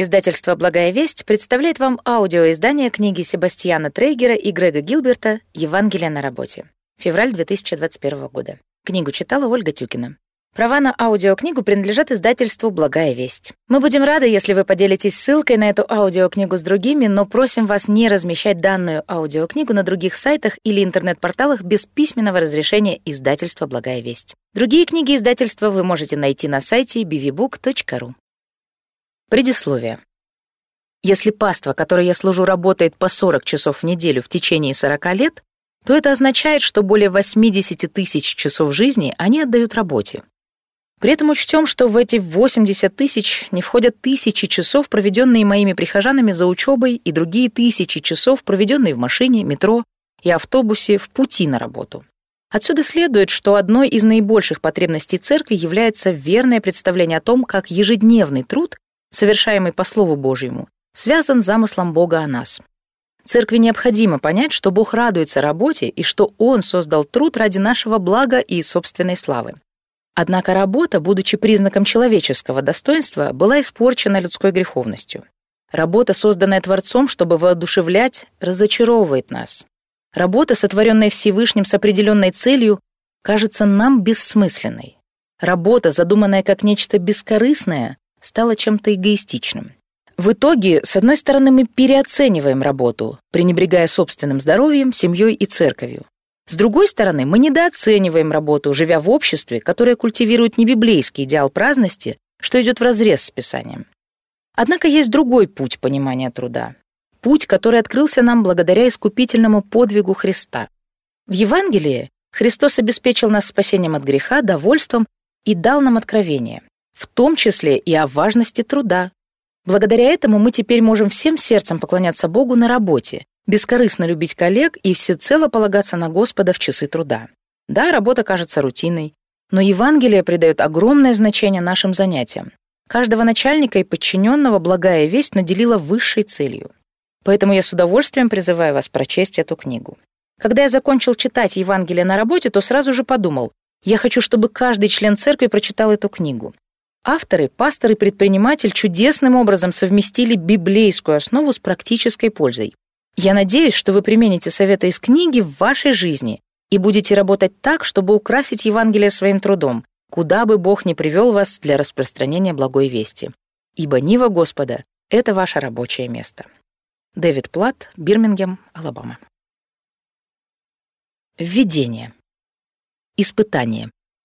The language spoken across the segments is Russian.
Издательство «Благая весть» представляет вам аудиоиздание книги Себастьяна Трейгера и Грега Гилберта «Евангелие на работе». Февраль 2021 года. Книгу читала Ольга Тюкина. Права на аудиокнигу принадлежат издательству «Благая весть». Мы будем рады, если вы поделитесь ссылкой на эту аудиокнигу с другими, но просим вас не размещать данную аудиокнигу на других сайтах или интернет-порталах без письменного разрешения издательства «Благая весть». Другие книги издательства вы можете найти на сайте bvbook.ru. Предисловие. Если паства, которой я служу, работает по 40 часов в неделю в течение 40 лет, то это означает, что более 80 тысяч часов жизни они отдают работе. При этом учтем, что в эти 80 тысяч не входят тысячи часов, проведенные моими прихожанами за учебой, и другие тысячи часов, проведенные в машине, метро и автобусе в пути на работу. Отсюда следует, что одной из наибольших потребностей церкви является верное представление о том, как ежедневный труд, совершаемый по Слову Божьему, связан с замыслом Бога о нас. Церкви необходимо понять, что Бог радуется работе и что Он создал труд ради нашего блага и собственной славы. Однако работа, будучи признаком человеческого достоинства, была испорчена людской греховностью. Работа, созданная Творцом, чтобы воодушевлять, разочаровывает нас. Работа, сотворенная Всевышним с определенной целью, кажется нам бессмысленной. Работа, задуманная как нечто бескорыстное, стало чем-то эгоистичным. В итоге, с одной стороны, мы переоцениваем работу, пренебрегая собственным здоровьем, семьей и церковью. С другой стороны, мы недооцениваем работу, живя в обществе, которое культивирует небиблейский идеал праздности, что идет вразрез с Писанием. Однако есть другой путь понимания труда. Путь, который открылся нам благодаря искупительному подвигу Христа. В Евангелии Христос обеспечил нас спасением от греха, довольством и дал нам откровение, в том числе и о важности труда. Благодаря этому мы теперь можем всем сердцем поклоняться Богу на работе, бескорыстно любить коллег и всецело полагаться на Господа в часы труда. Да, работа кажется рутинной, но Евангелие придает огромное значение нашим занятиям. Каждого начальника и подчиненного благая весть наделила высшей целью. Поэтому я с удовольствием призываю вас прочесть эту книгу. Когда я закончил читать Евангелие на работе, то сразу же подумал, я хочу, чтобы каждый член церкви прочитал эту книгу. Авторы, пастор и предприниматель чудесным образом совместили библейскую основу с практической пользой. Я надеюсь, что вы примените советы из книги в вашей жизни и будете работать так, чтобы украсить Евангелие своим трудом, куда бы Бог ни привел вас для распространения благой вести. Ибо нива Господа — это ваше рабочее место. Дэвид Платт, Бирмингем, Алабама. Введение. Испытание.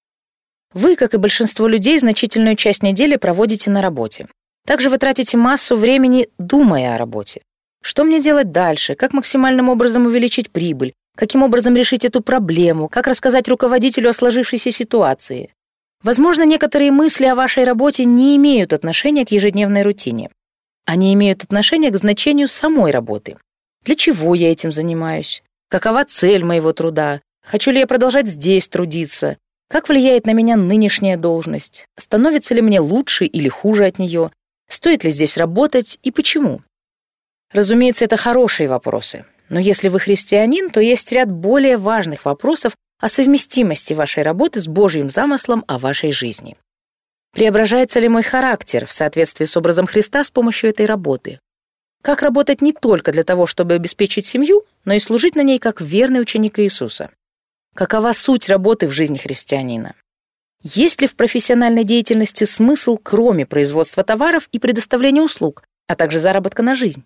Вы, как и большинство людей, значительную часть недели проводите на работе. Также вы тратите массу времени, думая о работе. Что мне делать дальше? Как максимальным образом увеличить прибыль? Каким образом решить эту проблему? Как рассказать руководителю о сложившейся ситуации? Возможно, некоторые мысли о вашей работе не имеют отношения к ежедневной рутине. Они имеют отношение к значению самой работы. Для чего я этим занимаюсь? Какова цель моего труда? Хочу ли я продолжать здесь трудиться? Как влияет на меня нынешняя должность? Становится ли мне лучше или хуже от нее? Стоит ли здесь работать и почему? Разумеется, это хорошие вопросы. Но если вы христианин, то есть ряд более важных вопросов о совместимости вашей работы с Божьим замыслом о вашей жизни. Преображается ли мой характер в соответствии с образом Христа с помощью этой работы? Как работать не только для того, чтобы обеспечить семью, но и служить на ней как верный ученик Иисуса? Какова суть работы в жизни христианина? Есть ли в профессиональной деятельности смысл, кроме производства товаров и предоставления услуг, а также заработка на жизнь?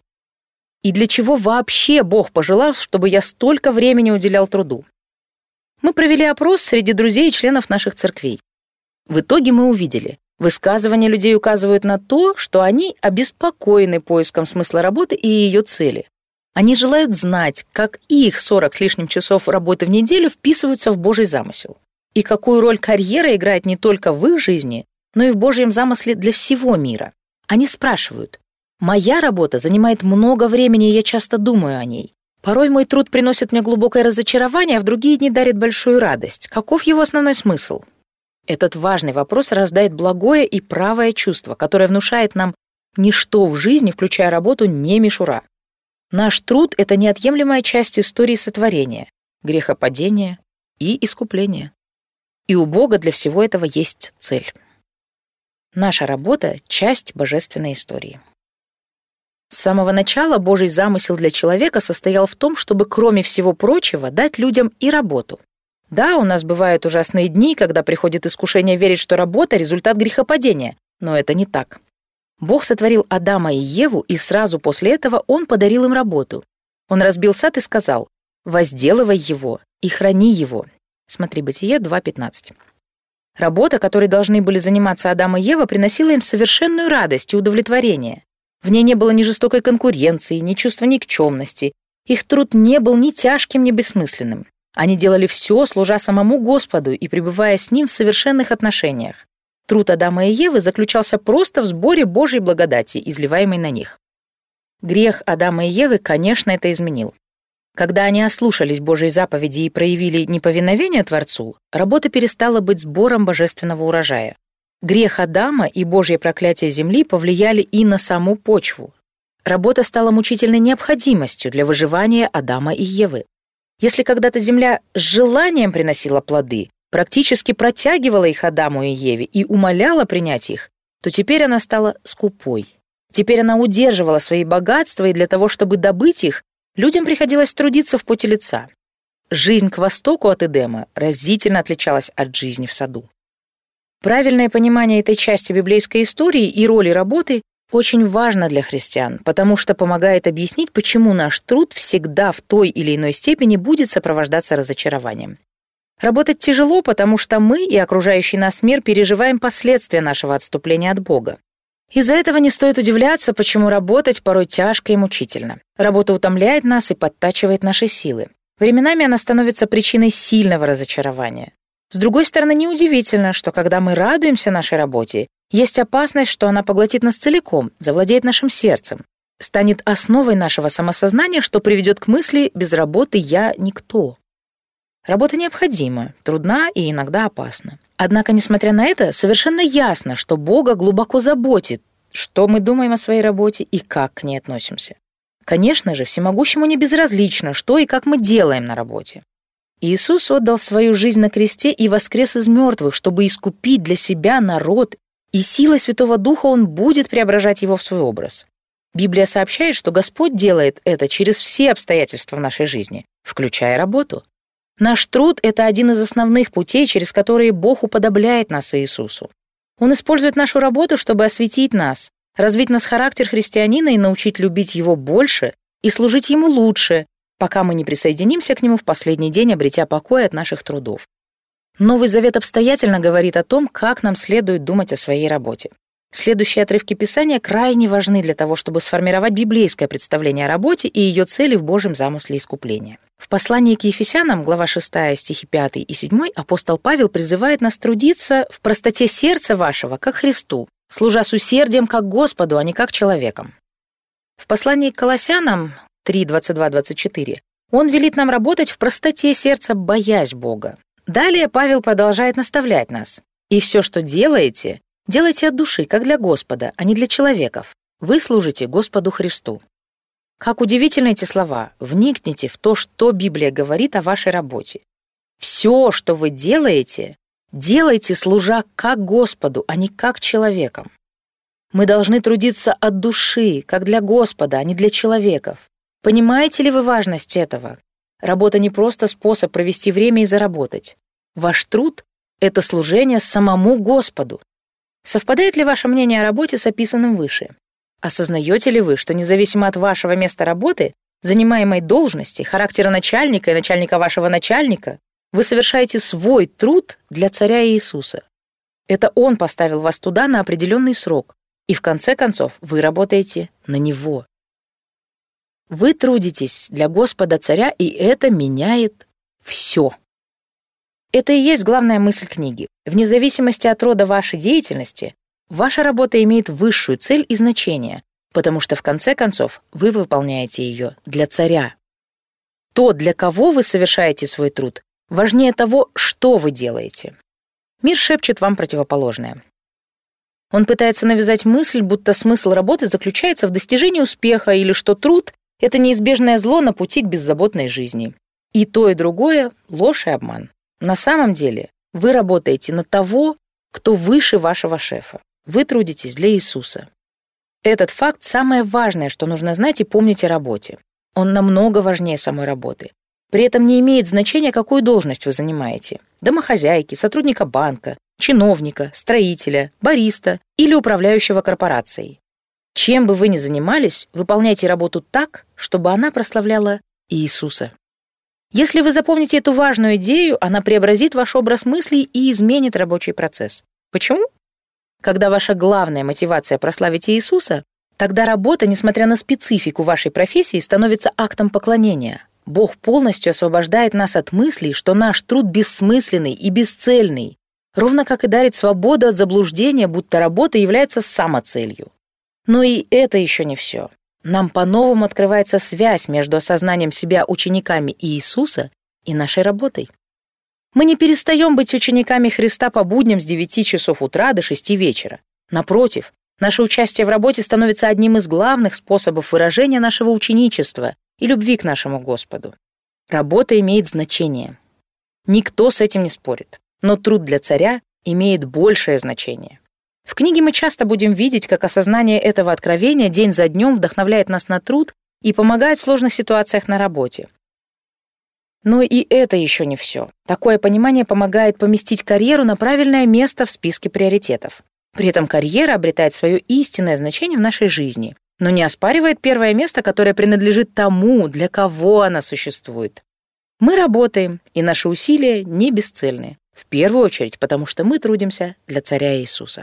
И для чего вообще Бог пожелал, чтобы я столько времени уделял труду? Мы провели опрос среди друзей и членов наших церквей. В итоге мы увидели, высказывания людей указывают на то, что они обеспокоены поиском смысла работы и ее цели. Они желают знать, как их 40 с лишним часов работы в неделю вписываются в Божий замысел, и какую роль карьера играет не только в их жизни, но и в Божьем замысле для всего мира. Они спрашивают, «Моя работа занимает много времени, и я часто думаю о ней. Порой мой труд приносит мне глубокое разочарование, а в другие дни дарит большую радость. Каков его основной смысл?» Этот важный вопрос рождает благое и правое чувство, которое внушает нам ничто в жизни, включая работу, не мишура. Наш труд — это неотъемлемая часть истории сотворения, грехопадения и искупления. И у Бога для всего этого есть цель. Наша работа — часть божественной истории. С самого начала Божий замысел для человека состоял в том, чтобы, кроме всего прочего, дать людям и работу. Да, у нас бывают ужасные дни, когда приходит искушение верить, что работа — результат грехопадения, но это не так. Бог сотворил Адама и Еву, и сразу после этого Он подарил им работу. Он разбил сад и сказал: «Возделывай его и храни его». Смотри, Бытие 2:15. Работа, которой должны были заниматься Адам и Ева, приносила им совершенную радость и удовлетворение. В ней не было ни жестокой конкуренции, ни чувства никчемности. Их труд не был ни тяжким, ни бессмысленным. Они делали все, служа самому Господу и пребывая с Ним в совершенных отношениях. Труд Адама и Евы заключался просто в сборе Божьей благодати, изливаемой на них. Грех Адама и Евы, конечно, это изменил. Когда они ослушались Божьей заповеди и проявили неповиновение Творцу, работа перестала быть сбором божественного урожая. Грех Адама и Божье проклятие земли повлияли и на саму почву. Работа стала мучительной необходимостью для выживания Адама и Евы. Если когда-то земля с желанием приносила плоды, практически протягивала их Адаму и Еве и умоляла принять их, то теперь она стала скупой. Теперь она удерживала свои богатства, и для того, чтобы добыть их, людям приходилось трудиться в поте лица. Жизнь к востоку от Эдема разительно отличалась от жизни в саду. Правильное понимание этой части библейской истории и роли работы очень важно для христиан, потому что помогает объяснить, почему наш труд всегда в той или иной степени будет сопровождаться разочарованием. Работать тяжело, потому что мы и окружающий нас мир переживаем последствия нашего отступления от Бога. Из-за этого не стоит удивляться, почему работать порой тяжко и мучительно. Работа утомляет нас и подтачивает наши силы. Временами она становится причиной сильного разочарования. С другой стороны, неудивительно, что когда мы радуемся нашей работе, есть опасность, что она поглотит нас целиком, завладеет нашим сердцем, станет основой нашего самосознания, что приведет к мысли «без работы я никто». Работа необходима, трудна и иногда опасна. Однако, несмотря на это, совершенно ясно, что Бога глубоко заботит, что мы думаем о своей работе и как к ней относимся. Конечно же, Всемогущему не безразлично, что и как мы делаем на работе. Иисус отдал свою жизнь на кресте и воскрес из мертвых, чтобы искупить для себя народ, и силой Святого Духа Он будет преображать его в свой образ. Библия сообщает, что Господь делает это через все обстоятельства в нашей жизни, включая работу. Наш труд — это один из основных путей, через которые Бог уподобляет нас Иисусу. Он использует нашу работу, чтобы осветить нас, развить в нас характер христианина и научить любить Его больше и служить Ему лучше, пока мы не присоединимся к Нему в последний день, обретя покой от наших трудов. Новый Завет обстоятельно говорит о том, как нам следует думать о своей работе. Следующие отрывки Писания крайне важны для того, чтобы сформировать библейское представление о работе и ее цели в Божьем замысле искупления. В послании к Ефесянам, глава 6, стихи 5 и 7, апостол Павел призывает нас трудиться в простоте сердца вашего, как Христу, служа с усердием, как Господу, а не как человеком. В послании к Колоссянам 3:22-24 он велит нам работать в простоте сердца, боясь Бога. Далее Павел продолжает наставлять нас. «И все, что делаете, делайте от души, как для Господа, а не для человеков. Вы служите Господу Христу». Как удивительны эти слова. Вникните в то, что Библия говорит о вашей работе. Все, что вы делаете, делайте, служа как Господу, а не как человекам. Мы должны трудиться от души, как для Господа, а не для человеков. Понимаете ли вы важность этого? Работа не просто способ провести время и заработать. Ваш труд — это служение самому Господу. Совпадает ли ваше мнение о работе с описанным выше? Осознаете ли вы, что независимо от вашего места работы, занимаемой должности, характера начальника и начальника вашего начальника, вы совершаете свой труд для Царя Иисуса? Это Он поставил вас туда на определенный срок, и в конце концов вы работаете на Него. Вы трудитесь для Господа Царя, и это меняет все. Это и есть главная мысль книги. Вне зависимости от рода вашей деятельности, ваша работа имеет высшую цель и значение, потому что в конце концов вы выполняете ее для Царя. То, для кого вы совершаете свой труд, важнее того, что вы делаете. Мир шепчет вам противоположное. Он пытается навязать мысль, будто смысл работы заключается в достижении успеха или что труд — это неизбежное зло на пути к беззаботной жизни. И то, и другое — ложь и обман. На самом деле вы работаете на того, кто выше вашего шефа. Вы трудитесь для Иисуса. Этот факт самое важное, что нужно знать и помнить о работе. Он намного важнее самой работы. При этом не имеет значения, какую должность вы занимаете. Домохозяйки, сотрудника банка, чиновника, строителя, бариста или управляющего корпорацией. Чем бы вы ни занимались, выполняйте работу так, чтобы она прославляла Иисуса. Если вы запомните эту важную идею, она преобразит ваш образ мыслей и изменит рабочий процесс. Почему? Когда ваша главная мотивация прославить Иисуса, тогда работа, несмотря на специфику вашей профессии, становится актом поклонения. Бог полностью освобождает нас от мыслей, что наш труд бессмысленный и бесцельный, ровно как и дарит свободу от заблуждения, будто работа является самоцелью. Но и это еще не все. Нам по-новому открывается связь между осознанием себя учениками Иисуса и нашей работой. Мы не перестаем быть учениками Христа по будням с 9 часов утра до 6 вечера. Напротив, наше участие в работе становится одним из главных способов выражения нашего ученичества и любви к нашему Господу. Работа имеет значение. Никто с этим не спорит, но труд для царя имеет большее значение. В книге мы часто будем видеть, как осознание этого откровения день за днем вдохновляет нас на труд и помогает в сложных ситуациях на работе. Но и это еще не все. Такое понимание помогает поместить карьеру на правильное место в списке приоритетов. При этом карьера обретает свое истинное значение в нашей жизни, но не оспаривает первое место, которое принадлежит тому, для кого она существует. Мы работаем, и наши усилия не бесцельны. В первую очередь, потому что мы трудимся для царя Иисуса.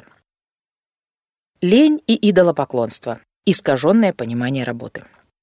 Лень и идолопоклонство. Искаженное понимание работы.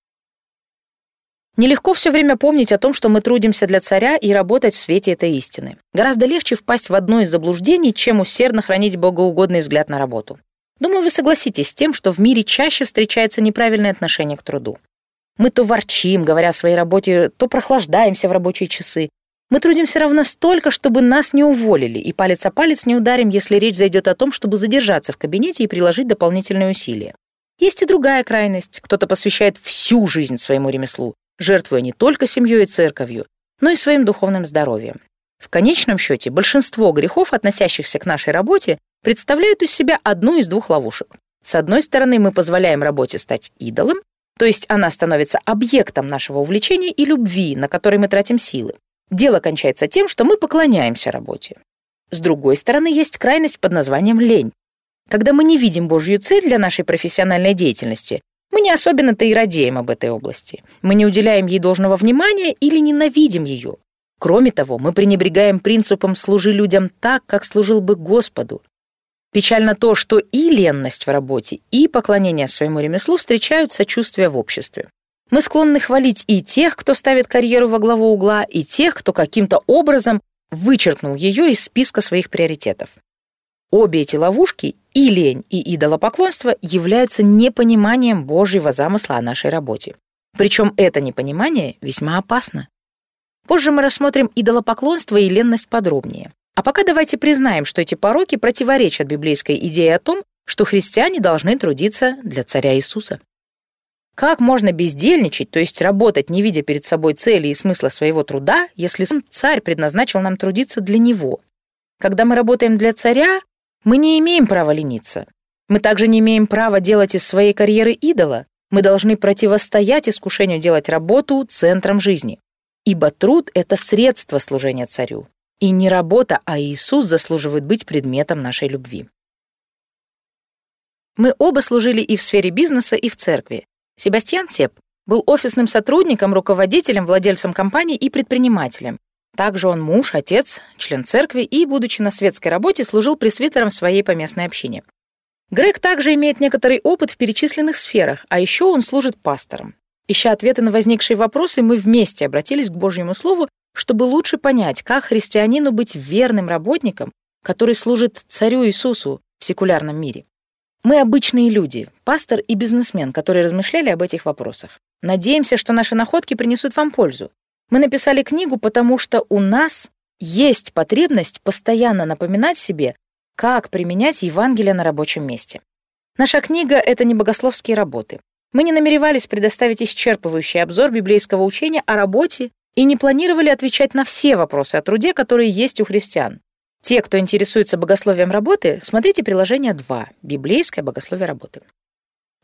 Нелегко все время помнить о том, что мы трудимся для царя и работать в свете этой истины. Гораздо легче впасть в одно из заблуждений, чем усердно хранить богоугодный взгляд на работу. Думаю, вы согласитесь с тем, что в мире чаще встречается неправильное отношение к труду. Мы то ворчим, говоря о своей работе, то прохлаждаемся в рабочие часы. Мы трудимся ровно столько, чтобы нас не уволили, и палец о палец не ударим, если речь зайдет о том, чтобы задержаться в кабинете и приложить дополнительные усилия. Есть и другая крайность. Кто-то посвящает всю жизнь своему ремеслу, жертвуя не только семьей и церковью, но и своим духовным здоровьем. В конечном счете, большинство грехов, относящихся к нашей работе, представляют из себя одну из двух ловушек. С одной стороны, мы позволяем работе стать идолом, то есть она становится объектом нашего увлечения и любви, на который мы тратим силы. Дело кончается тем, что мы поклоняемся работе. С другой стороны, есть крайность под названием лень. Когда мы не видим Божью цель для нашей профессиональной деятельности, мы не особенно-то и радеем об этой области. Мы не уделяем ей должного внимания или ненавидим ее. Кроме того, мы пренебрегаем принципом «служи людям так, как служил бы Господу». Печально то, что и ленность в работе, и поклонение своему ремеслу встречают сочувствие в обществе. Мы склонны хвалить и тех, кто ставит карьеру во главу угла, и тех, кто каким-то образом вычеркнул ее из списка своих приоритетов. Обе эти ловушки, и лень, и идолопоклонство, являются непониманием Божьего замысла о нашей работе. Причем это непонимание весьма опасно. Позже мы рассмотрим идолопоклонство и ленность подробнее. А пока давайте признаем, что эти пороки противоречат библейской идее о том, что христиане должны трудиться для царя Иисуса. Как можно бездельничать, то есть работать, не видя перед собой цели и смысла своего труда, если сам царь предназначил нам трудиться для него? Когда мы работаем для царя, мы не имеем права лениться. Мы также не имеем права делать из своей карьеры идола. Мы должны противостоять искушению делать работу центром жизни. Ибо труд — это средство служения царю. И не работа, а Иисус заслуживает быть предметом нашей любви. Мы оба служили и в сфере бизнеса, и в церкви. Себастьян Сеп был офисным сотрудником, руководителем, владельцем компании и предпринимателем. Также он муж, отец, член церкви и, будучи на светской работе, служил пресвитером в своей поместной общине. Грег также имеет некоторый опыт в перечисленных сферах, а еще он служит пастором. Ища ответы на возникшие вопросы, мы вместе обратились к Божьему Слову, чтобы лучше понять, как христианину быть верным работником, который служит царю Иисусу в секулярном мире. Мы обычные люди, пастор и бизнесмен, которые размышляли об этих вопросах. Надеемся, что наши находки принесут вам пользу. Мы написали книгу, потому что у нас есть потребность постоянно напоминать себе, как применять Евангелие на рабочем месте. Наша книга — это не богословские работы. Мы не намеревались предоставить исчерпывающий обзор библейского учения о работе и не планировали отвечать на все вопросы о труде, которые есть у христиан. Те, кто интересуется богословием работы, смотрите приложение 2 «Библейское богословие работы».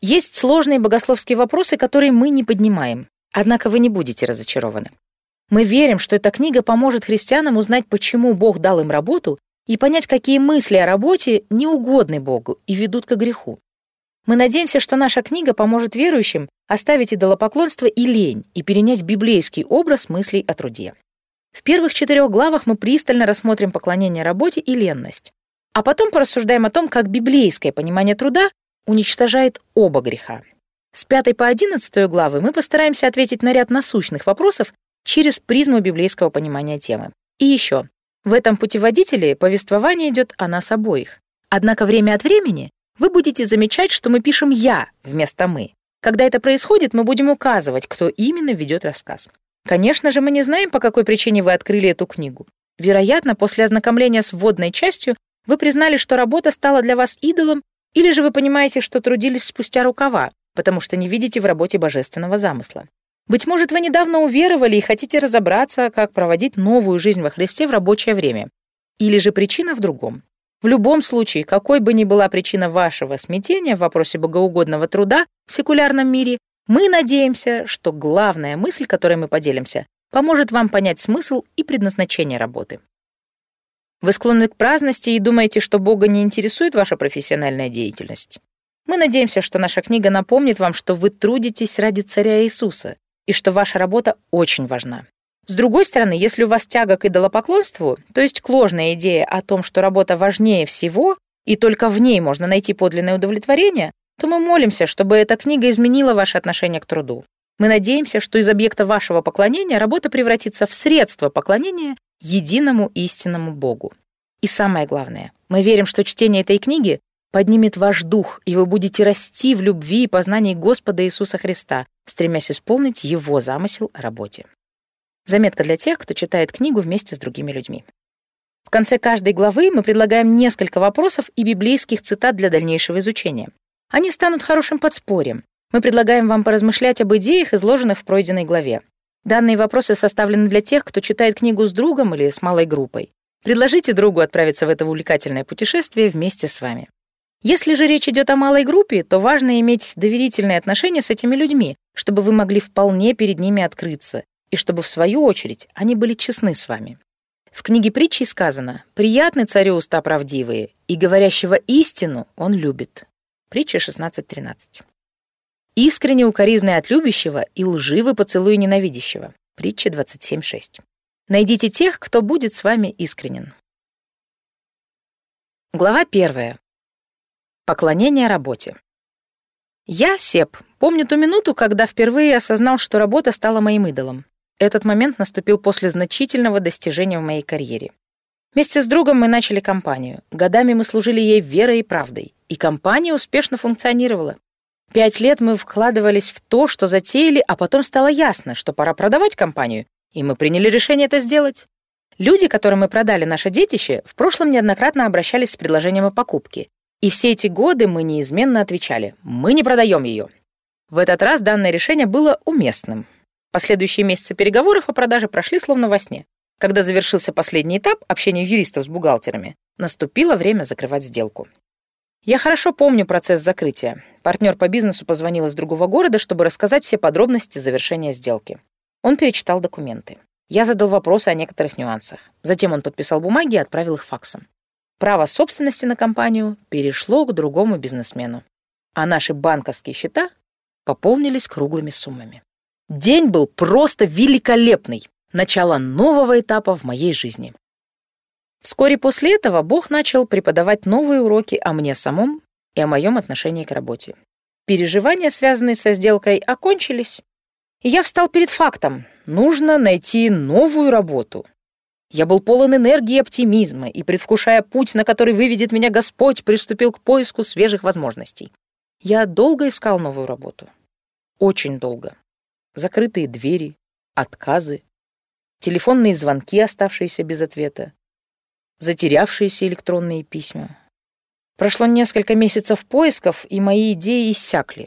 Есть сложные богословские вопросы, которые мы не поднимаем. Однако вы не будете разочарованы. Мы верим, что эта книга поможет христианам узнать, почему Бог дал им работу, и понять, какие мысли о работе неугодны Богу и ведут к греху. Мы надеемся, что наша книга поможет верующим оставить идолопоклонство и лень и перенять библейский образ мыслей о труде. В первых 4 главах мы пристально рассмотрим поклонение работе и ленность, а потом порассуждаем о том, как библейское понимание труда уничтожает оба греха. С 5 по 11 главы мы постараемся ответить на ряд насущных вопросов через призму библейского понимания темы. И еще, в этом путеводителе повествование идет о нас обоих. Однако время от времени вы будете замечать, что мы пишем «я» вместо «мы». Когда это происходит, мы будем указывать, кто именно ведет рассказ. Конечно же, мы не знаем, по какой причине вы открыли эту книгу. Вероятно, после ознакомления с вводной частью вы признали, что работа стала для вас идолом, или же вы понимаете, что трудились спустя рукава, потому что не видите в работе божественного замысла. Быть может, вы недавно уверовали и хотите разобраться, как проводить новую жизнь во Христе в рабочее время. Или же причина в другом. В любом случае, какой бы ни была причина вашего смятения в вопросе богоугодного труда в секулярном мире, мы надеемся, что главная мысль, которой мы поделимся, поможет вам понять смысл и предназначение работы. Вы склонны к праздности и думаете, что Бога не интересует ваша профессиональная деятельность? Мы надеемся, что наша книга напомнит вам, что вы трудитесь ради Царя Иисуса и что ваша работа очень важна. С другой стороны, если у вас тяга к идолопоклонству, то есть к ложной идее о том, что работа важнее всего и только в ней можно найти подлинное удовлетворение, то мы молимся, чтобы эта книга изменила ваше отношение к труду. Мы надеемся, что из объекта вашего поклонения работа превратится в средство поклонения единому истинному Богу. И самое главное, мы верим, что чтение этой книги поднимет ваш дух, и вы будете расти в любви и познании Господа Иисуса Христа, стремясь исполнить Его замысел о работе. Заметка для тех, кто читает книгу вместе с другими людьми. В конце каждой главы мы предлагаем несколько вопросов и библейских цитат для дальнейшего изучения. Они станут хорошим подспорьем. Мы предлагаем вам поразмышлять об идеях, изложенных в пройденной главе. Данные вопросы составлены для тех, кто читает книгу с другом или с малой группой. Предложите другу отправиться в это увлекательное путешествие вместе с вами. Если же речь идет о малой группе, то важно иметь доверительные отношения с этими людьми, чтобы вы могли вполне перед ними открыться, и чтобы, в свою очередь, они были честны с вами. В книге притчей сказано: «Приятны царю уста правдивые, и говорящего истину он любит». Притча 16:13. «Искренне укоризны от любящего и лживый поцелуй ненавидящего». Притча 27:6. Найдите тех, кто будет с вами искренен. Глава 1. Поклонение работе. Я, Себ, помню ту минуту, когда впервые осознал, что работа стала моим идолом. Этот момент наступил после значительного достижения в моей карьере. Вместе с другом мы начали компанию. Годами мы служили ей верой и правдой, и компания успешно функционировала. 5 лет мы вкладывались в то, что затеяли, а потом стало ясно, что пора продавать компанию, и мы приняли решение это сделать. Люди, которым мы продали наше детище, в прошлом неоднократно обращались с предложением о покупке, и все эти годы мы неизменно отвечали: «Мы не продаем ее». В этот раз данное решение было уместным. Последующие месяцы переговоров о продаже прошли словно во сне. Когда завершился последний этап общения юристов с бухгалтерами, наступило время закрывать сделку. Я хорошо помню процесс закрытия. Партнер по бизнесу позвонил из другого города, чтобы рассказать все подробности завершения сделки. Он перечитал документы. Я задал вопросы о некоторых нюансах. Затем он подписал бумаги и отправил их факсом. Право собственности на компанию перешло к другому бизнесмену, а наши банковские счета пополнились круглыми суммами. День был просто великолепный. Начало нового этапа в моей жизни. Вскоре после этого Бог начал преподавать новые уроки о мне самом и о моем отношении к работе. Переживания, связанные со сделкой, окончились, и я встал перед фактом: нужно найти новую работу. Я был полон энергии и оптимизма, и, предвкушая путь, на который выведет меня Господь, приступил к поиску свежих возможностей. Я долго искал новую работу. Очень долго. Закрытые двери, отказы, телефонные звонки, оставшиеся без ответа, затерявшиеся электронные письма. Прошло несколько месяцев поисков, и мои идеи иссякли.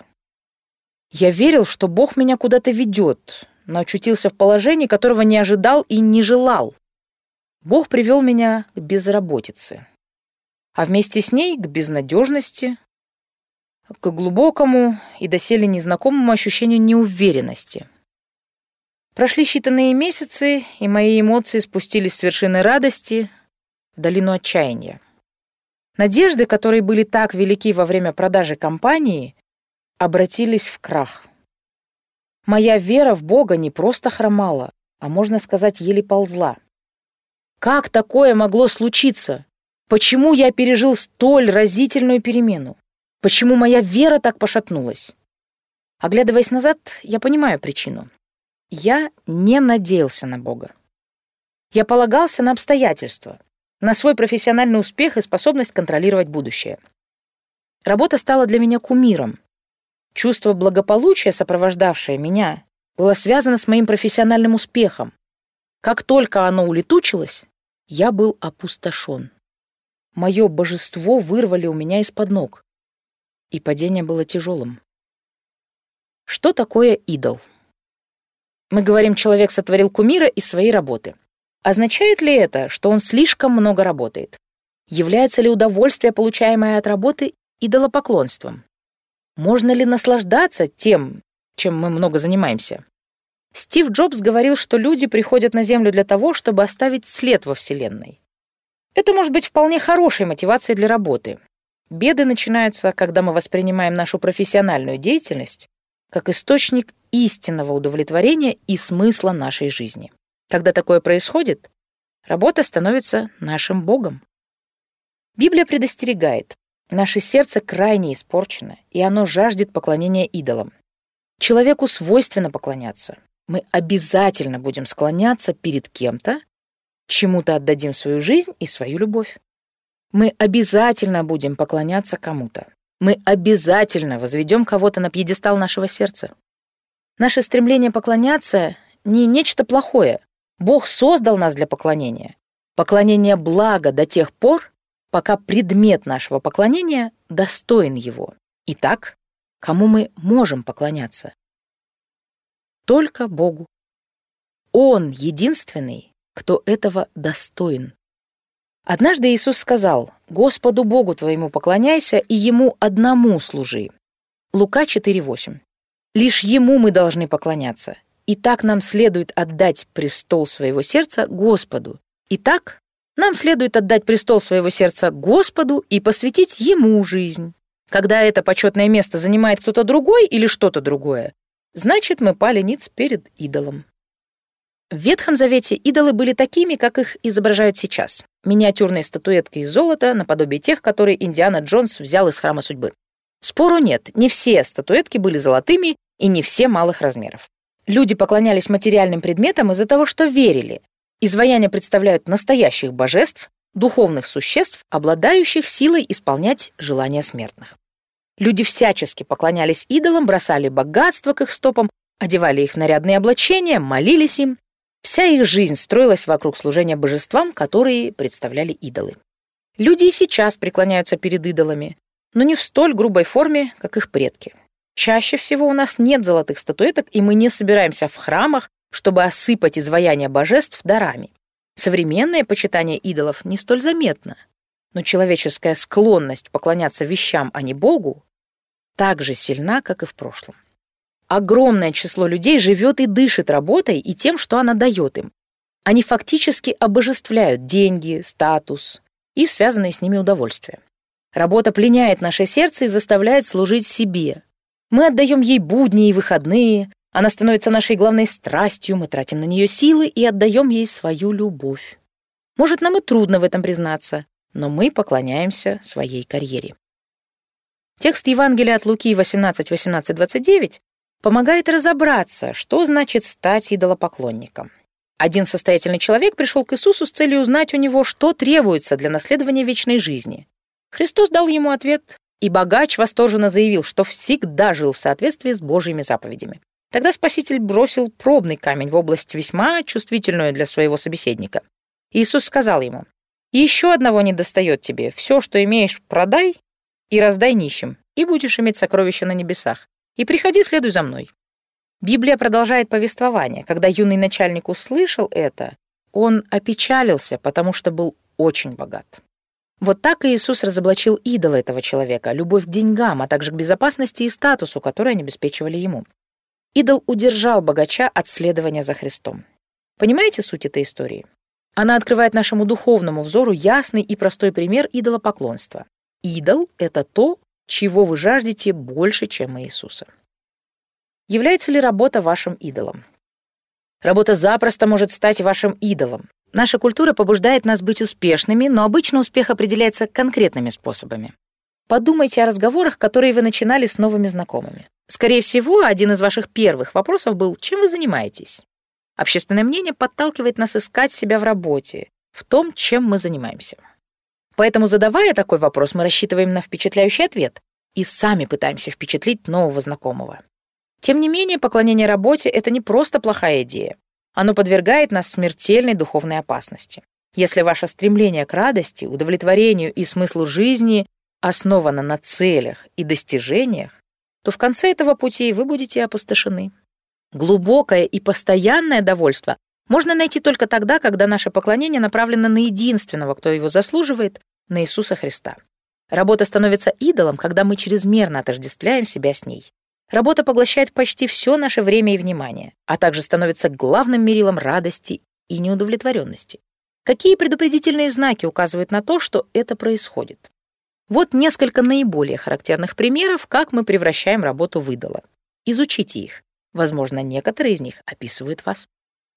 Я верил, что Бог меня куда-то ведет, но очутился в положении, которого не ожидал и не желал. Бог привел меня к безработице, а вместе с ней к безнадежности, к глубокому и доселе незнакомому ощущению неуверенности. Прошли считанные месяцы, и мои эмоции спустились с вершины радости в долину отчаяния. Надежды, которые были так велики во время продажи компании, обратились в крах. Моя вера в Бога не просто хромала, а, можно сказать, еле ползла. Как такое могло случиться? Почему я пережил столь разительную перемену? Почему моя вера так пошатнулась? Оглядываясь назад, я понимаю причину. Я не надеялся на Бога. Я полагался на обстоятельства, на свой профессиональный успех и способность контролировать будущее. Работа стала для меня кумиром. Чувство благополучия, сопровождавшее меня, было связано с моим профессиональным успехом. Как только оно улетучилось, я был опустошен. Мое божество вырвали у меня из-под ног, и падение было тяжелым. Что такое идол? Мы говорим, человек сотворил кумира из своей работы. Означает ли это, что он слишком много работает? Является ли удовольствие, получаемое от работы, идолопоклонством? Можно ли наслаждаться тем, чем мы много занимаемся? Стив Джобс говорил, что люди приходят на Землю для того, чтобы оставить след во Вселенной. Это может быть вполне хорошей мотивацией для работы. Беды начинаются, когда мы воспринимаем нашу профессиональную деятельность как источник истинного удовлетворения и смысла нашей жизни. Когда такое происходит, работа становится нашим Богом. Библия предостерегает: наше сердце крайне испорчено, и оно жаждет поклонения идолам. Человеку свойственно поклоняться. Мы обязательно будем склоняться перед кем-то, чему-то отдадим свою жизнь и свою любовь. Мы обязательно будем поклоняться кому-то. Мы обязательно возведем кого-то на пьедестал нашего сердца. Наше стремление поклоняться не нечто плохое. Бог создал нас для поклонения. Поклонение благо до тех пор, пока предмет нашего поклонения достоин его. Итак, кому мы можем поклоняться? Только Богу. Он единственный, кто этого достоин. Однажды Иисус сказал: «Господу Богу твоему поклоняйся и Ему одному служи». Лука 4:8. Лишь Ему мы должны поклоняться. И так нам следует отдать престол своего сердца Господу. Итак, нам следует отдать престол своего сердца Господу и посвятить Ему жизнь. Когда это почетное место занимает кто-то другой или что-то другое, значит, мы пали ниц перед идолом. В Ветхом Завете идолы были такими, как их изображают сейчас. Миниатюрные статуэтки из золота, наподобие тех, которые Индиана Джонс взял из Храма Судьбы. Спору нет, не все статуэтки были золотыми и не все малых размеров. Люди поклонялись материальным предметам из-за того, что верили. Изваяния представляют настоящих божеств, духовных существ, обладающих силой исполнять желания смертных. Люди всячески поклонялись идолам, бросали богатство к их стопам, одевали их в нарядные облачения, молились им. Вся их жизнь строилась вокруг служения божествам, которые представляли идолы. Люди и сейчас преклоняются перед идолами, но не в столь грубой форме, как их предки. Чаще всего у нас нет золотых статуэток, и мы не собираемся в храмах, чтобы осыпать изваяния божеств дарами. Современное почитание идолов не столь заметно, но человеческая склонность поклоняться вещам, а не Богу, так же сильна, как и в прошлом. Огромное число людей живет и дышит работой и тем, что она дает им. Они фактически обожествляют деньги, статус и связанные с ними удовольствия. Работа пленяет наше сердце и заставляет служить себе. Мы отдаем ей будни и выходные, она становится нашей главной страстью, мы тратим на нее силы и отдаем ей свою любовь. Может, нам и трудно в этом признаться, но мы поклоняемся своей карьере. Текст Евангелия от Луки 18:29 помогает разобраться, что значит стать идолопоклонником. Один состоятельный человек пришел к Иисусу с целью узнать у него, что требуется для наследования вечной жизни. Христос дал ему ответ, и богач восторженно заявил, что всегда жил в соответствии с Божьими заповедями. Тогда Спаситель бросил пробный камень в область весьма чувствительную для своего собеседника. Иисус сказал ему: «Еще одного недостает тебе. Все, что имеешь, продай и раздай нищим, и будешь иметь сокровища на небесах. И приходи, следуй за мной». Библия продолжает повествование. Когда юный начальник услышал это, он опечалился, потому что был очень богат. Вот так и Иисус разоблачил идола этого человека, любовь к деньгам, а также к безопасности и статусу, которые они обеспечивали ему. Идол удержал богача от следования за Христом. Понимаете суть этой истории? Она открывает нашему духовному взору ясный и простой пример идолопоклонства. Идол — это то, чего вы жаждете больше, чем Иисуса. Является ли работа вашим идолом? Работа запросто может стать вашим идолом. Наша культура побуждает нас быть успешными, но обычно успех определяется конкретными способами. Подумайте о разговорах, которые вы начинали с новыми знакомыми. Скорее всего, один из ваших первых вопросов был: чем вы занимаетесь? Общественное мнение подталкивает нас искать себя в работе, в том, чем мы занимаемся. Поэтому, задавая такой вопрос, мы рассчитываем на впечатляющий ответ и сами пытаемся впечатлить нового знакомого. Тем не менее, поклонение работе — это не просто плохая идея. Оно подвергает нас смертельной духовной опасности. Если ваше стремление к радости, удовлетворению и смыслу жизни основано на целях и достижениях, то в конце этого пути вы будете опустошены. Глубокое и постоянное довольство можно найти только тогда, когда наше поклонение направлено на единственного, кто его заслуживает, на Иисуса Христа. Работа становится идолом, когда мы чрезмерно отождествляем себя с ней. Работа поглощает почти все наше время и внимание, а также становится главным мерилом радости и неудовлетворенности. Какие предупредительные знаки указывают на то, что это происходит? Вот несколько наиболее характерных примеров, как мы превращаем работу в идола. Изучите их. Возможно, некоторые из них описывают вас.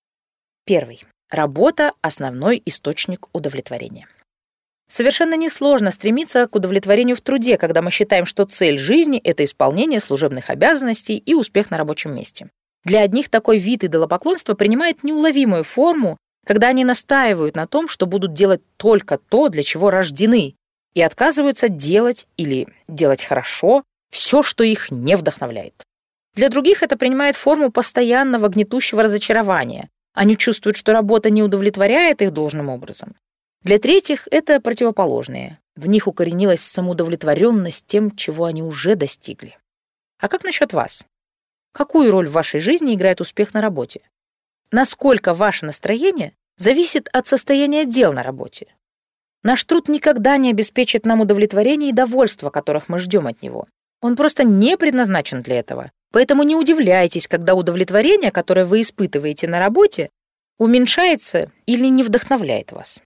Первый. Работа — основной источник удовлетворения. Совершенно несложно стремиться к удовлетворению в труде, когда мы считаем, что цель жизни — это исполнение служебных обязанностей и успех на рабочем месте. Для одних такой вид идолопоклонства принимает неуловимую форму, когда они настаивают на том, что будут делать только то, для чего рождены, и отказываются делать или делать хорошо все, что их не вдохновляет. Для других это принимает форму постоянного гнетущего разочарования. Они чувствуют, что работа не удовлетворяет их должным образом. Для третьих это противоположное. В них укоренилась самоудовлетворенность тем, чего они уже достигли. А как насчет вас? Какую роль в вашей жизни играет успех на работе? Насколько ваше настроение зависит от состояния дел на работе? Наш труд никогда не обеспечит нам удовлетворение и довольство, которых мы ждем от него. Он просто не предназначен для этого. Поэтому не удивляйтесь, когда удовлетворение, которое вы испытываете на работе, уменьшается или не вдохновляет вас.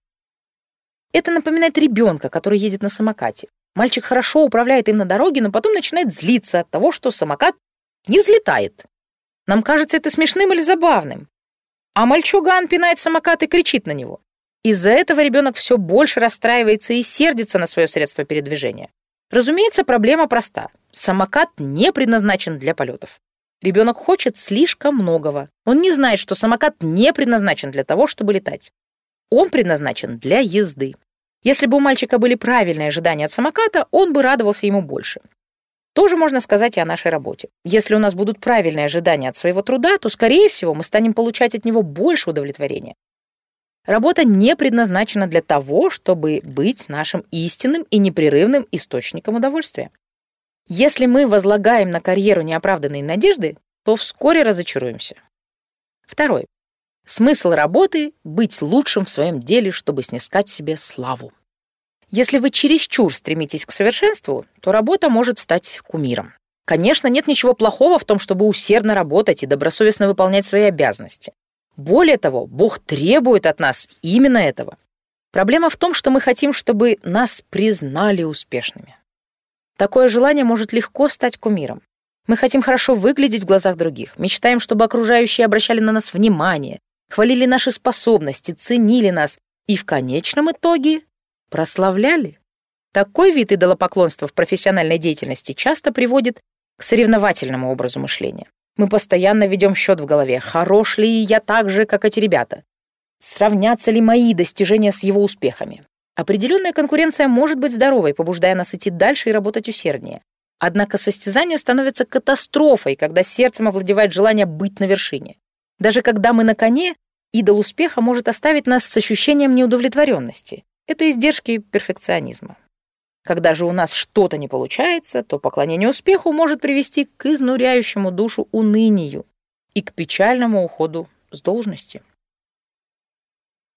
Это напоминает ребенка, который едет на самокате. Мальчик хорошо управляет им на дороге, но потом начинает злиться от того, что самокат не взлетает. Нам кажется это смешным или забавным. А мальчуган пинает самокат и кричит на него. Из-за этого ребенок все больше расстраивается и сердится на свое средство передвижения. Разумеется, проблема проста. Самокат не предназначен для полетов. Ребенок хочет слишком многого. Он не знает, что самокат не предназначен для того, чтобы летать. Он предназначен для езды. Если бы у мальчика были правильные ожидания от самоката, он бы радовался ему больше. Тоже можно сказать и о нашей работе. Если у нас будут правильные ожидания от своего труда, то, скорее всего, мы станем получать от него больше удовлетворения. Работа не предназначена для того, чтобы быть нашим истинным и непрерывным источником удовольствия. Если мы возлагаем на карьеру неоправданные надежды, то вскоре разочаруемся. Второе. Смысл работы — быть лучшим в своем деле, чтобы снискать себе славу. Если вы чересчур стремитесь к совершенству, то работа может стать кумиром. Конечно, нет ничего плохого в том, чтобы усердно работать и добросовестно выполнять свои обязанности. Более того, Бог требует от нас именно этого. Проблема в том, что мы хотим, чтобы нас признали успешными. Такое желание может легко стать кумиром. Мы хотим хорошо выглядеть в глазах других, мечтаем, чтобы окружающие обращали на нас внимание, хвалили наши способности, ценили нас и в конечном итоге прославляли. Такой вид идолопоклонства в профессиональной деятельности часто приводит к соревновательному образу мышления. Мы постоянно ведем счет в голове, хорош ли я так же, как эти ребята, сравнятся ли мои достижения с его успехами. Определенная конкуренция может быть здоровой, побуждая нас идти дальше и работать усерднее. Однако состязание становится катастрофой, когда сердцем овладевает желание быть на вершине. Даже когда мы на коне, идол успеха может оставить нас с ощущением неудовлетворенности. Это издержки перфекционизма. Когда же у нас что-то не получается, то поклонение успеху может привести к изнуряющему душу унынию и к печальному уходу с должности.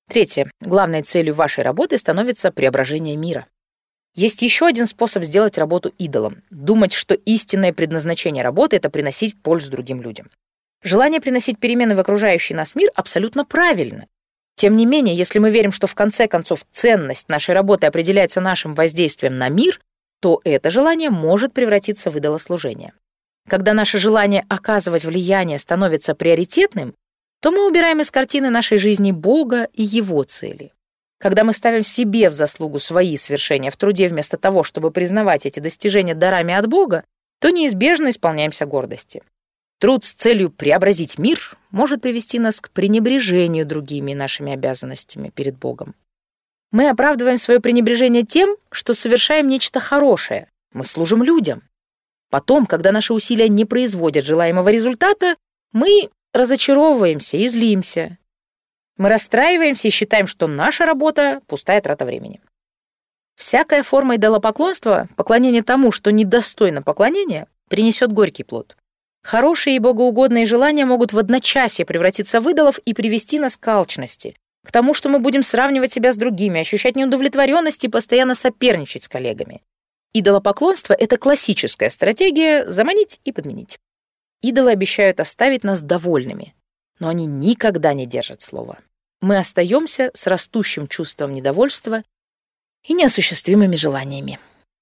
Третье. Главной целью вашей работы становится преображение мира. Есть еще один способ сделать работу идолом. Думать, что истинное предназначение работы — это приносить пользу другим людям. Желание приносить перемены в окружающий нас мир абсолютно правильно. Тем не менее, если мы верим, что в конце концов ценность нашей работы определяется нашим воздействием на мир, то это желание может превратиться в идолослужение. Когда наше желание оказывать влияние становится приоритетным, то мы убираем из картины нашей жизни Бога и Его цели. Когда мы ставим себе в заслугу свои свершения в труде вместо того, чтобы признавать эти достижения дарами от Бога, то неизбежно исполняемся гордости. Труд с целью преобразить мир может привести нас к пренебрежению другими нашими обязанностями перед Богом. Мы оправдываем свое пренебрежение тем, что совершаем нечто хорошее. Мы служим людям. Потом, когда наши усилия не производят желаемого результата, мы разочаровываемся и злимся. Мы расстраиваемся и считаем, что наша работа — пустая трата времени. Всякая форма идолопоклонства, поклонение тому, что недостойно поклонения, принесет горький плод. Хорошие и богоугодные желания могут в одночасье превратиться в идолов и привести нас к алчности, к тому, что мы будем сравнивать себя с другими, ощущать неудовлетворенность и постоянно соперничать с коллегами. Идолопоклонство — это классическая стратегия заманить и подменить. Идолы обещают оставить нас довольными, но они никогда не держат слова. Мы остаемся с растущим чувством недовольства и неосуществимыми желаниями.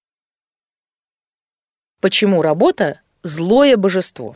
Почему работа — злое божество?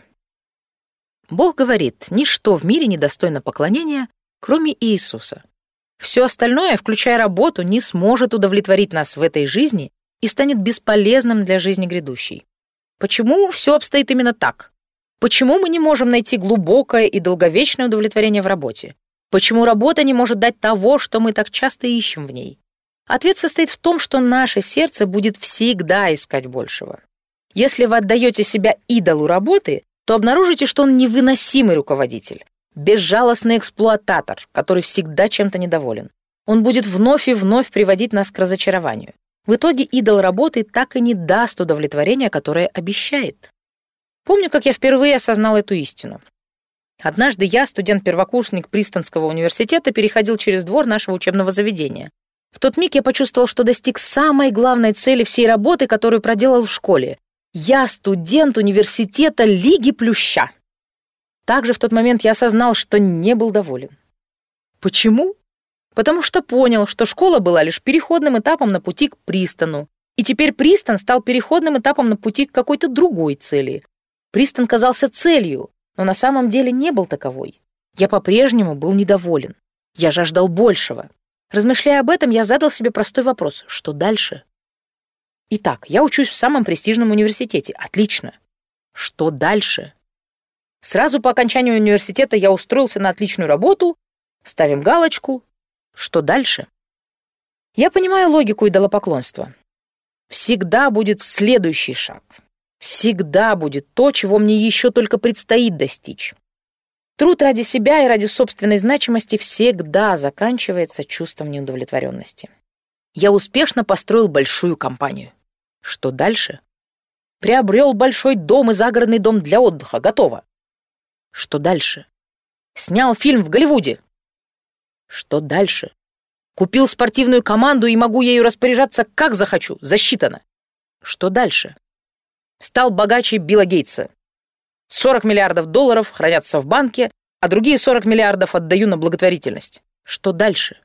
Бог говорит, ничто в мире не достойно поклонения, кроме Иисуса. Все остальное, включая работу, не сможет удовлетворить нас в этой жизни и станет бесполезным для жизни грядущей. Почему все обстоит именно так? Почему мы не можем найти глубокое и долговечное удовлетворение в работе? Почему работа не может дать того, что мы так часто ищем в ней? Ответ состоит в том, что наше сердце будет всегда искать большего. Если вы отдаете себя идолу работы, то обнаружите, что он невыносимый руководитель, безжалостный эксплуататор, который всегда чем-то недоволен. Он будет вновь и вновь приводить нас к разочарованию. В итоге идол работы так и не даст удовлетворения, которое обещает. Помню, как я впервые осознал эту истину. Однажды я, студент-первокурсник Принстонского университета, переходил через двор нашего учебного заведения. В тот миг я почувствовал, что достиг самой главной цели всей работы, которую проделал в школе. Я студент университета Лиги Плюща. Также в тот момент я осознал, что не был доволен. Почему? Потому что понял, что школа была лишь переходным этапом на пути к Принстону, и теперь Принстон стал переходным этапом на пути к какой-то другой цели. Принстон казался целью, но на самом деле не был таковой. Я по-прежнему был недоволен. Я жаждал большего. Размышляя об этом, я задал себе простой вопрос: что дальше? Итак, я учусь в самом престижном университете. Отлично. Что дальше? Сразу по окончанию университета я устроился на отличную работу. Ставим галочку. Что дальше? Я понимаю логику идолопоклонства. Всегда будет следующий шаг. Всегда будет то, чего мне еще только предстоит достичь. Труд ради себя и ради собственной значимости всегда заканчивается чувством неудовлетворенности. Я успешно построил большую компанию. Что дальше? Приобрел большой дом и загородный дом для отдыха. Готово. Что дальше? Снял фильм в Голливуде. Что дальше? Купил спортивную команду и могу ею распоряжаться как захочу. Засчитано. Что дальше? Стал богаче Билла Гейтса. 40 миллиардов долларов хранятся в банке, а другие 40 миллиардов отдаю на благотворительность. Что дальше?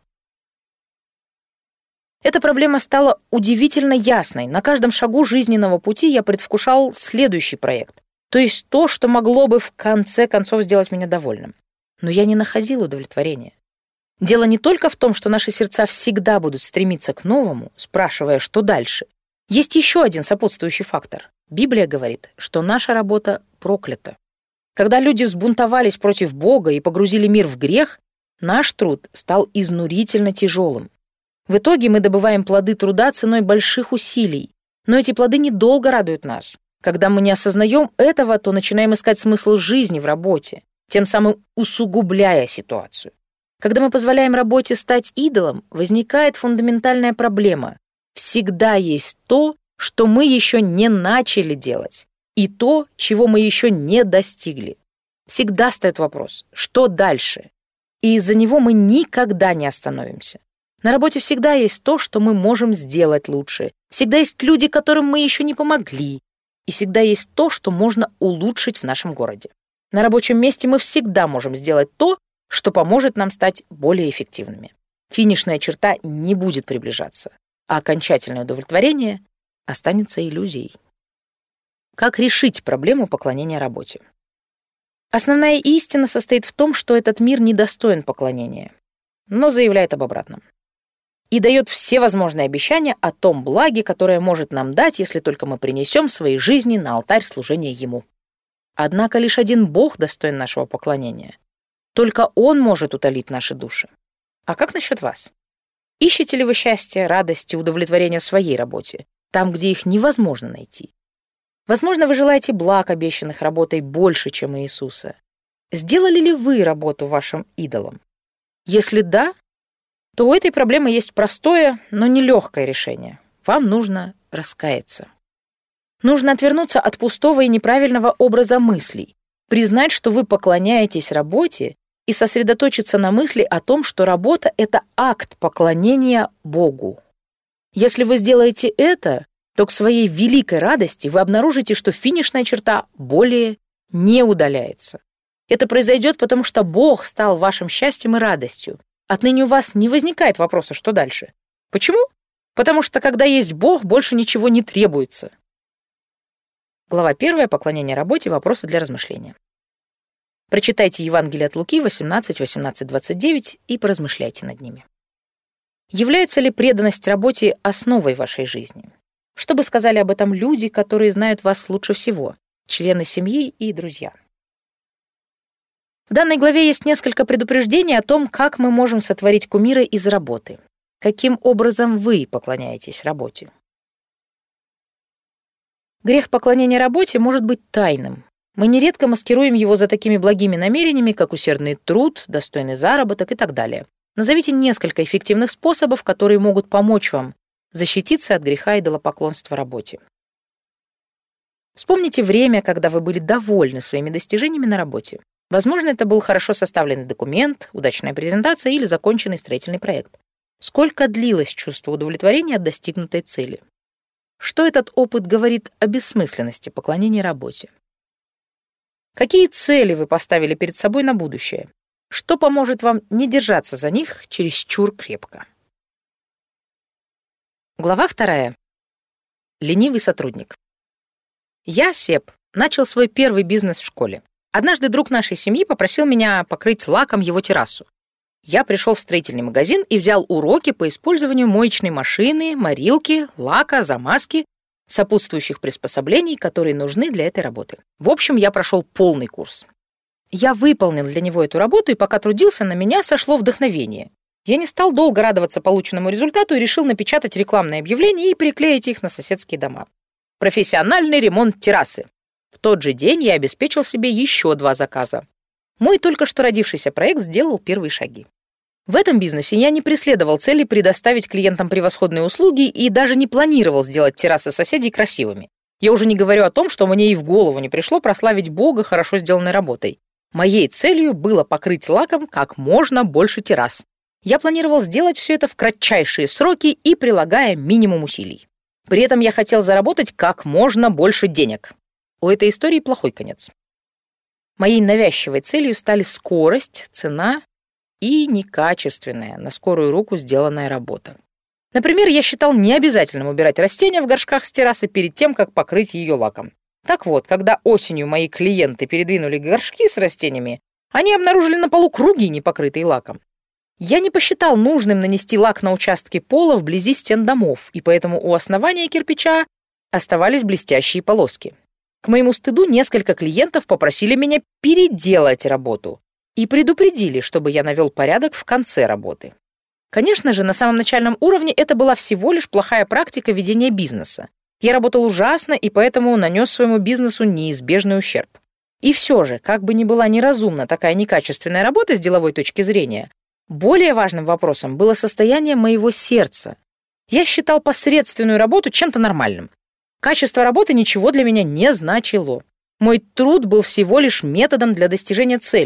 Эта проблема стала удивительно ясной. На каждом шагу жизненного пути я предвкушал следующий проект, то есть то, что могло бы в конце концов сделать меня довольным. Но я не находил удовлетворения. Дело не только в том, что наши сердца всегда будут стремиться к новому, спрашивая, что дальше. Есть еще один сопутствующий фактор. Библия говорит, что наша работа проклята. Когда люди взбунтовались против Бога и погрузили мир в грех, наш труд стал изнурительно тяжелым. В итоге мы добываем плоды труда ценой больших усилий, но эти плоды недолго радуют нас. Когда мы не осознаем этого, то начинаем искать смысл жизни в работе, тем самым усугубляя ситуацию. Когда мы позволяем работе стать идолом, возникает фундаментальная проблема. Всегда есть то, что мы еще не начали делать, и то, чего мы еще не достигли. Всегда стоит вопрос, что дальше? и из-за него мы никогда не остановимся. На работе всегда есть то, что мы можем сделать лучше. Всегда есть люди, которым мы еще не помогли. И всегда есть то, что можно улучшить в нашем городе. На рабочем месте мы всегда можем сделать то, что поможет нам стать более эффективными. Финишная черта не будет приближаться, а окончательное удовлетворение останется иллюзией. Как решить проблему поклонения работе? Основная истина состоит в том, что этот мир недостоин поклонения, но заявляет об обратном. И дает все возможные обещания о том благе, которое может нам дать, если только мы принесем свои жизни на алтарь служения Ему. Однако лишь один Бог достоин нашего поклонения. Только Он может утолить наши души. А как насчет вас? Ищете ли вы счастье, радость и удовлетворение в своей работе, там, где их невозможно найти? Возможно, вы желаете благ, обещанных работой, больше, чем Иисуса. Сделали ли вы работу вашим идолом? Если да, то у этой проблемы есть простое, но нелегкое решение. Вам нужно раскаяться. Нужно отвернуться от пустого и неправильного образа мыслей, признать, что вы поклоняетесь работе, и сосредоточиться на мысли о том, что работа — это акт поклонения Богу. Если вы сделаете это, то к своей великой радости вы обнаружите, что финишная черта более не удаляется. Это произойдет, потому что Бог стал вашим счастьем и радостью. Отныне у вас не возникает вопроса, что дальше. Почему? Потому что, когда есть Бог, больше ничего не требуется. Глава 1. Поклонение работе. Вопросы для размышления. Прочитайте Евангелие от Луки 18, 18, 29 и поразмышляйте над ними. Является ли преданность работе основой вашей жизни? Что бы сказали об этом люди, которые знают вас лучше всего, члены семьи и друзья? В данной главе есть несколько предупреждений о том, как мы можем сотворить кумира из работы. Каким образом вы поклоняетесь работе? Грех поклонения работе может быть тайным. Мы нередко маскируем его за такими благими намерениями, как усердный труд, достойный заработок и так далее. Назовите несколько эффективных способов, которые могут помочь вам защититься от греха идолопоклонства работе. Вспомните время, когда вы были довольны своими достижениями на работе. Возможно, это был хорошо составленный документ, удачная презентация или законченный строительный проект. Сколько длилось чувство удовлетворения от достигнутой цели? Что этот опыт говорит о бессмысленности поклонения работе? Какие цели вы поставили перед собой на будущее? Что поможет вам не держаться за них чересчур крепко? Глава 2. Ленивый сотрудник. Я, Сеп, начал свой первый бизнес в школе. Однажды друг нашей семьи попросил меня покрыть лаком его террасу. Я пришел в строительный магазин и взял уроки по использованию моечной машины, морилки, лака, замазки, сопутствующих приспособлений, которые нужны для этой работы. В общем, я прошел полный курс. Я выполнил для него эту работу, и пока трудился, на меня сошло вдохновение. Я не стал долго радоваться полученному результату и решил напечатать рекламные объявления и приклеить их на соседские дома. Профессиональный ремонт террасы. В тот же день я обеспечил себе еще 2 заказа. Мой только что родившийся проект сделал первые шаги. В этом бизнесе я не преследовал цели предоставить клиентам превосходные услуги и даже не планировал сделать террасы соседей красивыми. Я уже не говорю о том, что мне и в голову не пришло прославить Бога хорошо сделанной работой. Моей целью было покрыть лаком как можно больше террас. Я планировал сделать все это в кратчайшие сроки и прилагая минимум усилий. При этом я хотел заработать как можно больше денег. У этой истории плохой конец. Моей навязчивой целью стали скорость, цена и некачественная, на скорую руку сделанная работа. Например, я считал необязательным убирать растения в горшках с террасы перед тем, как покрыть ее лаком. Так вот, когда осенью мои клиенты передвинули горшки с растениями, они обнаружили на полу круги, не покрытые лаком. Я не посчитал нужным нанести лак на участке пола вблизи стен домов, и поэтому у основания кирпича оставались блестящие полоски. К моему стыду несколько клиентов попросили меня переделать работу и предупредили, чтобы я навел порядок в конце работы. Конечно же, на самом начальном уровне это была всего лишь плохая практика ведения бизнеса. Я работал ужасно и поэтому нанес своему бизнесу неизбежный ущерб. И все же, как бы ни была неразумна такая некачественная работа с деловой точки зрения, более важным вопросом было состояние моего сердца. Я считал посредственную работу чем-то нормальным. Качество работы ничего для меня не значило. Мой труд был всего лишь методом для достижения цели.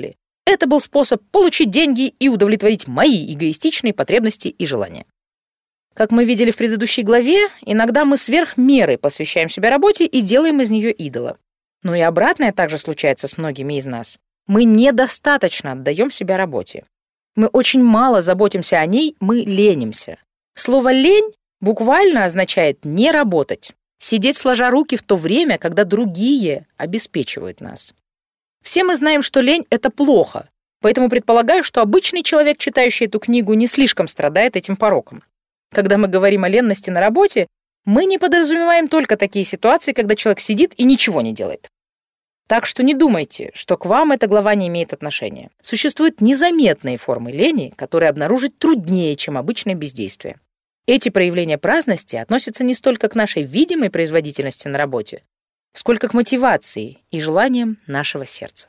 Это был способ получить деньги и удовлетворить мои эгоистичные потребности и желания. Как мы видели в предыдущей главе, иногда мы сверх меры посвящаем себя работе и делаем из нее идола. Но и обратное также случается с многими из нас. Мы недостаточно отдаем себя работе. Мы очень мало заботимся о ней, мы ленимся. Слово «лень» буквально означает «не работать», сидеть сложа руки в то время, когда другие обеспечивают нас. Все мы знаем, что лень — это плохо, поэтому предполагаю, что обычный человек, читающий эту книгу, не слишком страдает этим пороком. Когда мы говорим о ленности на работе, мы не подразумеваем только такие ситуации, когда человек сидит и ничего не делает. Так что не думайте, что к вам эта глава не имеет отношения. Существуют незаметные формы лени, которые обнаружить труднее, чем обычное бездействие. Эти проявления праздности относятся не столько к нашей видимой производительности на работе, сколько к мотивации и желаниям нашего сердца.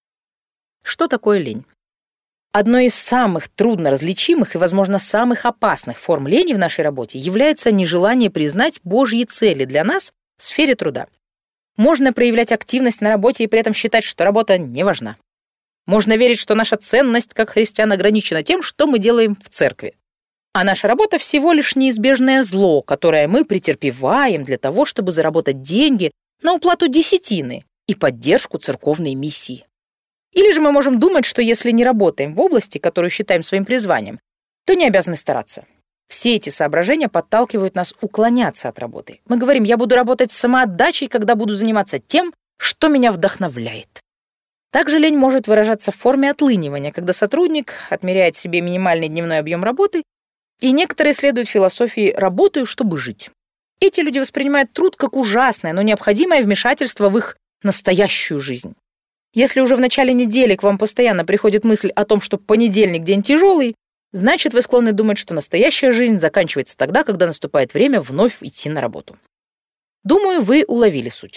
Что такое лень? Одной из самых трудно различимых и, возможно, самых опасных форм лени в нашей работе является нежелание признать Божьи цели для нас в сфере труда. Можно проявлять активность на работе и при этом считать, что работа не важна. Можно верить, что наша ценность как христиан ограничена тем, что мы делаем в церкви. А наша работа всего лишь неизбежное зло, которое мы претерпеваем для того, чтобы заработать деньги на уплату десятины и поддержку церковной миссии. Или же мы можем думать, что если не работаем в области, которую считаем своим призванием, то не обязаны стараться. Все эти соображения подталкивают нас уклоняться от работы. Мы говорим: я буду работать с самоотдачей, когда буду заниматься тем, что меня вдохновляет. Также лень может выражаться в форме отлынивания, когда сотрудник отмеряет себе минимальный дневной объем работы, и некоторые следуют философии «работаю, чтобы жить». Эти люди воспринимают труд как ужасное, но необходимое вмешательство в их настоящую жизнь. Если уже в начале недели к вам постоянно приходит мысль о том, что понедельник день тяжелый, значит, вы склонны думать, что настоящая жизнь заканчивается тогда, когда наступает время вновь идти на работу. Думаю, вы уловили суть.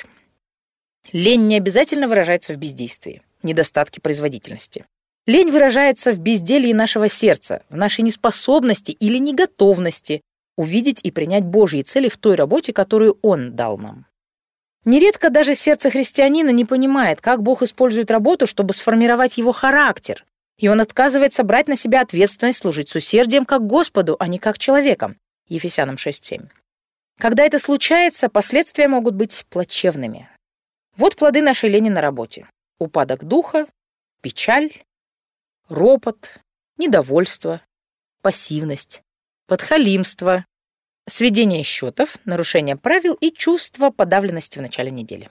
Лень не обязательно выражается в бездействии, недостатке производительности. Лень выражается в безделье нашего сердца, в нашей неспособности или неготовности увидеть и принять Божьи цели в той работе, которую Он дал нам. Нередко даже сердце христианина не понимает, как Бог использует работу, чтобы сформировать его характер, и он отказывается брать на себя ответственность служить с усердием как Господу, а не как человеком. Ефесянам 6:7. Когда это случается, последствия могут быть плачевными. Вот плоды нашей лени на работе: упадок духа, печаль, ропот, недовольство, пассивность, подхалимство, сведение счетов, нарушение правил и чувство подавленности в начале недели.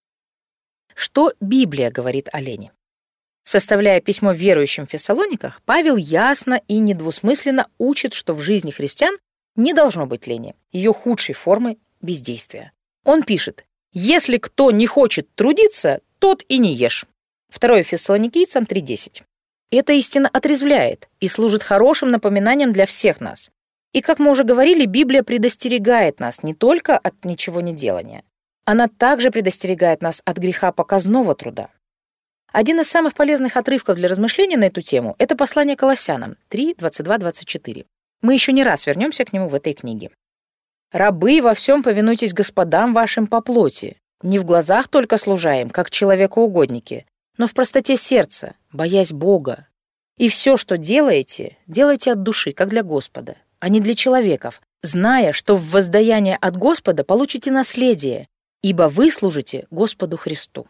Что Библия говорит о лени? Составляя письмо верующим в Фессалониках, Павел ясно и недвусмысленно учит, что в жизни христиан не должно быть лени, ее худшей формы — бездействия. Он пишет: «Если кто не хочет трудиться, тот и не ешь». 2 Фессалоникийцам 3:10. Эта истина отрезвляет и служит хорошим напоминанием для всех нас. И, как мы уже говорили, Библия предостерегает нас не только от ничего не делания. Она также предостерегает нас от греха показного труда. Один из самых полезных отрывков для размышления на эту тему — это послание Колоссянам 3:22-24. Мы еще не раз вернемся к нему в этой книге. «Рабы, во всем повинуйтесь господам вашим по плоти, не в глазах только служа им, как человекоугодники, но в простоте сердца, боясь Бога. И все, что делаете, делайте от души, как для Господа, а не для человеков, зная, что в воздаяние от Господа получите наследие, ибо вы служите Господу Христу».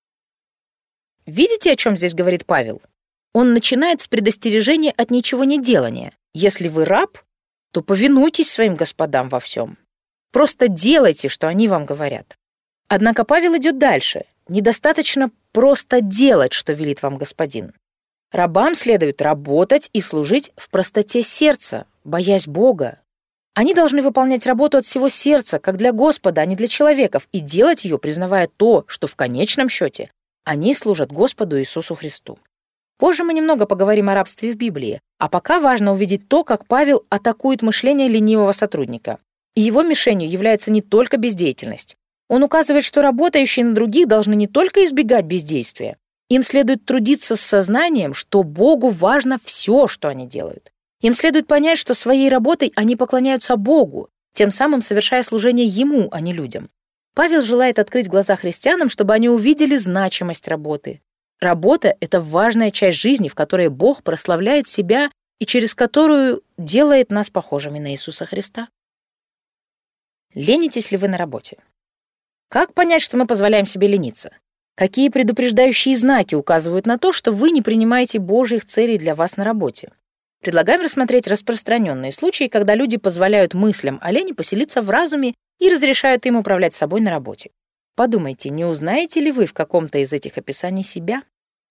Видите, о чем здесь говорит Павел? Он начинает с предостережения от ничего не делания. Если вы раб, то повинуйтесь своим господам во всем. Просто делайте, что они вам говорят. Однако Павел идет дальше. Недостаточно просто делать, что велит вам господин. Рабам следует работать и служить в простоте сердца, боясь Бога. Они должны выполнять работу от всего сердца, как для Господа, а не для человеков, и делать ее, признавая то, что в конечном счете они служат Господу Иисусу Христу. Позже мы немного поговорим о рабстве в Библии, а пока важно увидеть то, как Павел атакует мышление ленивого сотрудника. И его мишенью является не только бездеятельность. Он указывает, что работающие на других должны не только избегать бездействия, им следует трудиться с сознанием, что Богу важно все, что они делают. Им следует понять, что своей работой они поклоняются Богу, тем самым совершая служение Ему, а не людям. Павел желает открыть глаза христианам, чтобы они увидели значимость работы. Работа — это важная часть жизни, в которой Бог прославляет себя и через которую делает нас похожими на Иисуса Христа. Ленитесь ли вы на работе? Как понять, что мы позволяем себе лениться? Какие предупреждающие знаки указывают на то, что вы не принимаете Божьих целей для вас на работе? Предлагаем рассмотреть распространенные случаи, когда люди позволяют мыслям о лени поселиться в разуме и разрешают им управлять собой на работе. Подумайте, не узнаете ли вы в каком-то из этих описаний себя?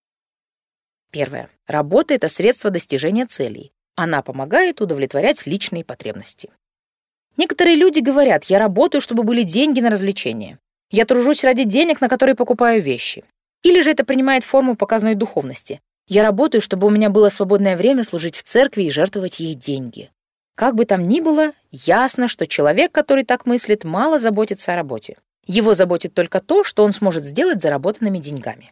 Первое. Работа — это средство достижения целей. Она помогает удовлетворять личные потребности. Некоторые люди говорят: «Я работаю, чтобы были деньги на развлечения. Я тружусь ради денег, на которые покупаю вещи». Или же это принимает форму показной духовности. «Я работаю, чтобы у меня было свободное время служить в церкви и жертвовать ей деньги». Как бы там ни было, ясно, что человек, который так мыслит, мало заботится о работе. Его заботит только то, что он сможет сделать заработанными деньгами.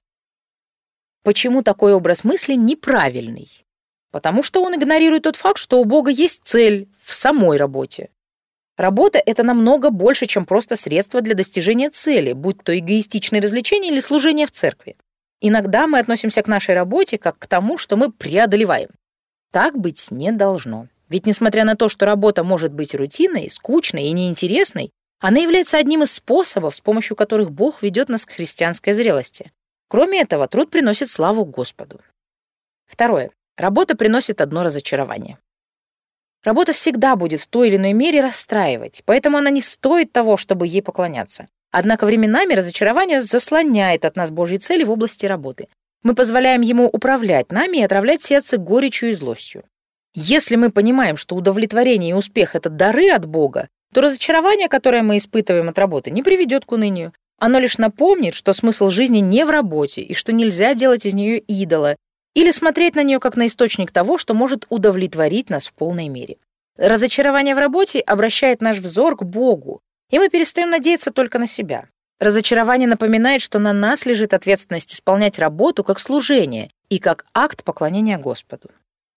Почему такой образ мысли неправильный? Потому что он игнорирует тот факт, что у Бога есть цель в самой работе. Работа — это намного больше, чем просто средство для достижения цели, будь то эгоистичные развлечения или служение в церкви. Иногда мы относимся к нашей работе как к тому, что мы преодолеваем. Так быть не должно. Ведь несмотря на то, что работа может быть рутинной, скучной и неинтересной, она является одним из способов, с помощью которых Бог ведет нас к христианской зрелости. Кроме этого, труд приносит славу Господу. Второе. Работа приносит одно разочарование. Работа всегда будет в той или иной мере расстраивать, поэтому она не стоит того, чтобы ей поклоняться. Однако временами разочарование заслоняет от нас Божьи цели в области работы. Мы позволяем ему управлять нами и отравлять сердце горечью и злостью. Если мы понимаем, что удовлетворение и успех — это дары от Бога, то разочарование, которое мы испытываем от работы, не приведет к унынию. Оно лишь напомнит, что смысл жизни не в работе и что нельзя делать из нее идола или смотреть на нее как на источник того, что может удовлетворить нас в полной мере. Разочарование в работе обращает наш взор к Богу, и мы перестаем надеяться только на себя. Разочарование напоминает, что на нас лежит ответственность исполнять работу как служение и как акт поклонения Господу.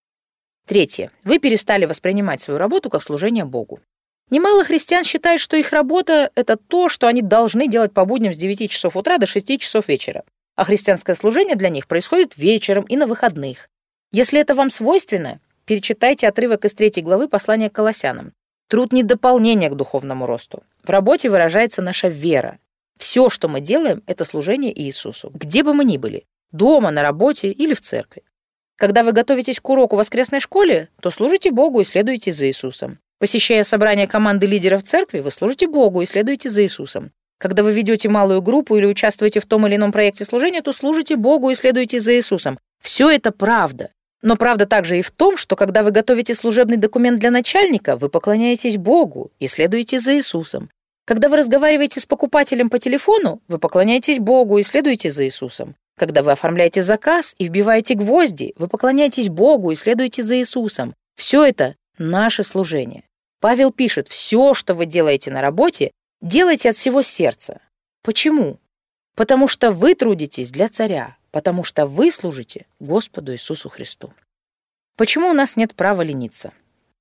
Третье. Вы перестали воспринимать свою работу как служение Богу. Немало христиан считают, что их работа — это то, что они должны делать по будням с 9 часов утра до 6 часов вечера, а христианское служение для них происходит вечером и на выходных. Если это вам свойственно, перечитайте отрывок из 3 главы послания к Колоссянам. Труд не дополнение к духовному росту. В работе выражается наша вера. Все, что мы делаем, это служение Иисусу, где бы мы ни были, дома, на работе или в церкви. Когда вы готовитесь к уроку в воскресной школе, то служите Богу и следуете за Иисусом. Посещая собрание команды лидеров церкви, вы служите Богу и следуете за Иисусом. Когда вы ведете малую группу или участвуете в том или ином проекте служения, то служите Богу и следуете за Иисусом. Все это правда. Но правда также и в том, что когда вы готовите служебный документ для начальника, вы поклоняетесь Богу и следуете за Иисусом. Когда вы разговариваете с покупателем по телефону, вы поклоняетесь Богу и следуете за Иисусом. Когда вы оформляете заказ и вбиваете гвозди, вы поклоняетесь Богу и следуете за Иисусом. Все это наше служение. Павел пишет: все, что вы делаете на работе, делайте от всего сердца. Почему? Потому что вы трудитесь для царя, потому что вы служите Господу Иисусу Христу. Почему у нас нет права лениться?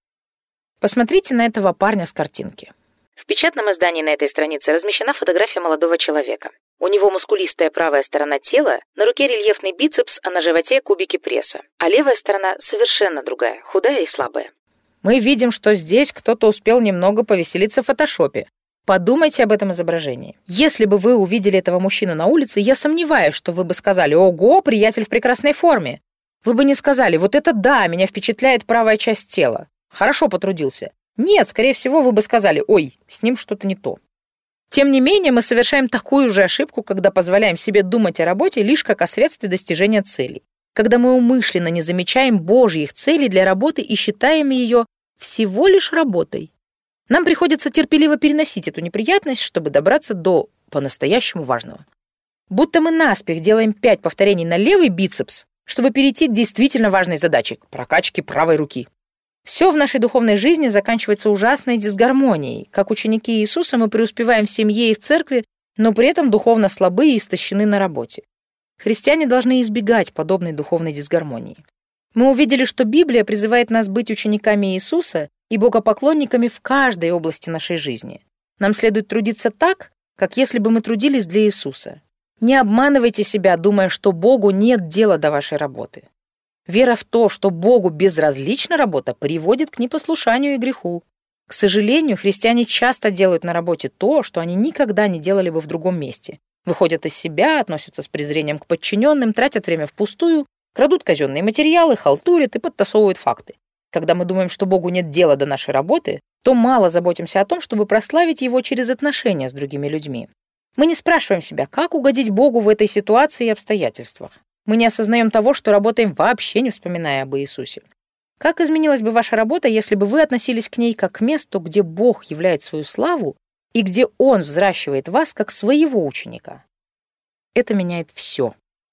Посмотрите на этого парня с картинки. В печатном издании на этой странице размещена фотография молодого человека. У него мускулистая правая сторона тела, на руке рельефный бицепс, а на животе кубики пресса. А левая сторона совершенно другая, худая и слабая. Мы видим, что здесь кто-то успел немного повеселиться в фотошопе. Подумайте об этом изображении. Если бы вы увидели этого мужчину на улице, я сомневаюсь, что вы бы сказали: «Ого, приятель в прекрасной форме». Вы бы не сказали: «Вот это да, меня впечатляет правая часть тела. Хорошо потрудился». Нет, скорее всего, вы бы сказали: «Ой, с ним что-то не то». Тем не менее, мы совершаем такую же ошибку, когда позволяем себе думать о работе лишь как о средстве достижения целей. Когда мы умышленно не замечаем Божьих целей для работы и считаем ее всего лишь работой. Нам приходится терпеливо переносить эту неприятность, чтобы добраться до по-настоящему важного. Будто мы наспех делаем 5 повторений на левый бицепс, чтобы перейти к действительно важной задаче — к прокачке правой руки. Все в нашей духовной жизни заканчивается ужасной дисгармонией. Как ученики Иисуса мы преуспеваем в семье и в церкви, но при этом духовно слабы и истощены на работе. Христиане должны избегать подобной духовной дисгармонии. Мы увидели, что Библия призывает нас быть учениками Иисуса и богопоклонниками в каждой области нашей жизни. Нам следует трудиться так, как если бы мы трудились для Иисуса. Не обманывайте себя, думая, что Богу нет дела до вашей работы. Вера в то, что Богу безразлична работа, приводит к непослушанию и греху. К сожалению, христиане часто делают на работе то, что они никогда не делали бы в другом месте. Выходят из себя, относятся с презрением к подчиненным, тратят время впустую, крадут казенные материалы, халтурят и подтасовывают факты. Когда мы думаем, что Богу нет дела до нашей работы, то мало заботимся о том, чтобы прославить Его через отношения с другими людьми. Мы не спрашиваем себя, как угодить Богу в этой ситуации и обстоятельствах. Мы не осознаем того, что работаем вообще не вспоминая об Иисусе. Как изменилась бы ваша работа, если бы вы относились к ней как к месту, где Бог являет свою славу и где Он взращивает вас как своего ученика? Это меняет все.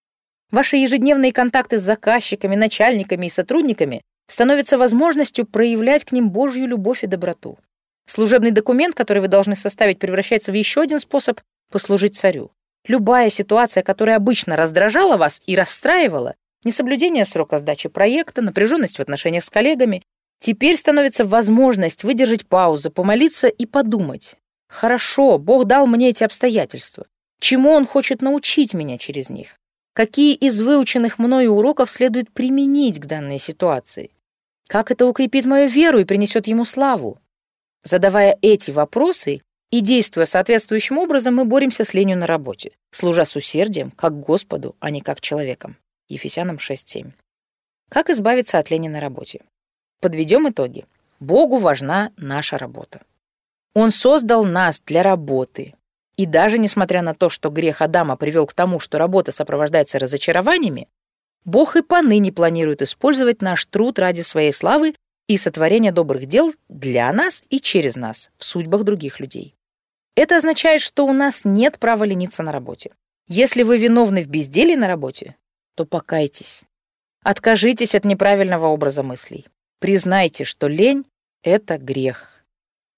Ваши ежедневные контакты с заказчиками, начальниками и сотрудниками становятся возможностью проявлять к ним Божью любовь и доброту. Служебный документ, который вы должны составить, превращается в еще один способ послужить царю. Любая ситуация, которая обычно раздражала вас и расстраивала, несоблюдение срока сдачи проекта, напряженность в отношениях с коллегами, теперь становится возможность выдержать паузу, помолиться и подумать. Хорошо, Бог дал мне эти обстоятельства. Чему Он хочет научить меня через них? Какие из выученных мною уроков следует применить к данной ситуации? Как это укрепит мою веру и принесет Ему славу? Задавая эти вопросы и действуя соответствующим образом, мы боремся с ленью на работе, служа с усердием, как Господу, а не как человеком. Ефесянам 6:7. Как избавиться от лени на работе? Подведем итоги. Богу важна наша работа. Он создал нас для работы. И даже несмотря на то, что грех Адама привел к тому, что работа сопровождается разочарованиями, Бог и поныне планирует использовать наш труд ради своей славы и сотворения добрых дел для нас и через нас в судьбах других людей. Это означает, что у нас нет права лениться на работе. Если вы виновны в безделии на работе, то покайтесь. Откажитесь от неправильного образа мыслей. Признайте, что лень — это грех.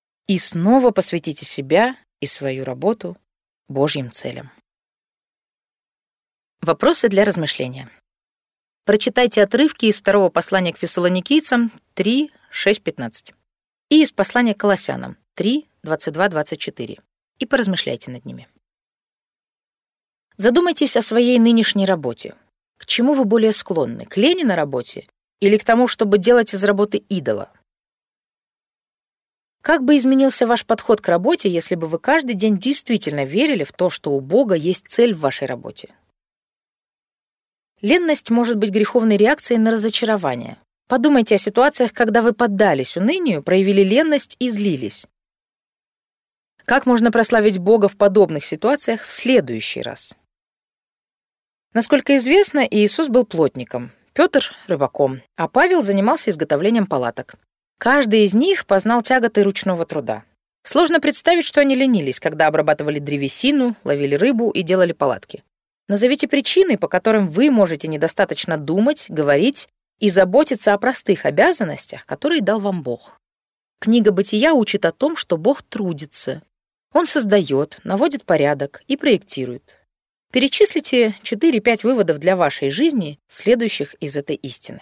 И снова посвятите себя и свою работу Божьим целям. Вопросы для размышления. Прочитайте отрывки из второго послания к Фессалоникийцам 3:6-15 и из послания к Колоссянам 3:22-24 и поразмышляйте над ними. Задумайтесь о своей нынешней работе. К чему вы более склонны? К лени на работе или к тому, чтобы делать из работы идола? Как бы изменился ваш подход к работе, если бы вы каждый день действительно верили в то, что у Бога есть цель в вашей работе? Ленность может быть греховной реакцией на разочарование. Подумайте о ситуациях, когда вы поддались унынию, проявили ленность и злились. Как можно прославить Бога в подобных ситуациях в следующий раз? Насколько известно, Иисус был плотником, Петр — рыбаком, а Павел занимался изготовлением палаток. Каждый из них познал тяготы ручного труда. Сложно представить, что они ленились, когда обрабатывали древесину, ловили рыбу и делали палатки. Назовите причины, по которым вы можете недостаточно думать, говорить и заботиться о простых обязанностях, которые дал вам Бог. Книга «Бытия» учит о том, что Бог трудится. Он создает, наводит порядок и проектирует. Перечислите 4-5 выводов для вашей жизни, следующих из этой истины.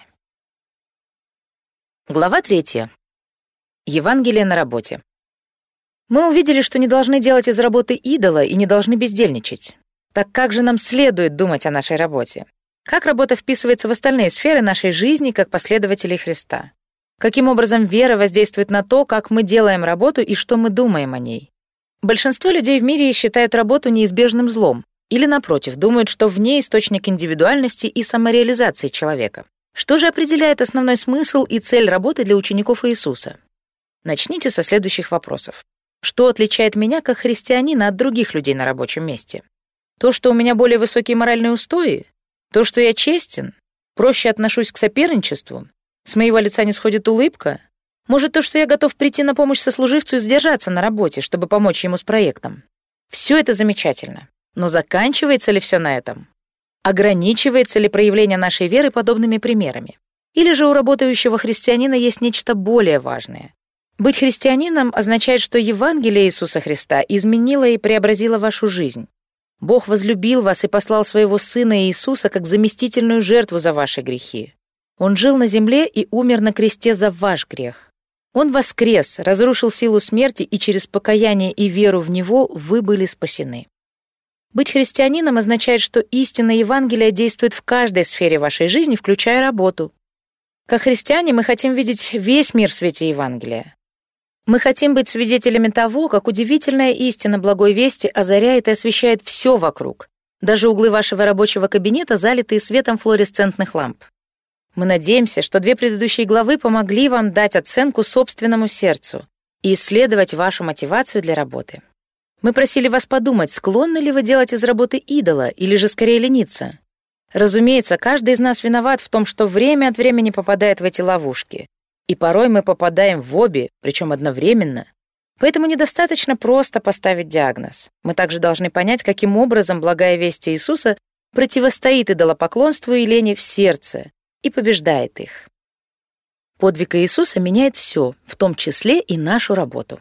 Глава 3. Евангелие на работе. Мы увидели, что не должны делать из работы идола и не должны бездельничать. Так как же нам следует думать о нашей работе? Как работа вписывается в остальные сферы нашей жизни как последователей Христа? Каким образом вера воздействует на то, как мы делаем работу и что мы думаем о ней? Большинство людей в мире считают работу неизбежным злом или, напротив, думают, что в ней источник индивидуальности и самореализации человека. Что же определяет основной смысл и цель работы для учеников Иисуса? Начните со следующих вопросов. Что отличает меня как христианина от других людей на рабочем месте? То, что у меня более высокие моральные устои? То, что я честен? Проще отношусь к соперничеству? С моего лица не сходит улыбка? Может, то, что я готов прийти на помощь сослуживцу и сдержаться на работе, чтобы помочь ему с проектом? Все это замечательно. Но заканчивается ли все на этом? Ограничивается ли проявление нашей веры подобными примерами? Или же у работающего христианина есть нечто более важное? Быть христианином означает, что Евангелие Иисуса Христа изменило и преобразило вашу жизнь. Бог возлюбил вас и послал своего Сына Иисуса как заместительную жертву за ваши грехи. Он жил на земле и умер на кресте за ваш грех. Он воскрес, разрушил силу смерти, и через покаяние и веру в Него вы были спасены. Быть христианином означает, что истина Евангелия действует в каждой сфере вашей жизни, включая работу. Как христиане мы хотим видеть весь мир в свете Евангелия. Мы хотим быть свидетелями того, как удивительная истина благой вести озаряет и освещает все вокруг, даже углы вашего рабочего кабинета, залитые светом флуоресцентных ламп. Мы надеемся, что 2 предыдущие главы помогли вам дать оценку собственному сердцу и исследовать вашу мотивацию для работы. Мы просили вас подумать, склонны ли вы делать из работы идола или же скорее лениться. Разумеется, каждый из нас виноват в том, что время от времени попадает в эти ловушки. И порой мы попадаем в обе, причем одновременно. Поэтому недостаточно просто поставить диагноз. Мы также должны понять, каким образом благая весть Иисуса противостоит идолопоклонству и лени в сердце и побеждает их. Подвиг Иисуса меняет все, в том числе и нашу работу.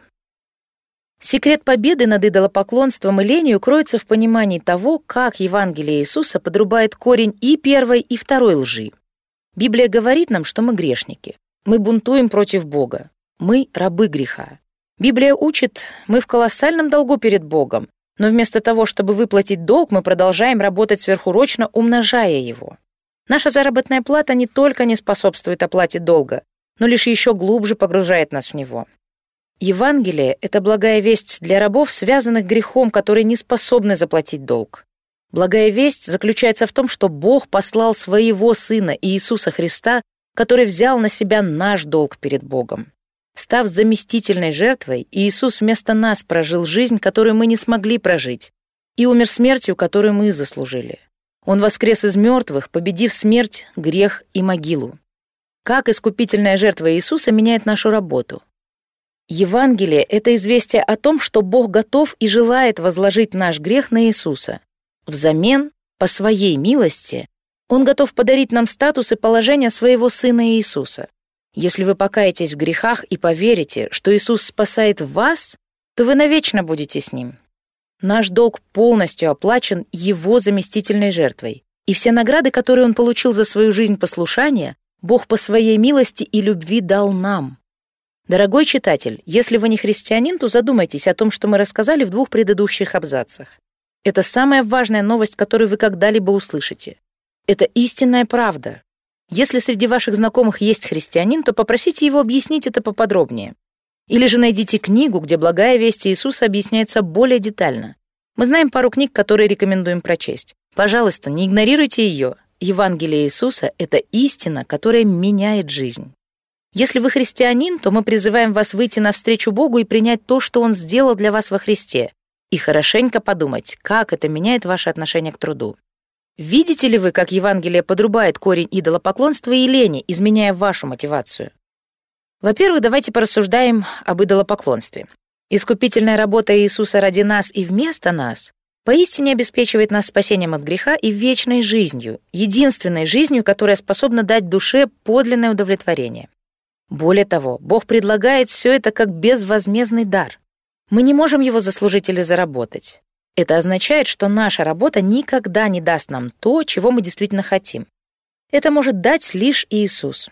Секрет победы над идолопоклонством и ленью кроется в понимании того, как Евангелие Иисуса подрубает корень и первой, и второй лжи. Библия говорит нам, что мы грешники. Мы бунтуем против Бога. Мы рабы греха. Библия учит, мы в колоссальном долгу перед Богом, но вместо того, чтобы выплатить долг, мы продолжаем работать сверхурочно, умножая его. Наша заработная плата не только не способствует оплате долга, но лишь еще глубже погружает нас в него. Евангелие — это благая весть для рабов, связанных грехом, которые не способны заплатить долг. Благая весть заключается в том, что Бог послал своего Сына Иисуса Христа, который взял на себя наш долг перед Богом. Став заместительной жертвой, Иисус вместо нас прожил жизнь, которую мы не смогли прожить, и умер смертью, которую мы заслужили. Он воскрес из мертвых, победив смерть, грех и могилу. Как искупительная жертва Иисуса меняет нашу работу? Евангелие — это известие о том, что Бог готов и желает возложить наш грех на Иисуса. Взамен, по своей милости, Он готов подарить нам статус и положение своего Сына Иисуса. Если вы покаетесь в грехах и поверите, что Иисус спасает вас, то вы навечно будете с Ним. Наш долг полностью оплачен Его заместительной жертвой, и все награды, которые Он получил за свою жизнь послушания, Бог по своей милости и любви дал нам. Дорогой читатель, если вы не христианин, то задумайтесь о том, что мы рассказали в 2 предыдущих абзацах. Это самая важная новость, которую вы когда-либо услышите. Это истинная правда. Если среди ваших знакомых есть христианин, то попросите его объяснить это поподробнее. Или же найдите книгу, где благая весть Иисуса объясняется более детально. Мы знаем пару книг, которые рекомендуем прочесть. Пожалуйста, не игнорируйте ее. Евангелие Иисуса — это истина, которая меняет жизнь. Если вы христианин, то мы призываем вас выйти навстречу Богу и принять то, что Он сделал для вас во Христе, и хорошенько подумать, как это меняет ваше отношение к труду. Видите ли вы, как Евангелие подрубает корень идолопоклонства и лени, изменяя вашу мотивацию? Во-первых, давайте порассуждаем об идолопоклонстве. Искупительная работа Иисуса ради нас и вместо нас поистине обеспечивает нас спасением от греха и вечной жизнью, единственной жизнью, которая способна дать душе подлинное удовлетворение. Более того, Бог предлагает все это как безвозмездный дар. Мы не можем его заслужить или заработать. Это означает, что наша работа никогда не даст нам то, чего мы действительно хотим. Это может дать лишь Иисус.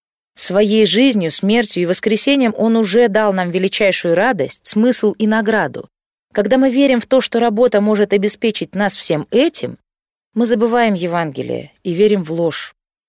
Своей жизнью, смертью и воскресением Он уже дал нам величайшую радость, смысл и награду. Когда мы верим в то, что работа может обеспечить нас всем этим, мы забываем Евангелие и верим в ложь.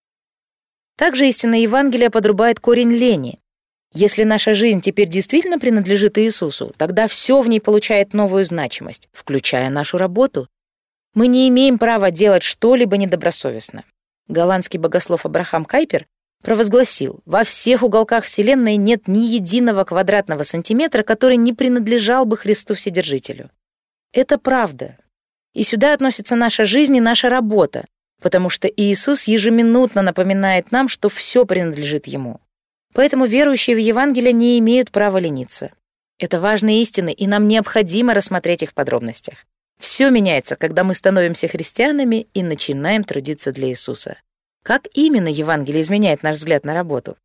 Также истина Евангелия подрубает корень лени. Если наша жизнь теперь действительно принадлежит Иисусу, тогда все в ней получает новую значимость, включая нашу работу. Мы не имеем права делать что-либо недобросовестно. Голландский богослов Абрахам Кайпер провозгласил: во всех уголках Вселенной нет ни единого квадратного сантиметра, который не принадлежал бы Христу Вседержителю. Это правда. И сюда относится наша жизнь и наша работа, потому что Иисус ежеминутно напоминает нам, что все принадлежит Ему. Поэтому верующие в Евангелие не имеют права лениться. Это важные истины, и нам необходимо рассмотреть их в подробностях. Все меняется, когда мы становимся христианами и начинаем трудиться для Иисуса. Как именно Евангелие изменяет наш взгляд на работу?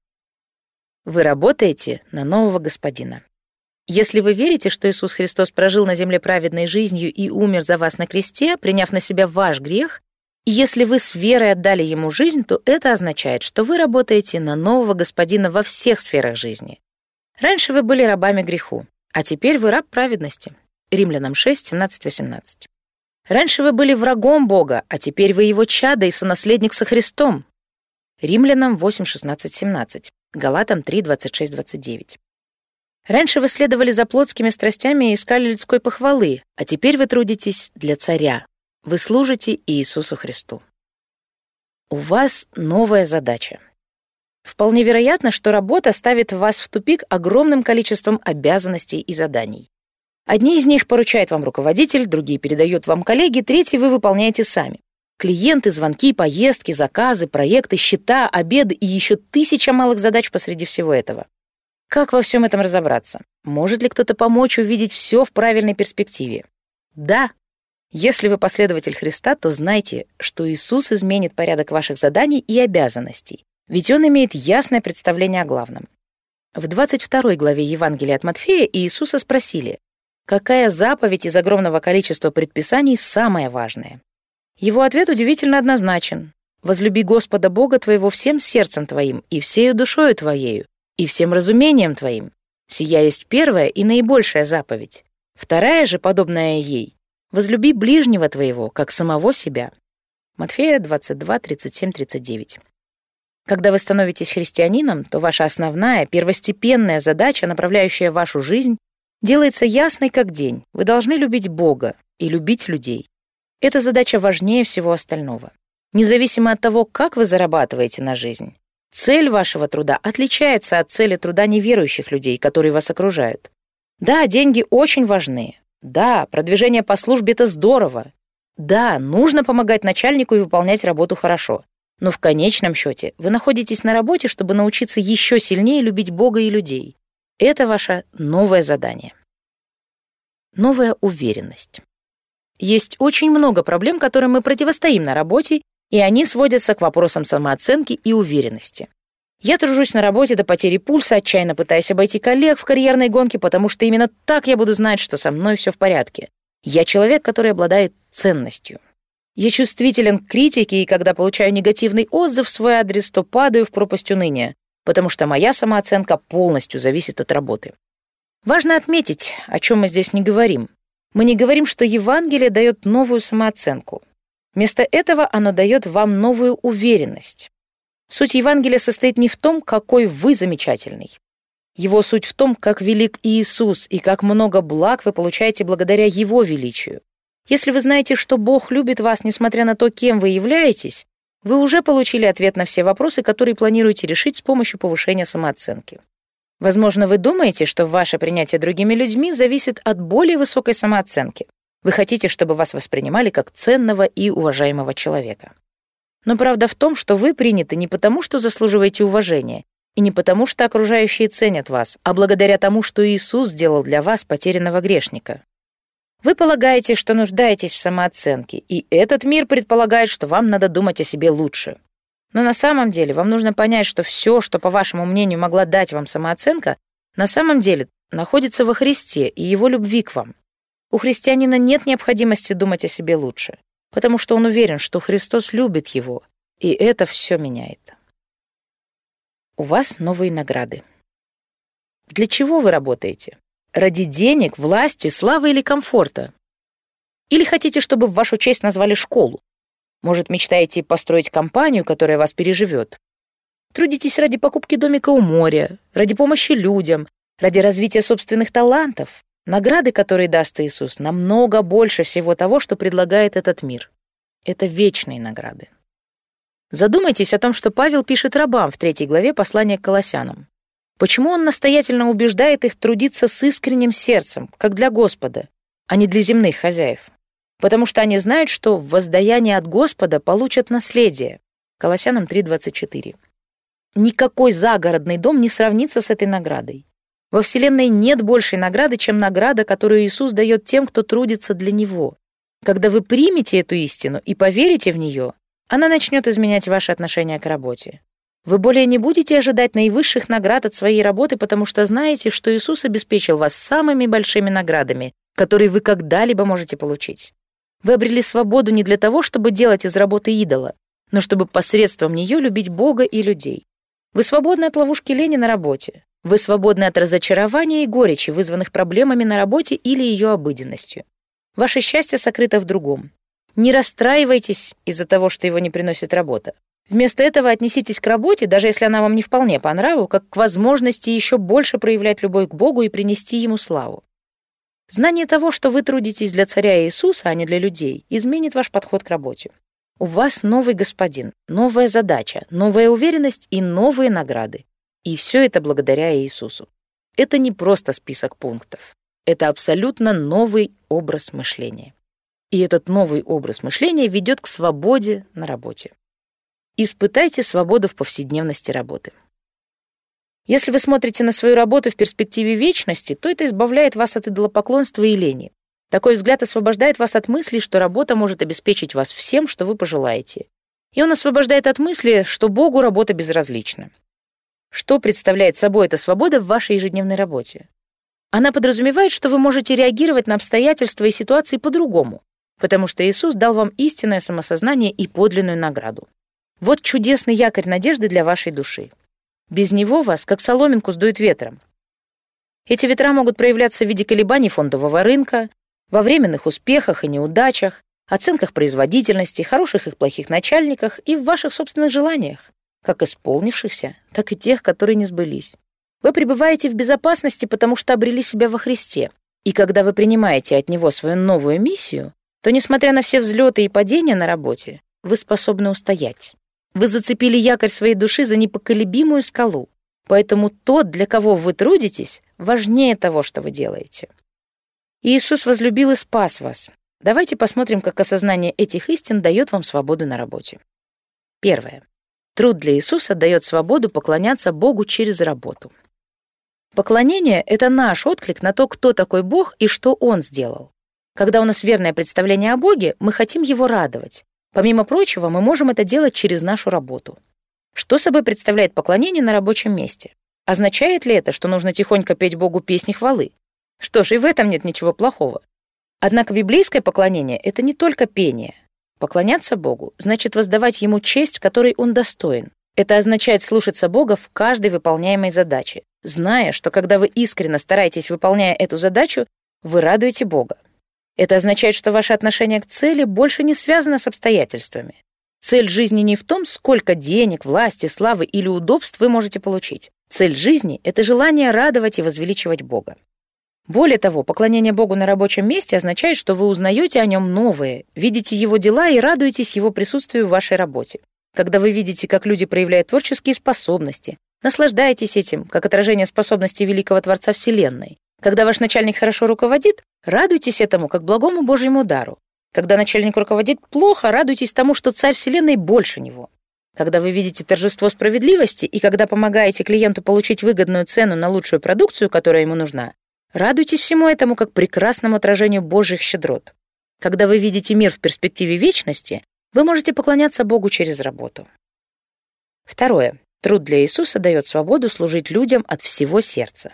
Вы работаете на нового Господина. Если вы верите, что Иисус Христос прожил на земле праведной жизнью и умер за вас на кресте, приняв на себя ваш грех, и если вы с верой отдали Ему жизнь, то это означает, что вы работаете на нового Господина во всех сферах жизни. Раньше вы были рабами греху, а теперь вы раб праведности. Римлянам 6, 17-18. Раньше вы были врагом Бога, а теперь вы его чадо и сонаследник со Христом. Римлянам 8, 16, 17. Галатам 3, 26, 29. Раньше вы следовали за плотскими страстями и искали людской похвалы, а теперь вы трудитесь для Царя. Вы служите Иисусу Христу. У вас новая задача. Вполне вероятно, что работа ставит вас в тупик огромным количеством обязанностей и заданий. Одни из них поручает вам руководитель, другие передают вам коллеги, третьи вы выполняете сами. Клиенты, звонки, поездки, заказы, проекты, счета, обеды и еще 1000 малых задач посреди всего этого. Как во всем этом разобраться? Может ли кто-то помочь увидеть все в правильной перспективе? Да. Если вы последователь Христа, то знайте, что Иисус изменит порядок ваших заданий и обязанностей, ведь Он имеет ясное представление о главном. В 22 главе Евангелия от Матфея Иисуса спросили, какая заповедь из огромного количества предписаний самая важная? Его ответ удивительно однозначен. «Возлюби Господа Бога твоего всем сердцем твоим и всею душою твоею, и всем разумением твоим. Сия есть первая и наибольшая заповедь. Вторая же, подобная ей, возлюби ближнего твоего, как самого себя». Матфея 22, 37, 39. Когда вы становитесь христианином, то ваша основная, первостепенная задача, направляющая вашу жизнь, делается ясной как день. Вы должны любить Бога и любить людей. Эта задача важнее всего остального. Независимо от того, как вы зарабатываете на жизнь, цель вашего труда отличается от цели труда неверующих людей, которые вас окружают. Да, деньги очень важны. Да, продвижение по службе — это здорово. Да, нужно помогать начальнику и выполнять работу хорошо. Но в конечном счете вы находитесь на работе, чтобы научиться еще сильнее любить Бога и людей. Это ваше новое задание. Новая уверенность. Есть очень много проблем, которым мы противостоим на работе, и они сводятся к вопросам самооценки и уверенности. Я тружусь на работе до потери пульса, отчаянно пытаясь обойти коллег в карьерной гонке, потому что именно так я буду знать, что со мной все в порядке. Я человек, который обладает ценностью. Я чувствителен к критике, и когда получаю негативный отзыв в свой адрес, то падаю в пропасть уныния, потому что моя самооценка полностью зависит от работы. Важно отметить, о чем мы здесь не говорим. Мы не говорим, что Евангелие дает новую самооценку. Вместо этого оно дает вам новую уверенность. Суть Евангелия состоит не в том, какой вы замечательный. Его суть в том, как велик Иисус и как много благ вы получаете благодаря Его величию. Если вы знаете, что Бог любит вас, несмотря на то, кем вы являетесь, вы уже получили ответ на все вопросы, которые планируете решить с помощью повышения самооценки. Возможно, вы думаете, что ваше принятие другими людьми зависит от более высокой самооценки. Вы хотите, чтобы вас воспринимали как ценного и уважаемого человека. Но правда в том, что вы приняты не потому, что заслуживаете уважения, и не потому, что окружающие ценят вас, а благодаря тому, что Иисус сделал для вас, потерянного грешника. Вы полагаете, что нуждаетесь в самооценке, и этот мир предполагает, что вам надо думать о себе лучше. Но на самом деле вам нужно понять, что все, что, по вашему мнению, могла дать вам самооценка, на самом деле находится во Христе и Его любви к вам. У христианина нет необходимости думать о себе лучше, потому что он уверен, что Христос любит его, и это все меняет. У вас новые награды. Для чего вы работаете? Ради денег, власти, славы или комфорта? Или хотите, чтобы в вашу честь назвали школу? Может, мечтаете построить компанию, которая вас переживет? Трудитесь ради покупки домика у моря, ради помощи людям, ради развития собственных талантов. Награды, которые даст Иисус, намного больше всего того, что предлагает этот мир. Это вечные награды. Задумайтесь о том, что Павел пишет рабам в 3 главе послания к Колоссянам. Почему он настоятельно убеждает их трудиться с искренним сердцем, как для Господа, а не для земных хозяев? Потому что они знают, что в воздаянии от Господа получат наследие. Колоссянам 3:24. Никакой загородный дом не сравнится с этой наградой. Во Вселенной нет большей награды, чем награда, которую Иисус дает тем, кто трудится для Него. Когда вы примете эту истину и поверите в нее, она начнет изменять ваши отношения к работе. Вы более не будете ожидать наивысших наград от своей работы, потому что знаете, что Иисус обеспечил вас самыми большими наградами, которые вы когда-либо можете получить. Вы обрели свободу не для того, чтобы делать из работы идола, но чтобы посредством нее любить Бога и людей. Вы свободны от ловушки лени на работе. Вы свободны от разочарования и горечи, вызванных проблемами на работе или ее обыденностью. Ваше счастье сокрыто в другом. Не расстраивайтесь из-за того, что его не приносит работа. Вместо этого отнеситесь к работе, даже если она вам не вполне по нраву, как к возможности еще больше проявлять любовь к Богу и принести Ему славу. Знание того, что вы трудитесь для Царя Иисуса, а не для людей, изменит ваш подход к работе. У вас новый господин, новая задача, новая уверенность и новые награды. И все это благодаря Иисусу. Это не просто список пунктов. Это абсолютно новый образ мышления. И этот новый образ мышления ведет к свободе на работе. Испытайте свободу в повседневности работы. Если вы смотрите на свою работу в перспективе вечности, то это избавляет вас от идолопоклонства и лени. Такой взгляд освобождает вас от мысли, что работа может обеспечить вас всем, что вы пожелаете. И он освобождает от мысли, что Богу работа безразлична. Что представляет собой эта свобода в вашей ежедневной работе? Она подразумевает, что вы можете реагировать на обстоятельства и ситуации по-другому, потому что Иисус дал вам истинное самосознание и подлинную награду. Вот чудесный якорь надежды для вашей души. Без него вас, как соломинку, сдует ветром. Эти ветра могут проявляться в виде колебаний фондового рынка, во временных успехах и неудачах, оценках производительности, хороших и плохих начальниках и в ваших собственных желаниях, как исполнившихся, так и тех, которые не сбылись. Вы пребываете в безопасности, потому что обрели себя во Христе. И когда вы принимаете от Него свою новую миссию, то, несмотря на все взлеты и падения на работе, вы способны устоять. Вы зацепили якорь своей души за непоколебимую скалу, поэтому тот, для кого вы трудитесь, важнее того, что вы делаете. Иисус возлюбил и спас вас. Давайте посмотрим, как осознание этих истин дает вам свободу на работе. Первое. Труд для Иисуса дает свободу поклоняться Богу через работу. Поклонение — это наш отклик на то, кто такой Бог и что Он сделал. Когда у нас верное представление о Боге, мы хотим Его радовать. Помимо прочего, мы можем это делать через нашу работу. Что собой представляет поклонение на рабочем месте? Означает ли это, что нужно тихонько петь Богу песни хвалы? Что ж, и в этом нет ничего плохого. Однако библейское поклонение — это не только пение. Поклоняться Богу значит воздавать Ему честь, которой Он достоин. Это означает слушаться Бога в каждой выполняемой задаче, зная, что когда вы искренне стараетесь, выполняя эту задачу, вы радуете Бога. Это означает, что ваше отношение к цели больше не связано с обстоятельствами. Цель жизни не в том, сколько денег, власти, славы или удобств вы можете получить. Цель жизни — это желание радовать и возвеличивать Бога. Более того, поклонение Богу на рабочем месте означает, что вы узнаете о Нем новое, видите Его дела и радуетесь Его присутствию в вашей работе. Когда вы видите, как люди проявляют творческие способности, наслаждаетесь этим, как отражение способностей великого Творца Вселенной. Когда ваш начальник хорошо руководит, радуйтесь этому, как благому Божьему дару. Когда начальник руководит плохо, радуйтесь тому, что Царь Вселенной больше него. Когда вы видите торжество справедливости и когда помогаете клиенту получить выгодную цену на лучшую продукцию, которая ему нужна, радуйтесь всему этому, как прекрасному отражению Божьих щедрот. Когда вы видите мир в перспективе вечности, вы можете поклоняться Богу через работу. Второе. Труд для Иисуса дает свободу служить людям от всего сердца.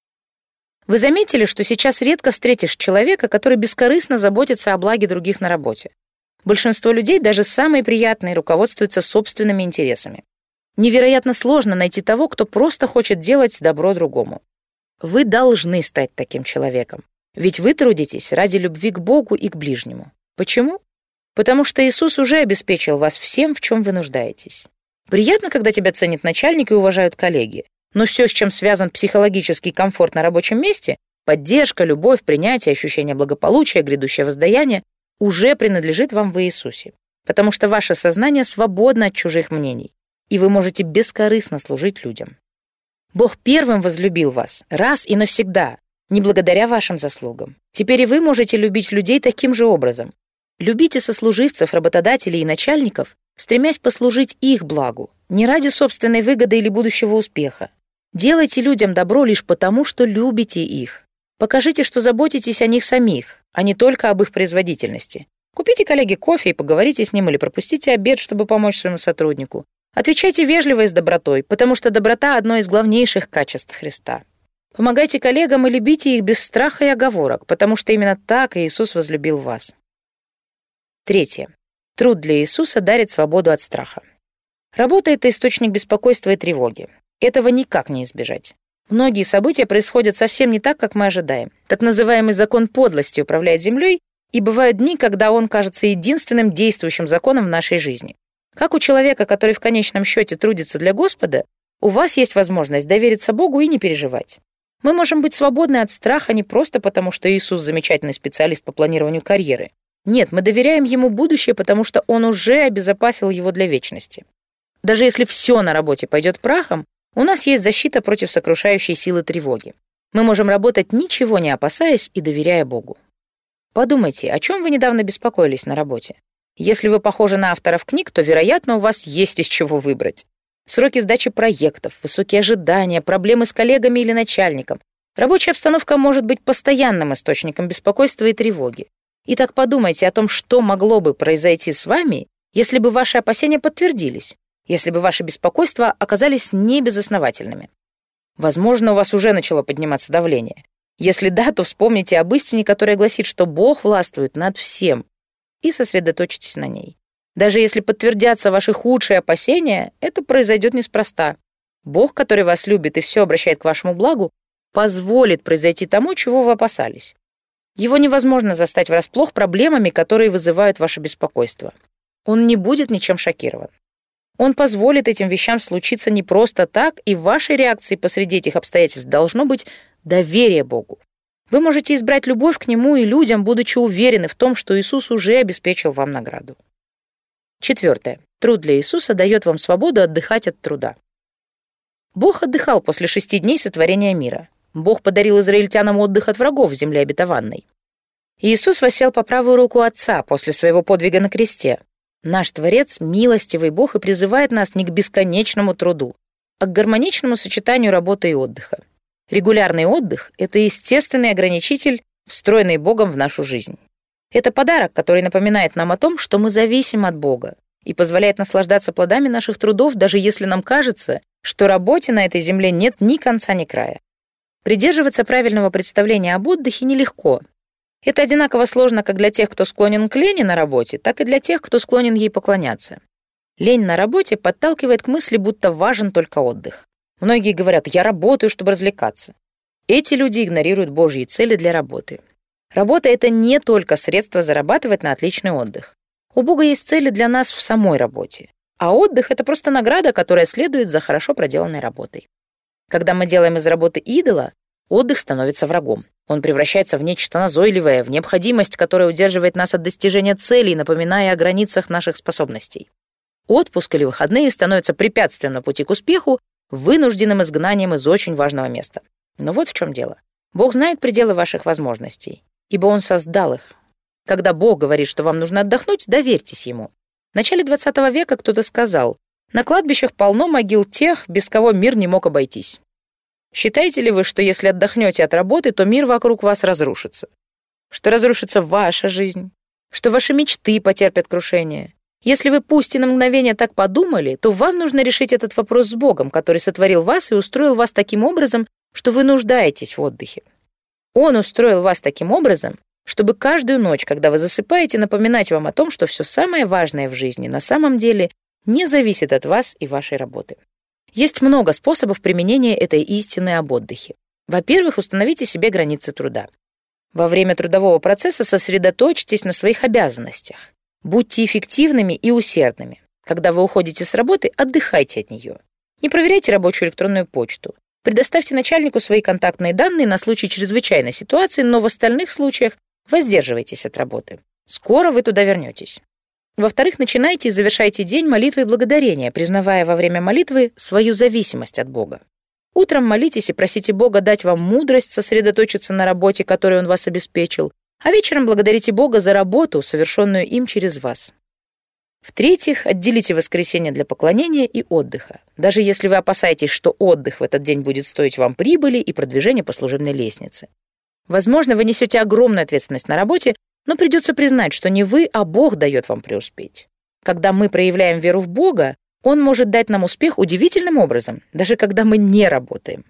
Вы заметили, что сейчас редко встретишь человека, который бескорыстно заботится о благе других на работе. Большинство людей, даже самые приятные, руководствуются собственными интересами. Невероятно сложно найти того, кто просто хочет делать добро другому. Вы должны стать таким человеком, ведь вы трудитесь ради любви к Богу и к ближнему. Почему? Потому что Иисус уже обеспечил вас всем, в чем вы нуждаетесь. Приятно, когда тебя ценит начальник и уважают коллеги. Но все, с чем связан психологический комфорт на рабочем месте, поддержка, любовь, принятие, ощущение благополучия, грядущее воздаяние, уже принадлежит вам в Иисусе. Потому что ваше сознание свободно от чужих мнений, и вы можете бескорыстно служить людям. Бог первым возлюбил вас, раз и навсегда, не благодаря вашим заслугам. Теперь и вы можете любить людей таким же образом. Любите сослуживцев, работодателей и начальников, стремясь послужить их благу, не ради собственной выгоды или будущего успеха. Делайте людям добро лишь потому, что любите их. Покажите, что заботитесь о них самих, а не только об их производительности. Купите коллеге кофе и поговорите с ним или пропустите обед, чтобы помочь своему сотруднику. Отвечайте вежливо и с добротой, потому что доброта — одно из главнейших качеств Христа. Помогайте коллегам и любите их без страха и оговорок, потому что именно так Иисус возлюбил вас. Третье. Труд для Иисуса дарит свободу от страха. Работа — это источник беспокойства и тревоги. Этого никак не избежать. Многие события происходят совсем не так, как мы ожидаем. Так называемый закон подлости управляет Землей, И бывают дни, когда он кажется единственным действующим законом в нашей жизни. Как у человека, который в конечном счете трудится для Господа, у вас есть возможность довериться Богу и не переживать. Мы можем быть свободны от страха не просто потому, что Иисус замечательный специалист по планированию карьеры. Нет, мы доверяем Ему будущее, потому что Он уже обезопасил его для вечности. Даже если все на работе пойдет прахом, у нас есть защита против сокрушающей силы тревоги. Мы можем работать, ничего не опасаясь и доверяя Богу. Подумайте, о чем вы недавно беспокоились на работе? Если вы похожи на авторов книг, то, вероятно, у вас есть из чего выбрать. Сроки сдачи проектов, высокие ожидания, проблемы с коллегами или начальником. Рабочая обстановка может быть постоянным источником беспокойства и тревоги. Итак, подумайте о том, что могло бы произойти с вами, если бы ваши опасения подтвердились, если бы ваши беспокойства оказались небезосновательными. Возможно, у вас уже начало подниматься давление. Если да, то вспомните об истине, которая гласит, что Бог властвует над всем, и сосредоточьтесь на ней. Даже если подтвердятся ваши худшие опасения, это произойдет неспроста. Бог, который вас любит и все обращает к вашему благу, позволит произойти тому, чего вы опасались. Его невозможно застать врасплох проблемами, которые вызывают ваше беспокойство. Он не будет ничем шокирован. Он позволит этим вещам случиться не просто так, и вашей реакцией посреди этих обстоятельств должно быть доверие Богу. Вы можете избрать любовь к Нему и людям, будучи уверены в том, что Иисус уже обеспечил вам награду. 4. Труд для Иисуса дает вам свободу отдыхать от труда. Бог отдыхал после 6 дней сотворения мира. Бог подарил израильтянам отдых от врагов в земле обетованной. Иисус воссел по правую руку Отца после своего подвига на кресте. Наш Творец — милостивый Бог и призывает нас не к бесконечному труду, а к гармоничному сочетанию работы и отдыха. Регулярный отдых — это естественный ограничитель, встроенный Богом в нашу жизнь. Это подарок, который напоминает нам о том, что мы зависим от Бога и позволяет наслаждаться плодами наших трудов, даже если нам кажется, что работе на этой земле нет ни конца, ни края. Придерживаться правильного представления об отдыхе нелегко. Это одинаково сложно как для тех, кто склонен к лени на работе, так и для тех, кто склонен ей поклоняться. Лень на работе подталкивает к мысли, будто важен только отдых. Многие говорят: «Я работаю, чтобы развлекаться». Эти люди игнорируют Божьи цели для работы. Работа — это не только средство зарабатывать на отличный отдых. У Бога есть цели для нас в самой работе. А отдых — это просто награда, которая следует за хорошо проделанной работой. Когда мы делаем из работы идола, отдых становится врагом. Он превращается в нечто назойливое, в необходимость, которая удерживает нас от достижения целей, напоминая о границах наших способностей. Отпуск или выходные становятся препятствием на пути к успеху, вынужденным изгнанием из очень важного места. Но вот в чем дело. Бог знает пределы ваших возможностей, ибо Он создал их. Когда Бог говорит, что вам нужно отдохнуть, доверьтесь Ему. В начале 20 века кто-то сказал: «На кладбищах полно могил тех, без кого мир не мог обойтись». Считаете ли вы, что если отдохнете от работы, то мир вокруг вас разрушится? Что разрушится ваша жизнь? Что ваши мечты потерпят крушение? Если вы пусть и на мгновение так подумали, то вам нужно решить этот вопрос с Богом, который сотворил вас и устроил вас таким образом, что вы нуждаетесь в отдыхе. Он устроил вас таким образом, чтобы каждую ночь, когда вы засыпаете, напоминать вам о том, что все самое важное в жизни на самом деле не зависит от вас и вашей работы. Есть много способов применения этой истины об отдыхе. Во-первых, установите себе границы труда. Во время трудового процесса сосредоточьтесь на своих обязанностях. Будьте эффективными и усердными. Когда вы уходите с работы, отдыхайте от нее. Не проверяйте рабочую электронную почту. Предоставьте начальнику свои контактные данные на случай чрезвычайной ситуации, но в остальных случаях воздерживайтесь от работы. Скоро вы туда вернетесь. Во-вторых, начинайте и завершайте день молитвой благодарения, признавая во время молитвы свою зависимость от Бога. Утром молитесь и просите Бога дать вам мудрость сосредоточиться на работе, которой Он вас обеспечил, а вечером благодарите Бога за работу, совершенную им через вас. В-третьих, отделите воскресенье для поклонения и отдыха, даже если вы опасаетесь, что отдых в этот день будет стоить вам прибыли и продвижения по служебной лестнице. Возможно, вы несете огромную ответственность на работе, но придется признать, что не вы, а Бог дает вам преуспеть. Когда мы проявляем веру в Бога, Он может дать нам успех удивительным образом, даже когда мы не работаем.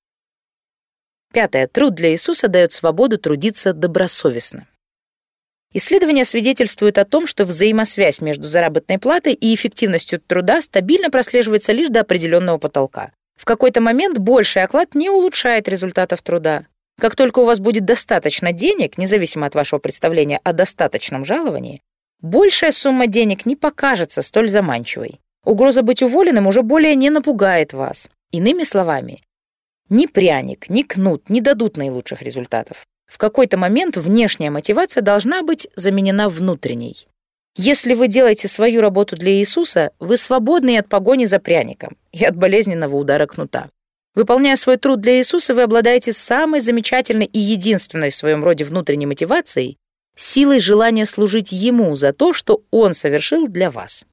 5. Труд для Иисуса дает свободу трудиться добросовестно. Исследования свидетельствуют о том, что взаимосвязь между заработной платой и эффективностью труда стабильно прослеживается лишь до определенного потолка. В какой-то момент больший оклад не улучшает результатов труда. Как только у вас будет достаточно денег, независимо от вашего представления о достаточном жаловании, большая сумма денег не покажется столь заманчивой. Угроза быть уволенным уже более не напугает вас. Иными словами, ни пряник, ни кнут не дадут наилучших результатов. В какой-то момент внешняя мотивация должна быть заменена внутренней. Если вы делаете свою работу для Иисуса, вы свободны и от погони за пряником, и от болезненного удара кнута. Выполняя свой труд для Иисуса, вы обладаете самой замечательной и единственной в своем роде внутренней мотивацией, силой желания служить Ему за то, что Он совершил для вас.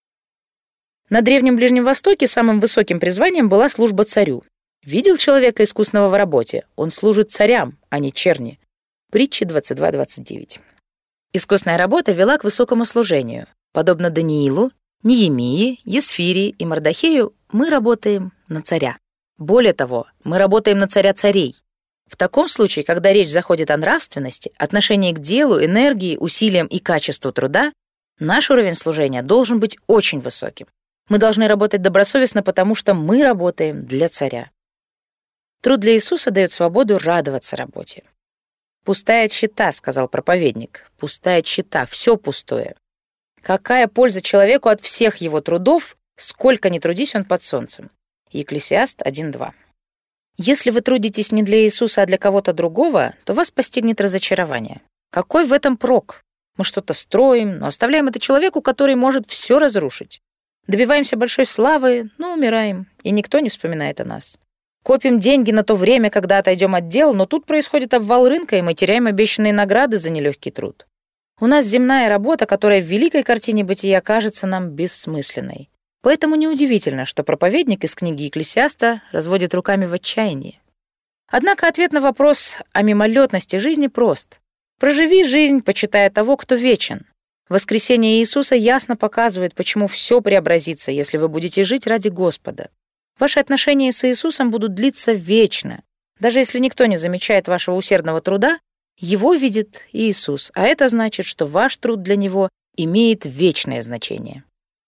На Древнем Ближнем Востоке самым высоким призванием была служба царю. Видел человека искусного в работе? Он служит царям, а не черни. Притчи 22:29. Искусная работа вела к высокому служению. Подобно Даниилу, Неемии, Есфирии и Мардохею, мы работаем на царя. Более того, мы работаем на царя царей. В таком случае, когда речь заходит о нравственности, отношении к делу, энергии, усилиям и качеству труда, наш уровень служения должен быть очень высоким. Мы должны работать добросовестно, потому что мы работаем для царя. Труд для Иисуса дает свободу радоваться работе. «Пустая тщета», — сказал проповедник, — «пустая тщета, все пустое». Какая польза человеку от всех его трудов, сколько ни трудись он под солнцем? Екклесиаст 1:2. Если вы трудитесь не для Иисуса, а для кого-то другого, то вас постигнет разочарование. Какой в этом прок? Мы что-то строим, но оставляем это человеку, который может все разрушить. Добиваемся большой славы, но умираем, и никто не вспоминает о нас. Копим деньги на то время, когда отойдем от дел, но тут происходит обвал рынка, и мы теряем обещанные награды за нелегкий труд. У нас земная работа, которая в великой картине бытия кажется нам бессмысленной. Поэтому неудивительно, что проповедник из книги Екклесиаста разводит руками в отчаянии. Однако ответ на вопрос о мимолетности жизни прост. Проживи жизнь, почитая того, кто вечен. Воскресение Иисуса ясно показывает, почему все преобразится, если вы будете жить ради Господа. Ваши отношения с Иисусом будут длиться вечно. Даже если никто не замечает вашего усердного труда, его видит Иисус, а это значит, что ваш труд для него имеет вечное значение.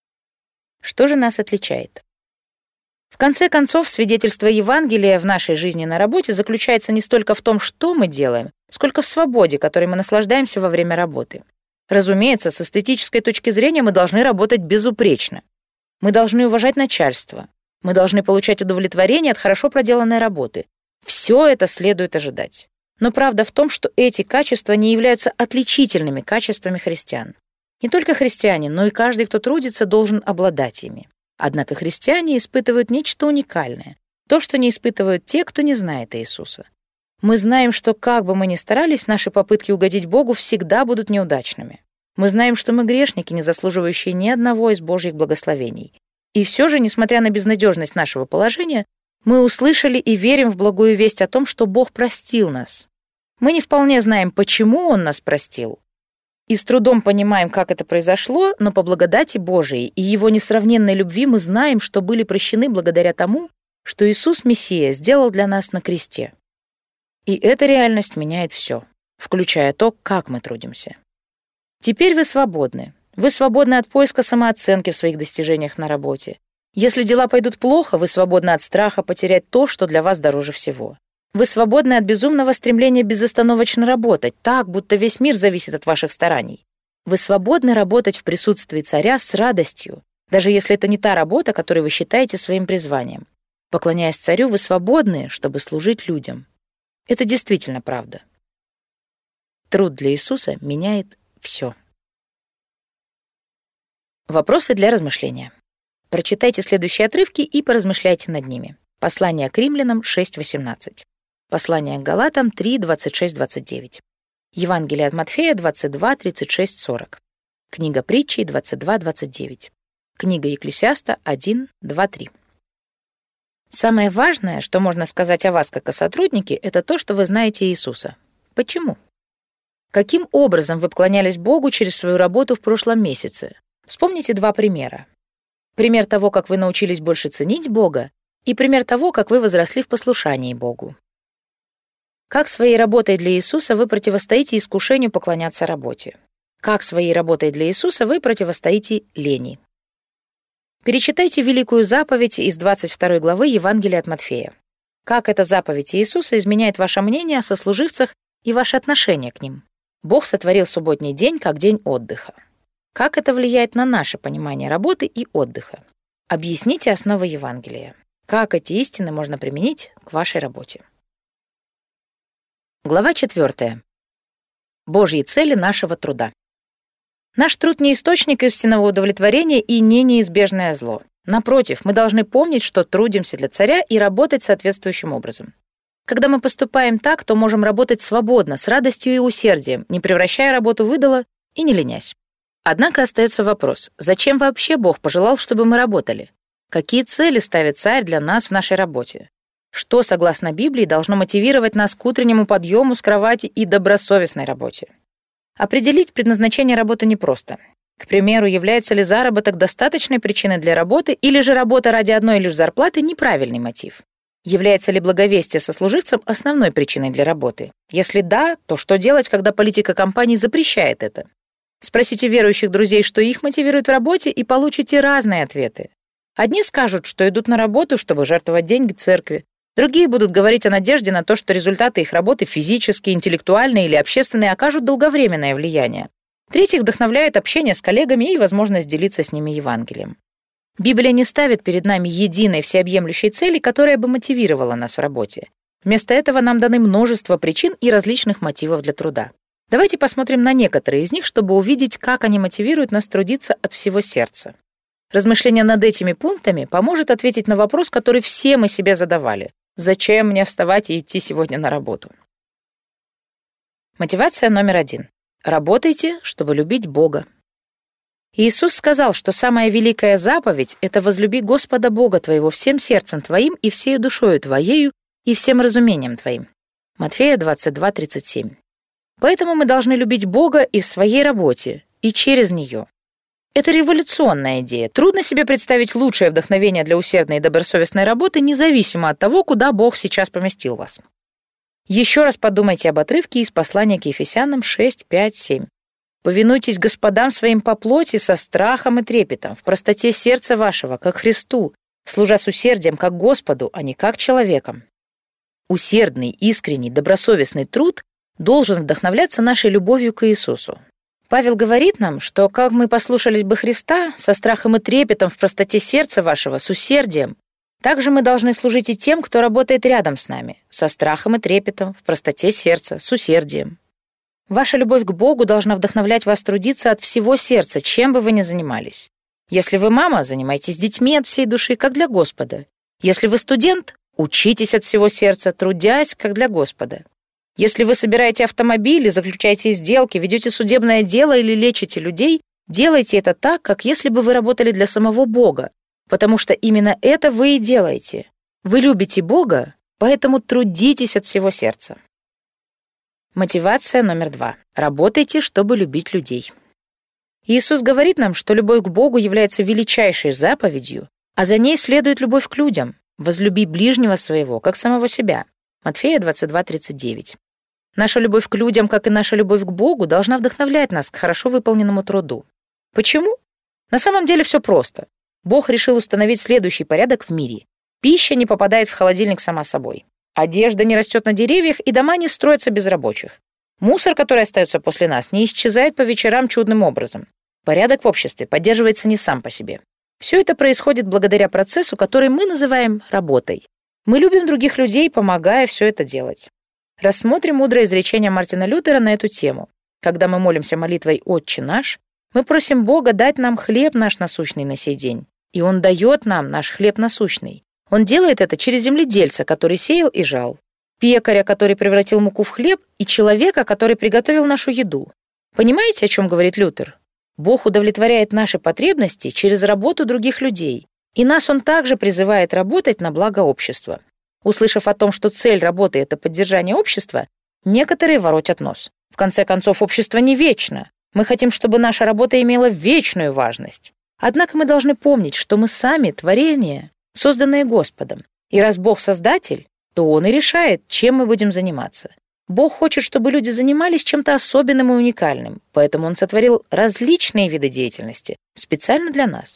Что же нас отличает? В конце концов, свидетельство Евангелия в нашей жизни на работе заключается не столько в том, что мы делаем, сколько в свободе, которой мы наслаждаемся во время работы. Разумеется, с эстетической точки зрения мы должны работать безупречно. Мы должны уважать начальство. Мы должны получать удовлетворение от хорошо проделанной работы. Все это следует ожидать. Но правда в том, что эти качества не являются отличительными качествами христиан. Не только христиане, но и каждый, кто трудится, должен обладать ими. Однако христиане испытывают нечто уникальное, то, что не испытывают те, кто не знает Иисуса. Мы знаем, что как бы мы ни старались, наши попытки угодить Богу всегда будут неудачными. Мы знаем, что мы грешники, не заслуживающие ни одного из Божьих благословений. И все же, несмотря на безнадежность нашего положения, мы услышали и верим в благую весть о том, что Бог простил нас. Мы не вполне знаем, почему Он нас простил, и с трудом понимаем, как это произошло, но по благодати Божией и Его несравненной любви мы знаем, что были прощены благодаря тому, что Иисус Мессия сделал для нас на кресте. И эта реальность меняет все, включая то, как мы трудимся. Теперь вы свободны. Вы свободны от поиска самооценки в своих достижениях на работе. Если дела пойдут плохо, вы свободны от страха потерять то, что для вас дороже всего. Вы свободны от безумного стремления безостановочно работать, так, будто весь мир зависит от ваших стараний. Вы свободны работать в присутствии царя с радостью, даже если это не та работа, которую вы считаете своим призванием. Поклоняясь царю, вы свободны, чтобы служить людям. Это действительно правда. Труд для Иисуса меняет все. Вопросы для размышления. Прочитайте следующие отрывки и поразмышляйте над ними. Послание к римлянам 6:18. Послание к галатам 3:26-29. Евангелие от Матфея 22:36-40. Книга притчей 22:29. Книга Екклесиаста 1:2-3. Самое важное, что можно сказать о вас как о сотруднике, это то, что вы знаете Иисуса. Почему? Каким образом вы поклонялись Богу через свою работу в прошлом месяце? Вспомните два примера. Пример того, как вы научились больше ценить Бога, и пример того, как вы возросли в послушании Богу. Как своей работой для Иисуса вы противостоите искушению поклоняться работе? Как своей работой для Иисуса вы противостоите лени? Перечитайте великую заповедь из 22 главы Евангелия от Матфея. Как эта заповедь Иисуса изменяет ваше мнение о сослуживцах и ваше отношение к ним? Бог сотворил субботний день как день отдыха. Как это влияет на наше понимание работы и отдыха? Объясните основы Евангелия. Как эти истины можно применить к вашей работе? Глава 4. Божьи цели нашего труда. Наш труд не источник истинного удовлетворения и не неизбежное зло. Напротив, мы должны помнить, что трудимся для царя и работать соответствующим образом. Когда мы поступаем так, то можем работать свободно, с радостью и усердием, не превращая работу в идола и не ленясь. Однако остается вопрос, зачем вообще Бог пожелал, чтобы мы работали? Какие цели ставит царь для нас в нашей работе? Что, согласно Библии, должно мотивировать нас к утреннему подъему с кровати и добросовестной работе? Определить предназначение работы непросто. К примеру, является ли заработок достаточной причиной для работы, или же работа ради одной лишь зарплаты — неправильный мотив? Является ли благовестие сослуживцам основной причиной для работы? Если да, то что делать, когда политика компании запрещает это? Спросите верующих друзей, что их мотивирует в работе, и получите разные ответы. Одни скажут, что идут на работу, чтобы жертвовать деньги церкви. Другие будут говорить о надежде на то, что результаты их работы физические, интеллектуальные или общественные окажут долговременное влияние. Третьих вдохновляет общение с коллегами и возможность делиться с ними Евангелием. Библия не ставит перед нами единой всеобъемлющей цели, которая бы мотивировала нас в работе. Вместо этого нам даны множество причин и различных мотивов для труда. Давайте посмотрим на некоторые из них, чтобы увидеть, как они мотивируют нас трудиться от всего сердца. Размышление над этими пунктами поможет ответить на вопрос, который все мы себе задавали. Зачем мне вставать и идти сегодня на работу? Мотивация номер 1. Работайте, чтобы любить Бога. Иисус сказал, что самая великая заповедь — это возлюби Господа Бога твоего всем сердцем твоим и всею душою твоею и всем разумением твоим. Матфея 22:37. Поэтому мы должны любить Бога и в своей работе, и через нее. Это революционная идея. Трудно себе представить лучшее вдохновение для усердной и добросовестной работы, независимо от того, куда Бог сейчас поместил вас. Еще раз подумайте об отрывке из послания к Ефесянам 6:5-7. «Повинуйтесь господам своим по плоти со страхом и трепетом, в простоте сердца вашего, как Христу, служа с усердием, как Господу, а не как человеком». Усердный, искренний, добросовестный труд должен вдохновляться нашей любовью к Иисусу. Павел говорит нам, что как мы послушались бы Христа со страхом и трепетом в простоте сердца вашего, с усердием, так же мы должны служить и тем, кто работает рядом с нами, со страхом и трепетом, в простоте сердца, с усердием. Ваша любовь к Богу должна вдохновлять вас трудиться от всего сердца, чем бы вы ни занимались. Если вы мама, занимайтесь детьми от всей души, как для Господа. Если вы студент, учитесь от всего сердца, трудясь, как для Господа. Если вы собираете автомобили, заключаете сделки, ведете судебное дело или лечите людей, делайте это так, как если бы вы работали для самого Бога, потому что именно это вы и делаете. Вы любите Бога, поэтому трудитесь от всего сердца. Мотивация номер 2. Работайте, чтобы любить людей. Иисус говорит нам, что любовь к Богу является величайшей заповедью, а за ней следует любовь к людям. Возлюби ближнего своего, как самого себя. Матфея 22:39. Наша любовь к людям, как и наша любовь к Богу, должна вдохновлять нас к хорошо выполненному труду. Почему? На самом деле все просто. Бог решил установить следующий порядок в мире. Пища не попадает в холодильник сама собой. Одежда не растет на деревьях, и дома не строятся без рабочих. Мусор, который остается после нас, не исчезает по вечерам чудным образом. Порядок в обществе поддерживается не сам по себе. Все это происходит благодаря процессу, который мы называем работой. Мы любим других людей, помогая все это делать. Рассмотрим мудрое изречение Мартина Лютера на эту тему. Когда мы молимся молитвой «Отче наш», мы просим Бога дать нам хлеб наш насущный на сей день. И Он дает нам наш хлеб насущный. Он делает это через земледельца, который сеял и жал, пекаря, который превратил муку в хлеб, и человека, который приготовил нашу еду. Понимаете, о чем говорит Лютер? Бог удовлетворяет наши потребности через работу других людей, и нас Он также призывает работать на благо общества. Услышав о том, что цель работы — это поддержание общества, некоторые воротят нос. В конце концов, общество не вечно. Мы хотим, чтобы наша работа имела вечную важность. Однако мы должны помнить, что мы сами — творение, созданное Господом. И раз Бог — Создатель, то Он и решает, чем мы будем заниматься. Бог хочет, чтобы люди занимались чем-то особенным и уникальным, поэтому Он сотворил различные виды деятельности специально для нас.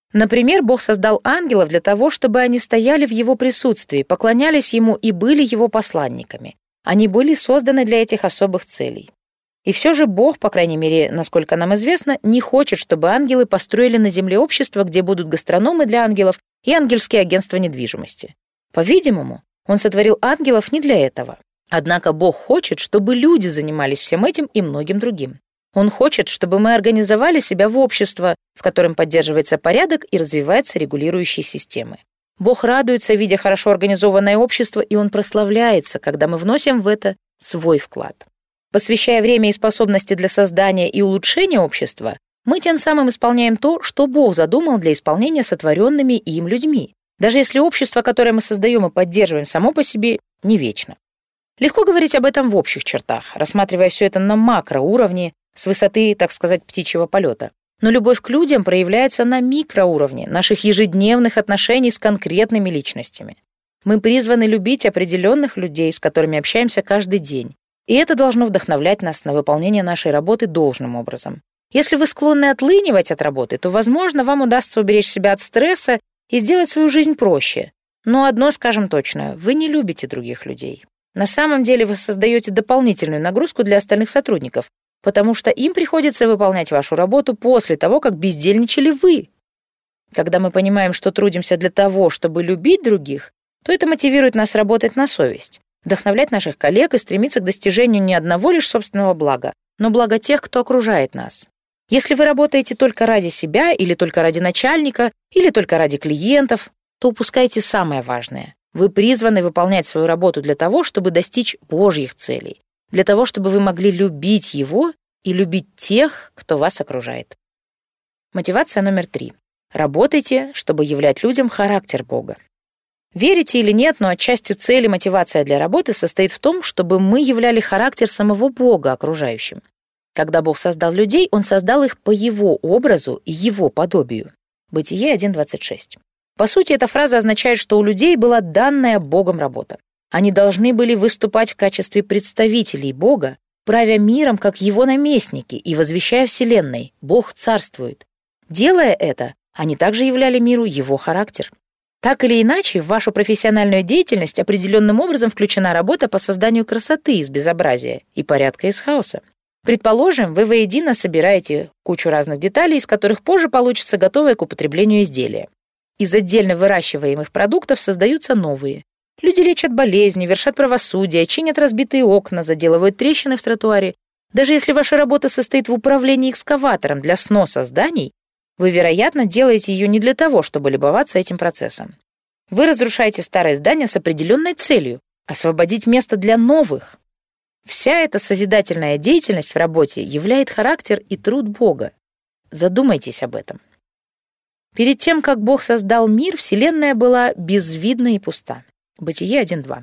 Например, Бог создал ангелов для того, чтобы они стояли в Его присутствии, поклонялись Ему и были Его посланниками. Они были созданы для этих особых целей. И все же Бог, по крайней мере, насколько нам известно, не хочет, чтобы ангелы построили на земле общество, где будут гастрономы для ангелов и ангельские агентства недвижимости. По-видимому, Он сотворил ангелов не для этого. Однако Бог хочет, чтобы люди занимались всем этим и многим другим. Он хочет, чтобы мы организовали себя в общество, в котором поддерживается порядок и развиваются регулирующие системы. Бог радуется, видя хорошо организованное общество, и Он прославляется, когда мы вносим в это свой вклад. Посвящая время и способности для создания и улучшения общества, мы тем самым исполняем то, что Бог задумал для исполнения сотворенными им людьми, даже если общество, которое мы создаем и поддерживаем, само по себе не вечно. Легко говорить об этом в общих чертах, рассматривая все это на макроуровне, с высоты, так сказать, птичьего полета. Но любовь к людям проявляется на микроуровне наших ежедневных отношений с конкретными личностями. Мы призваны любить определенных людей, с которыми общаемся каждый день. И это должно вдохновлять нас на выполнение нашей работы должным образом. Если вы склонны отлынивать от работы, то, возможно, вам удастся уберечь себя от стресса и сделать свою жизнь проще. Но одно скажем точно, вы не любите других людей. На самом деле вы создаете дополнительную нагрузку для остальных сотрудников, потому что им приходится выполнять вашу работу после того, как бездельничали вы. Когда мы понимаем, что трудимся для того, чтобы любить других, то это мотивирует нас работать на совесть, вдохновлять наших коллег и стремиться к достижению не одного лишь собственного блага, но блага тех, кто окружает нас. Если вы работаете только ради себя, или только ради начальника, или только ради клиентов, то упускаете самое важное. Вы призваны выполнять свою работу для того, чтобы достичь Божьих целей, для того, чтобы вы могли любить Его и любить тех, кто вас окружает. Мотивация номер 3. Работайте, чтобы являть людям характер Бога. Верите или нет, но отчасти цель и мотивация для работы состоит в том, чтобы мы являли характер самого Бога окружающим. Когда Бог создал людей, Он создал их по Его образу и Его подобию. Бытие 1:26. По сути, эта фраза означает, что у людей была данная Богом работа. Они должны были выступать в качестве представителей Бога, правя миром как Его наместники и возвещая Вселенной «Бог царствует». Делая это, они также являли миру Его характер. Так или иначе, в вашу профессиональную деятельность определенным образом включена работа по созданию красоты из безобразия и порядка из хаоса. Предположим, вы воедино собираете кучу разных деталей, из которых позже получится готовое к употреблению изделие. Из отдельно выращиваемых продуктов создаются новые. Люди лечат болезни, вершат правосудие, чинят разбитые окна, заделывают трещины в тротуаре. Даже если ваша работа состоит в управлении экскаватором для сноса зданий, вы, вероятно, делаете ее не для того, чтобы любоваться этим процессом. Вы разрушаете старое здание с определенной целью — освободить место для новых. Вся эта созидательная деятельность в работе являет характер и труд Бога. Задумайтесь об этом. Перед тем, как Бог создал мир, Вселенная была безвидна и пуста. Бытие 1:2.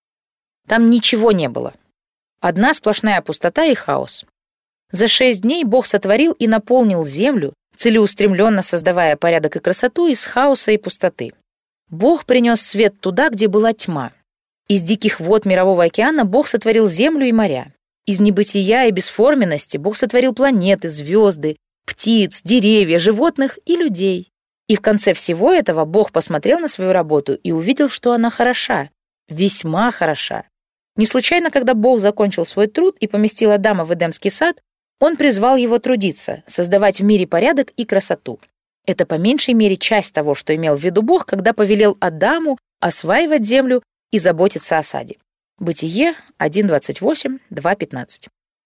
Там ничего не было. Одна сплошная пустота и хаос. За 6 дней Бог сотворил и наполнил землю, целеустремленно создавая порядок и красоту из хаоса и пустоты. Бог принес свет туда, где была тьма. Из диких вод Мирового океана Бог сотворил землю и моря. Из небытия и бесформенности Бог сотворил планеты, звезды, птиц, деревья, животных и людей. И в конце всего этого Бог посмотрел на свою работу и увидел, что она хороша, весьма хороша. Не случайно, когда Бог закончил свой труд и поместил Адама в Эдемский сад, Он призвал его трудиться, создавать в мире порядок и красоту. Это по меньшей мере часть того, что имел в виду Бог, когда повелел Адаму осваивать землю и заботиться о саде. Бытие 1:28, 2:15.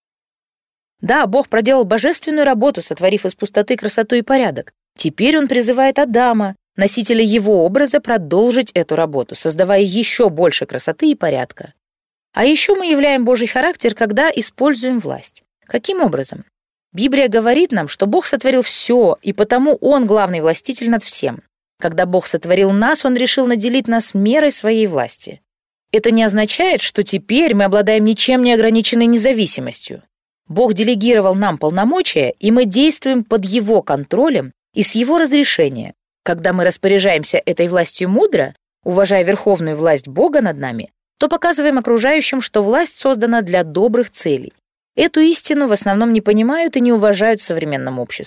Да, Бог проделал божественную работу, сотворив из пустоты красоту и порядок. Теперь Он призывает Адама, носителя его образа, продолжить эту работу, создавая еще больше красоты и порядка. А еще мы являем Божий характер, когда используем власть. Каким образом? Библия говорит нам, что Бог сотворил все, и потому Он главный властитель над всем. Когда Бог сотворил нас, Он решил наделить нас мерой своей власти. Это не означает, что теперь мы обладаем ничем не ограниченной независимостью. Бог делегировал нам полномочия, и мы действуем под Его контролем и с Его разрешения. Когда мы распоряжаемся этой властью мудро, уважая верховную власть Бога над нами, то показываем окружающим, что власть создана для добрых целей. Эту истину в основном не понимают и не уважают в современном обществе.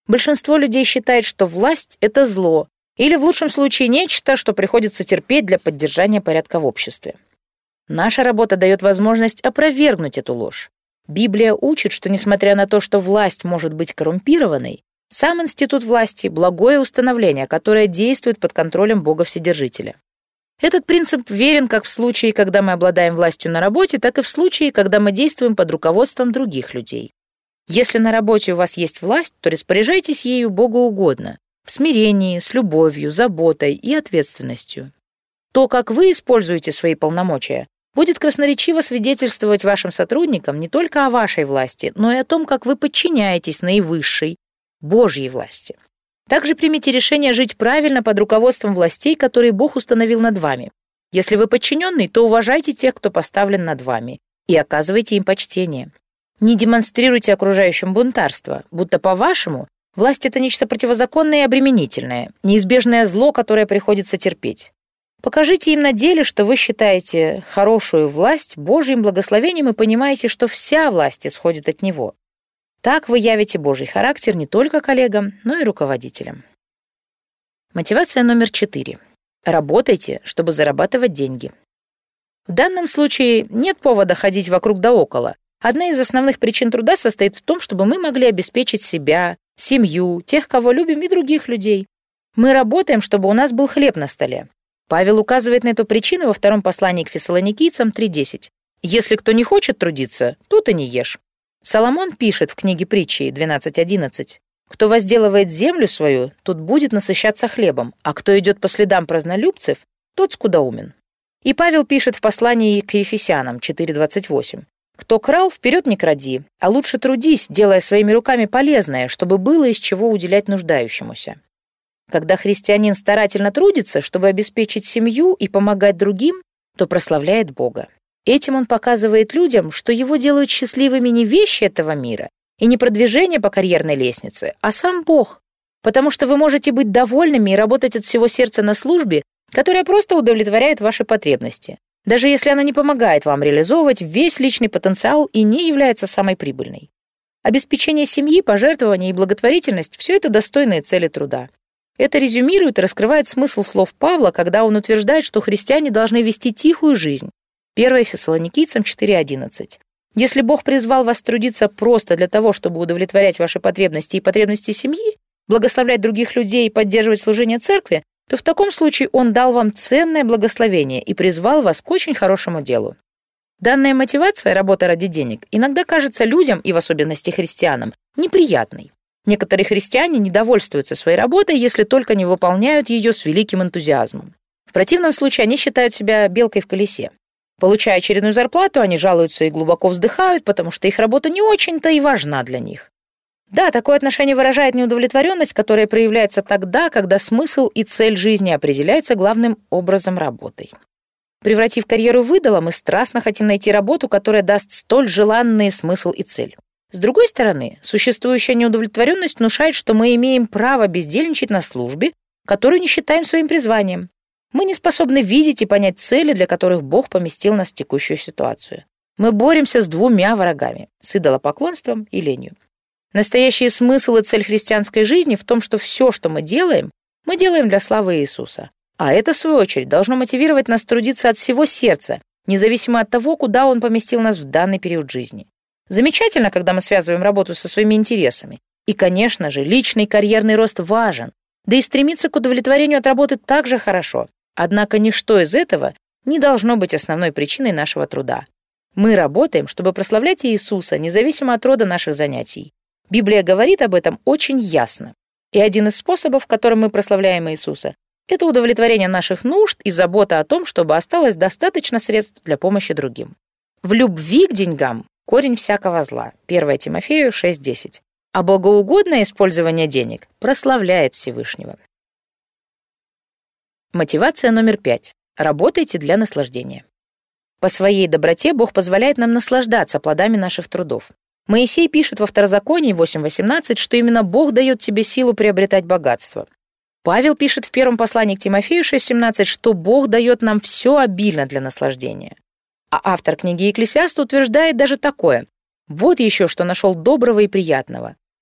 Большинство людей считает, что власть — это зло, или в лучшем случае нечто, что приходится терпеть для поддержания порядка в обществе. Наша работа дает возможность опровергнуть эту ложь. Библия учит, что несмотря на то, что власть может быть коррумпированной, сам институт власти — благое установление, которое действует под контролем Бога Вседержителя. Этот принцип верен как в случае, когда мы обладаем властью на работе, так и в случае, когда мы действуем под руководством других людей. Если на работе у вас есть власть, то распоряжайтесь ею Богу угодно, в смирении, с любовью, заботой и ответственностью. То, как вы используете свои полномочия, будет красноречиво свидетельствовать вашим сотрудникам не только о вашей власти, но и о том, как вы подчиняетесь наивысшей, Божьей власти. Также примите решение жить правильно под руководством властей, которые Бог установил над вами. Если вы подчиненный, то уважайте тех, кто поставлен над вами, и оказывайте им почтение. Не демонстрируйте окружающим бунтарство, будто, по-вашему, власть — это нечто противозаконное и обременительное, неизбежное зло, которое приходится терпеть. Покажите им на деле, что вы считаете хорошую власть Божьим благословением и понимаете, что вся власть исходит от Него. Так вы явите Божий характер не только коллегам, но и руководителям. Мотивация номер 4. Работайте, чтобы зарабатывать деньги. В данном случае нет повода ходить вокруг да около. Одна из основных причин труда состоит в том, чтобы мы могли обеспечить себя, семью, тех, кого любим, и других людей. Мы работаем, чтобы у нас был хлеб на столе. Павел указывает на эту причину во втором послании к Фессалоникийцам 3:10. «Если кто не хочет трудиться, тот и не ешь». Соломон пишет в книге Притчи 12:11. «Кто возделывает землю свою, тот будет насыщаться хлебом, а кто идет по следам празднолюбцев, тот скудоумен». И Павел пишет в послании к Ефесянам 4:28. «Кто крал, вперед не кради, а лучше трудись, делая своими руками полезное, чтобы было из чего уделять нуждающемуся». Когда христианин старательно трудится, чтобы обеспечить семью и помогать другим, то прославляет Бога. Этим он показывает людям, что его делают счастливыми не вещи этого мира и не продвижение по карьерной лестнице, а сам Бог. Потому что вы можете быть довольными и работать от всего сердца на службе, которая просто удовлетворяет ваши потребности, даже если она не помогает вам реализовывать весь личный потенциал и не является самой прибыльной. Обеспечение семьи, пожертвования и благотворительность – все это достойные цели труда. Это резюмирует и раскрывает смысл слов Павла, когда он утверждает, что христиане должны вести тихую жизнь. 1 Фессалоникийцам 4:11. Если Бог призвал вас трудиться просто для того, чтобы удовлетворять ваши потребности и потребности семьи, благословлять других людей и поддерживать служение церкви, то в таком случае Он дал вам ценное благословение и призвал вас к очень хорошему делу. Данная мотивация, работа ради денег, иногда кажется людям, и в особенности христианам, неприятной. Некоторые христиане недовольствуются своей работой, если только не выполняют ее с великим энтузиазмом. В противном случае они считают себя белкой в колесе. Получая очередную зарплату, они жалуются и глубоко вздыхают, потому что их работа не очень-то и важна для них. Да, такое отношение выражает неудовлетворенность, которая проявляется тогда, когда смысл и цель жизни определяется главным образом работой. Превратив карьеру в идола, мы страстно хотим найти работу, которая даст столь желанный смысл и цель. С другой стороны, существующая неудовлетворенность внушает, что мы имеем право бездельничать на службе, которую не считаем своим призванием. Мы не способны видеть и понять цели, для которых Бог поместил нас в текущую ситуацию. Мы боремся с двумя врагами – с идолопоклонством и ленью. Настоящий смысл и цель христианской жизни в том, что все, что мы делаем для славы Иисуса. А это, в свою очередь, должно мотивировать нас трудиться от всего сердца, независимо от того, куда Он поместил нас в данный период жизни. Замечательно, когда мы связываем работу со своими интересами. И, конечно же, личный карьерный рост важен, да и стремиться к удовлетворению от работы также хорошо. Однако ничто из этого не должно быть основной причиной нашего труда. Мы работаем, чтобы прославлять Иисуса, независимо от рода наших занятий. Библия говорит об этом очень ясно. И один из способов, которым мы прославляем Иисуса, это удовлетворение наших нужд и забота о том, чтобы осталось достаточно средств для помощи другим. В любви к деньгам корень всякого зла. 1 Тимофею 6:10. А богоугодное использование денег прославляет Всевышнего. Мотивация номер 5. Работайте для наслаждения. По своей доброте Бог позволяет нам наслаждаться плодами наших трудов. Моисей пишет во Второзаконии 8:18, что именно Бог дает тебе силу приобретать богатство. Павел пишет в первом послании к Тимофею 6:17, что Бог дает нам все обильно для наслаждения. А автор книги Екклесиаста утверждает даже такое: «Вот еще что нашел доброго и приятного.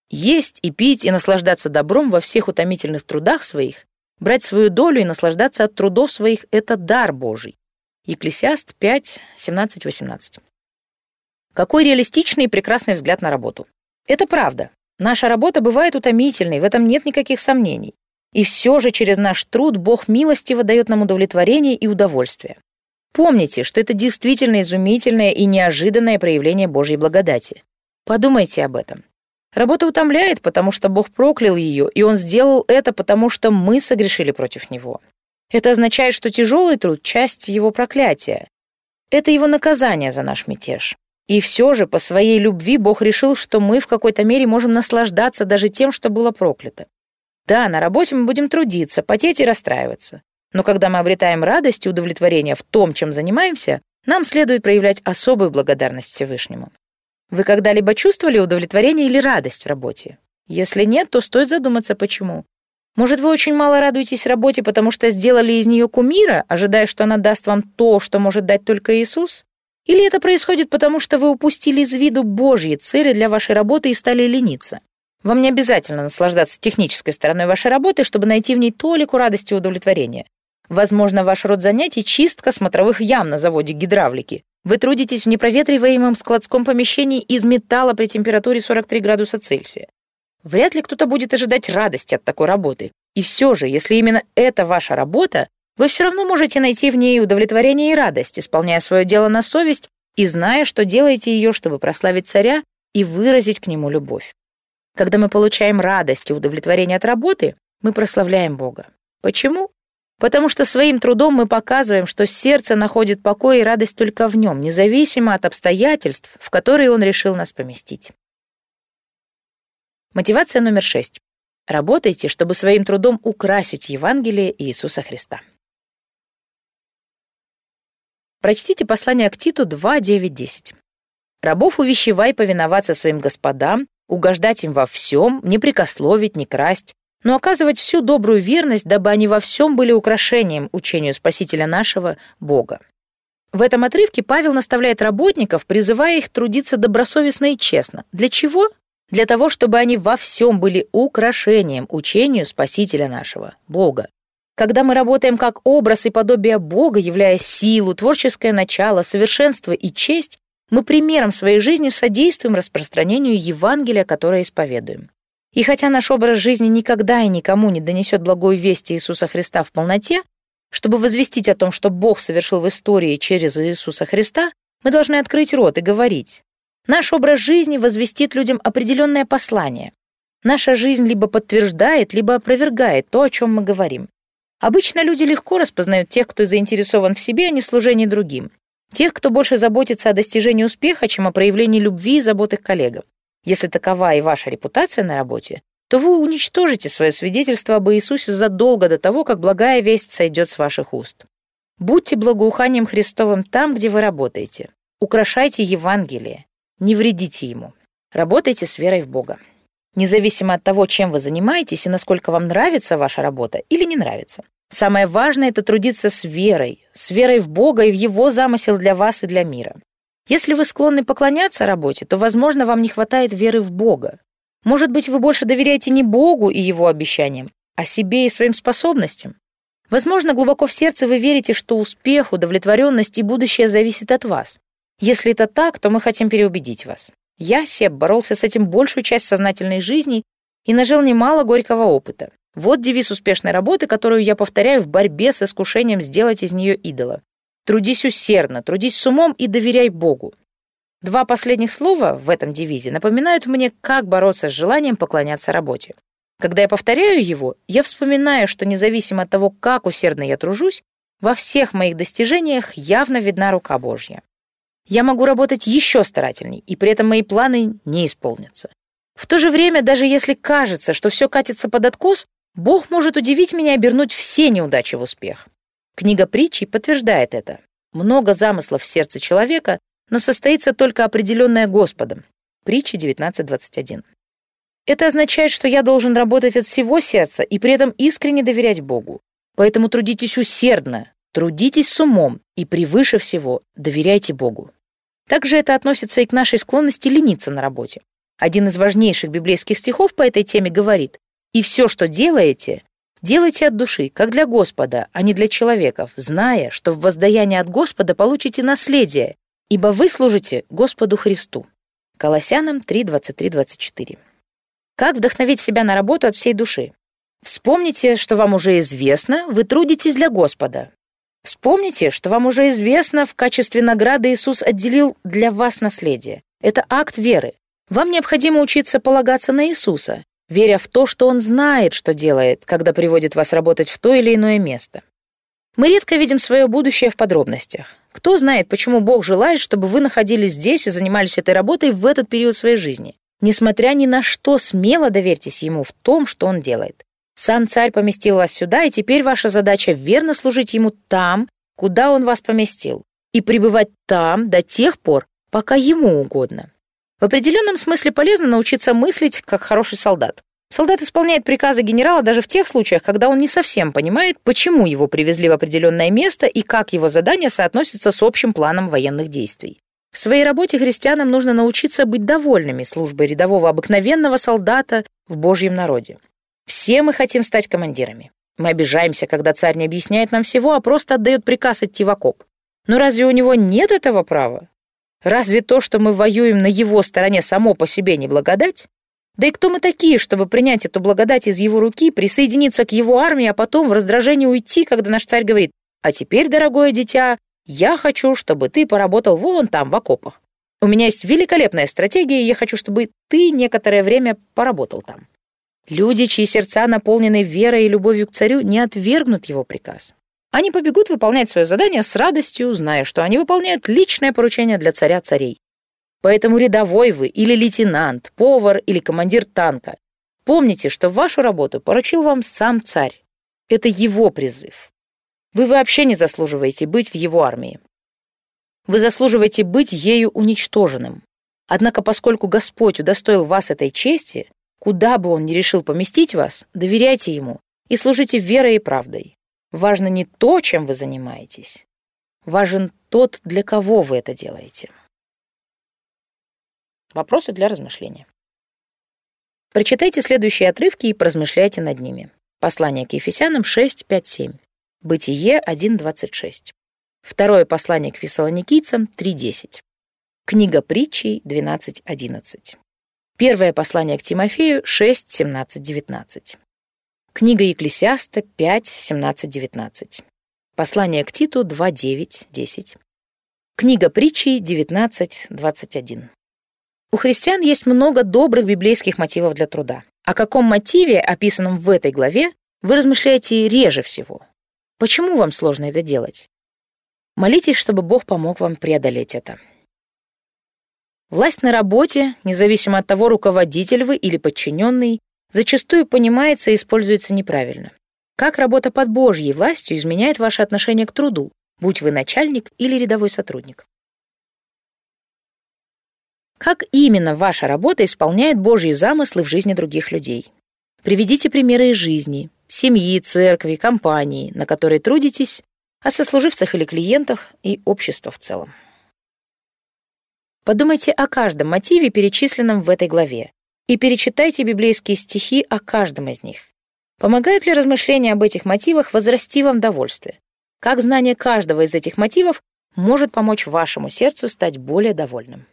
Есть и пить, и наслаждаться добром во всех утомительных трудах своих, брать свою долю и наслаждаться от трудов своих — это дар Божий. Екклесиаст 5, 17, 18. Какой реалистичный и прекрасный взгляд на работу. Это правда. Наша работа бывает утомительной, в этом нет никаких сомнений. И все же через наш труд Бог милостиво дает нам удовлетворение и удовольствие. Помните, что это действительно изумительное и неожиданное проявление Божьей благодати. Подумайте об этом. Работа утомляет, потому что Бог проклял ее, и Он сделал это, потому что мы согрешили против Него. Это означает, что тяжелый труд — часть Его проклятия. Это Его наказание за наш мятеж. И все же по своей любви Бог решил, что мы в какой-то мере можем наслаждаться даже тем, что было проклято. Да, на работе мы будем трудиться, потеть и расстраиваться. Но когда мы обретаем радость и удовлетворение в том, чем занимаемся, нам следует проявлять особую благодарность Всевышнему. Вы когда-либо чувствовали удовлетворение или радость в работе? Если нет, то стоит задуматься, почему. Может, вы очень мало радуетесь работе, потому что сделали из нее кумира, ожидая, что она даст вам то, что может дать только Иисус? Или это происходит потому, что вы упустили из виду Божьи цели для вашей работы и стали лениться? Вам не обязательно наслаждаться технической стороной вашей работы, чтобы найти в ней толику радости и удовлетворения. Возможно, ваш род занятий — чистка смотровых ям на заводе гидравлики. Вы трудитесь в непроветриваемом складском помещении из металла при температуре 43 градуса Цельсия. Вряд ли кто-то будет ожидать радости от такой работы. И все же, если именно это ваша работа, вы все равно можете найти в ней удовлетворение и радость, исполняя свое дело на совесть и зная, что делаете ее, чтобы прославить царя и выразить к нему любовь. Когда мы получаем радость и удовлетворение от работы, мы прославляем Бога. Почему? Потому что своим трудом мы показываем, что сердце находит покой и радость только в нем, независимо от обстоятельств, в которые Он решил нас поместить. Мотивация номер 6. Работайте, чтобы своим трудом украсить Евангелие Иисуса Христа. Прочтите послание к Титу 2, 9, 10. «Рабов увещевай повиноваться своим господам, угождать им во всем, не прекословить, не красть, но оказывать всю добрую верность, дабы они во всем были украшением учению Спасителя нашего, Бога». В этом отрывке Павел наставляет работников, призывая их трудиться добросовестно и честно. Для чего? Для того, чтобы они во всем были украшением учению Спасителя нашего, Бога. Когда мы работаем как образ и подобие Бога, являя силу, творческое начало, совершенство и честь, мы примером своей жизни содействуем распространению Евангелия, которое исповедуем. И хотя наш образ жизни никогда и никому не донесет благую весть Иисуса Христа в полноте, чтобы возвестить о том, что Бог совершил в истории через Иисуса Христа, мы должны открыть рот и говорить. Наш образ жизни возвестит людям определенное послание. Наша жизнь либо подтверждает, либо опровергает то, о чем мы говорим. Обычно люди легко распознают тех, кто заинтересован в себе, а не в служении другим. Тех, кто больше заботится о достижении успеха, чем о проявлении любви и заботы к коллегам. Если такова и ваша репутация на работе, то вы уничтожите свое свидетельство об Иисусе задолго до того, как благая весть сойдет с ваших уст. Будьте благоуханием Христовым там, где вы работаете. Украшайте Евангелие. Не вредите ему. Работайте с верой в Бога. Независимо от того, чем вы занимаетесь и насколько вам нравится ваша работа или не нравится. Самое важное — это трудиться с верой в Бога и в Его замысел для вас и для мира. Если вы склонны поклоняться работе, то, возможно, вам не хватает веры в Бога. Может быть, вы больше доверяете не Богу и Его обещаниям, а себе и своим способностям. Возможно, глубоко в сердце вы верите, что успех, удовлетворенность и будущее зависят от вас. Если это так, то мы хотим переубедить вас. Я, Себ, боролся с этим большую часть сознательной жизни и нажил немало горького опыта. Вот девиз успешной работы, которую я повторяю в борьбе с искушением сделать из нее идола. Трудись усердно, трудись с умом и доверяй Богу. Два последних слова в этом девизе напоминают мне, как бороться с желанием поклоняться работе. Когда я повторяю его, я вспоминаю, что независимо от того, как усердно я тружусь, во всех моих достижениях явно видна рука Божья. Я могу работать еще старательней, и при этом мои планы не исполнятся. В то же время, даже если кажется, что все катится под откос, Бог может удивить меня и обернуть все неудачи в успех. Книга Притчей подтверждает это. Много замыслов в сердце человека, но состоится только определенное Господом. Притчи 19:21. Это означает, что я должен работать от всего сердца и при этом искренне доверять Богу. Поэтому трудитесь усердно, трудитесь с умом и превыше всего доверяйте Богу. Также это относится и к нашей склонности лениться на работе. Один из важнейших библейских стихов по этой теме говорит: «И все, что делаете, делайте от души, как для Господа, а не для человеков, зная, что в воздаянии от Господа получите наследие, ибо вы служите Господу Христу». Колоссянам 3:23-24. Как вдохновить себя на работу от всей души? Вспомните, что вам уже известно, вы трудитесь для Господа. Вспомните, что вам уже известно, в качестве награды Иисус отделил для вас наследие. Это акт веры. Вам необходимо учиться полагаться на Иисуса, веря в то, что Он знает, что делает, когда приводит вас работать в то или иное место. Мы редко видим свое будущее в подробностях. Кто знает, почему Бог желает, чтобы вы находились здесь и занимались этой работой в этот период своей жизни. Несмотря ни на что, смело доверьтесь Ему в том, что Он делает. Сам Царь поместил вас сюда, и теперь ваша задача верно служить Ему там, куда Он вас поместил, и пребывать там до тех пор, пока Ему угодно. В определенном смысле полезно научиться мыслить, как хороший солдат. Солдат исполняет приказы генерала даже в тех случаях, когда он не совсем понимает, почему его привезли в определенное место и как его задание соотносится с общим планом военных действий. В своей работе христианам нужно научиться быть довольными службой рядового обыкновенного солдата в Божьем народе. Все мы хотим стать командирами. Мы обижаемся, когда царь не объясняет нам всего, а просто отдает приказ идти в окоп. Но разве у него нет этого права? Разве то, что мы воюем на его стороне, само по себе не благодать? Да и кто мы такие, чтобы принять эту благодать из его руки, присоединиться к его армии, а потом в раздражении уйти, когда наш царь говорит: «А теперь, дорогое дитя, я хочу, чтобы ты поработал вон там, в окопах. У меня есть великолепная стратегия, и я хочу, чтобы ты некоторое время поработал там». Люди, чьи сердца наполнены верой и любовью к царю, не отвергнут его приказ. Они побегут выполнять свое задание с радостью, зная, что они выполняют личное поручение для царя царей. Поэтому рядовой вы или лейтенант, повар или командир танка, помните, что вашу работу поручил вам сам царь. Это его призыв. Вы вообще не заслуживаете быть в его армии. Вы заслуживаете быть ею уничтоженным. Однако, поскольку Господь удостоил вас этой чести, куда бы Он ни решил поместить вас, доверяйте Ему и служите верой и правдой. Важно не то, чем вы занимаетесь. Важен тот, для кого вы это делаете. Вопросы для размышления. Прочитайте следующие отрывки и поразмышляйте над ними. Послание к Ефесянам 6:5-7. Бытие 1:26. Второе послание к Фессалоникийцам 3:10. Книга Притчей 12:11. Первое послание к Тимофею 6:17-19. Книга Екклесиаста 5:17-19. Послание к Титу 2:9-10. Книга Притчей 19:21. У христиан есть много добрых библейских мотивов для труда. О каком мотиве, описанном в этой главе, вы размышляете реже всего? Почему вам сложно это делать? Молитесь, чтобы Бог помог вам преодолеть это. Власть на работе, независимо от того, руководитель вы или подчиненный, зачастую понимается и используется неправильно. Как работа под Божьей властью изменяет ваше отношение к труду, будь вы начальник или рядовой сотрудник? Как именно ваша работа исполняет Божьи замыслы в жизни других людей? Приведите примеры из жизни, семьи, церкви, компании, на которой трудитесь, о сослуживцах или клиентах и обществе в целом. Подумайте о каждом мотиве, перечисленном в этой главе, и перечитайте библейские стихи о каждом из них. Помогают ли размышления об этих мотивах возрасти вам довольствие? Как знание каждого из этих мотивов может помочь вашему сердцу стать более довольным?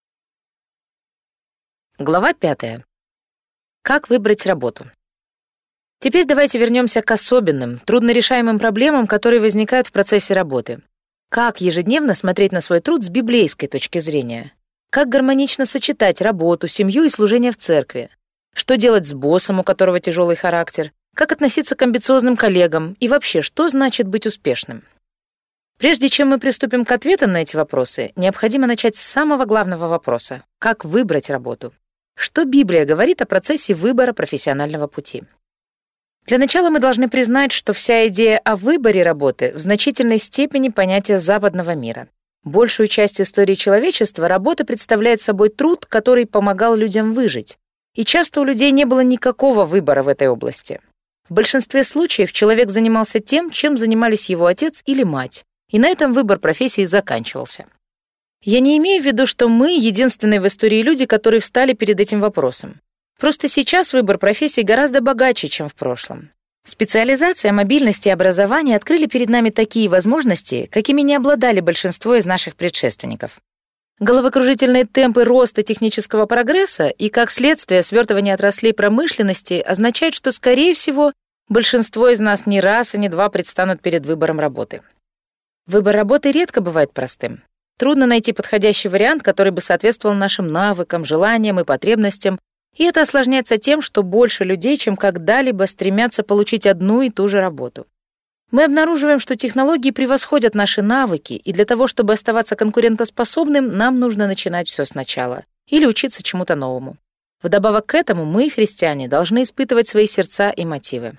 Глава 5. Как выбрать работу? Теперь давайте вернемся к особенным, труднорешаемым проблемам, которые возникают в процессе работы. Как ежедневно смотреть на свой труд с библейской точки зрения? Как гармонично сочетать работу, семью и служение в церкви? Что делать с боссом, у которого тяжелый характер? Как относиться к амбициозным коллегам? И вообще, что значит быть успешным? Прежде чем мы приступим к ответам на эти вопросы, необходимо начать с самого главного вопроса – как выбрать работу? Что Библия говорит о процессе выбора профессионального пути? Для начала мы должны признать, что вся идея о выборе работы в значительной степени понятие западного мира. Большую часть истории человечества работа представляет собой труд, который помогал людям выжить. И часто у людей не было никакого выбора в этой области. В большинстве случаев человек занимался тем, чем занимались его отец или мать, и на этом выбор профессии заканчивался. Я не имею в виду, что мы единственные в истории люди, которые встали перед этим вопросом. Просто сейчас выбор профессий гораздо богаче, чем в прошлом. Специализация, мобильность и образование открыли перед нами такие возможности, какими не обладали большинство из наших предшественников. Головокружительные темпы роста технического прогресса и, как следствие, свертывание отраслей промышленности означает, что, скорее всего, большинство из нас не раз и не два предстанут перед выбором работы. Выбор работы редко бывает простым. Трудно найти подходящий вариант, который бы соответствовал нашим навыкам, желаниям и потребностям, и это осложняется тем, что больше людей, чем когда-либо, стремятся получить одну и ту же работу. Мы обнаруживаем, что технологии превосходят наши навыки, и для того, чтобы оставаться конкурентоспособным, нам нужно начинать все сначала или учиться чему-то новому. Вдобавок к этому мы, христиане, должны испытывать свои сердца и мотивы.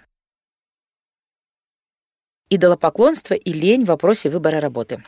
Идолопоклонство и лень в вопросе выбора работы.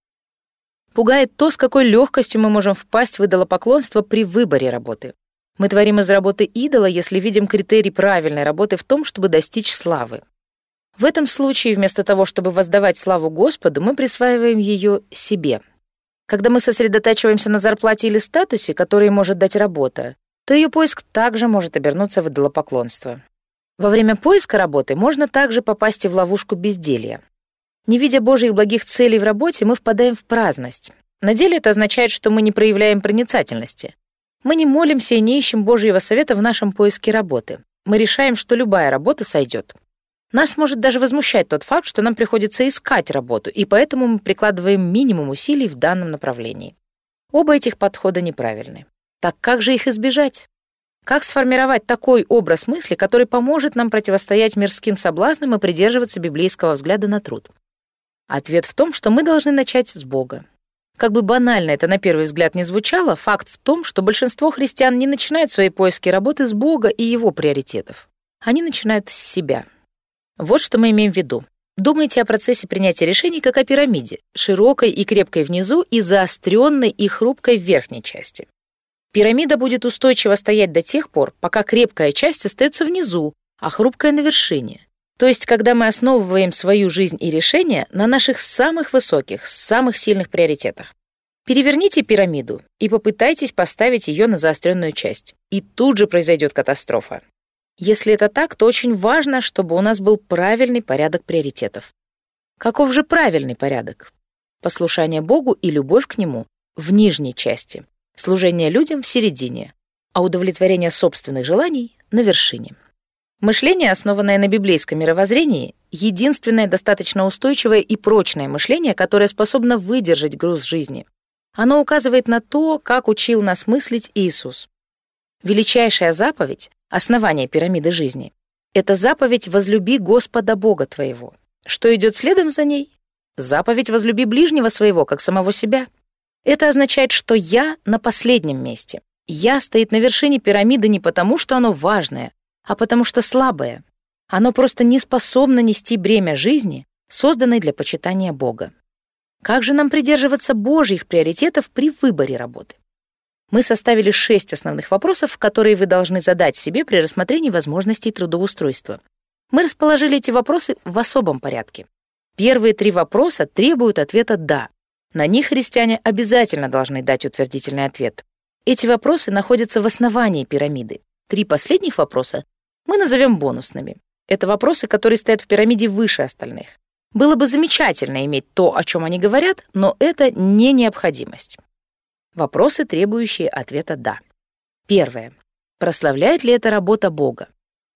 Пугает то, с какой легкостью мы можем впасть в идолопоклонство при выборе работы. Мы творим из работы идола, если видим критерий правильной работы в том, чтобы достичь славы. В этом случае, вместо того, чтобы воздавать славу Господу, мы присваиваем ее себе. Когда мы сосредотачиваемся на зарплате или статусе, который может дать работа, то ее поиск также может обернуться в идолопоклонство. Во время поиска работы можно также попасть и в ловушку безделья. Не видя Божьих благих целей в работе, мы впадаем в праздность. На деле это означает, что мы не проявляем проницательности. Мы не молимся и не ищем Божьего совета в нашем поиске работы. Мы решаем, что любая работа сойдет. Нас может даже возмущать тот факт, что нам приходится искать работу, и поэтому мы прикладываем минимум усилий в данном направлении. Оба этих подхода неправильны. Так как же их избежать? Как сформировать такой образ мысли, который поможет нам противостоять мирским соблазнам и придерживаться библейского взгляда на труд? Ответ в том, что мы должны начать с Бога. Как бы банально это на первый взгляд не звучало, факт в том, что большинство христиан не начинают свои поиски работы с Бога и Его приоритетов. Они начинают с себя. Вот что мы имеем в виду. Думайте о процессе принятия решений как о пирамиде, широкой и крепкой внизу и заостренной и хрупкой в верхней части. Пирамида будет устойчиво стоять до тех пор, пока крепкая часть остается внизу, а хрупкая на вершине. То есть, когда мы основываем свою жизнь и решения на наших самых высоких, самых сильных приоритетах. Переверните пирамиду и попытайтесь поставить ее на заостренную часть, и тут же произойдет катастрофа. Если это так, то очень важно, чтобы у нас был правильный порядок приоритетов. Каков же правильный порядок? Послушание Богу и любовь к Нему в нижней части, служение людям в середине, а удовлетворение собственных желаний на вершине. Мышление, основанное на библейском мировоззрении, единственное достаточно устойчивое и прочное мышление, которое способно выдержать груз жизни. Оно указывает на то, как учил нас мыслить Иисус. Величайшая заповедь, основание пирамиды жизни, это заповедь «Возлюби Господа Бога твоего». Что идет следом за ней? Заповедь «Возлюби ближнего своего, как самого себя». Это означает, что «я» на последнем месте. «Я» стоит на вершине пирамиды не потому, что оно важное, а потому что слабое. Оно просто не способно нести бремя жизни, созданной для почитания Бога. Как же нам придерживаться Божьих приоритетов при выборе работы? Мы составили 6 основных вопросов, которые вы должны задать себе при рассмотрении возможностей трудоустройства. Мы расположили эти вопросы в особом порядке. Первые 3 вопроса требуют ответа «да». На них христиане обязательно должны дать утвердительный ответ. Эти вопросы находятся в основании пирамиды. 3 последних вопроса мы назовем бонусными. Это вопросы, которые стоят в пирамиде выше остальных. Было бы замечательно иметь то, о чем они говорят, но это не необходимость. Вопросы, требующие ответа «да». Первое. Прославляет ли эта работа Бога?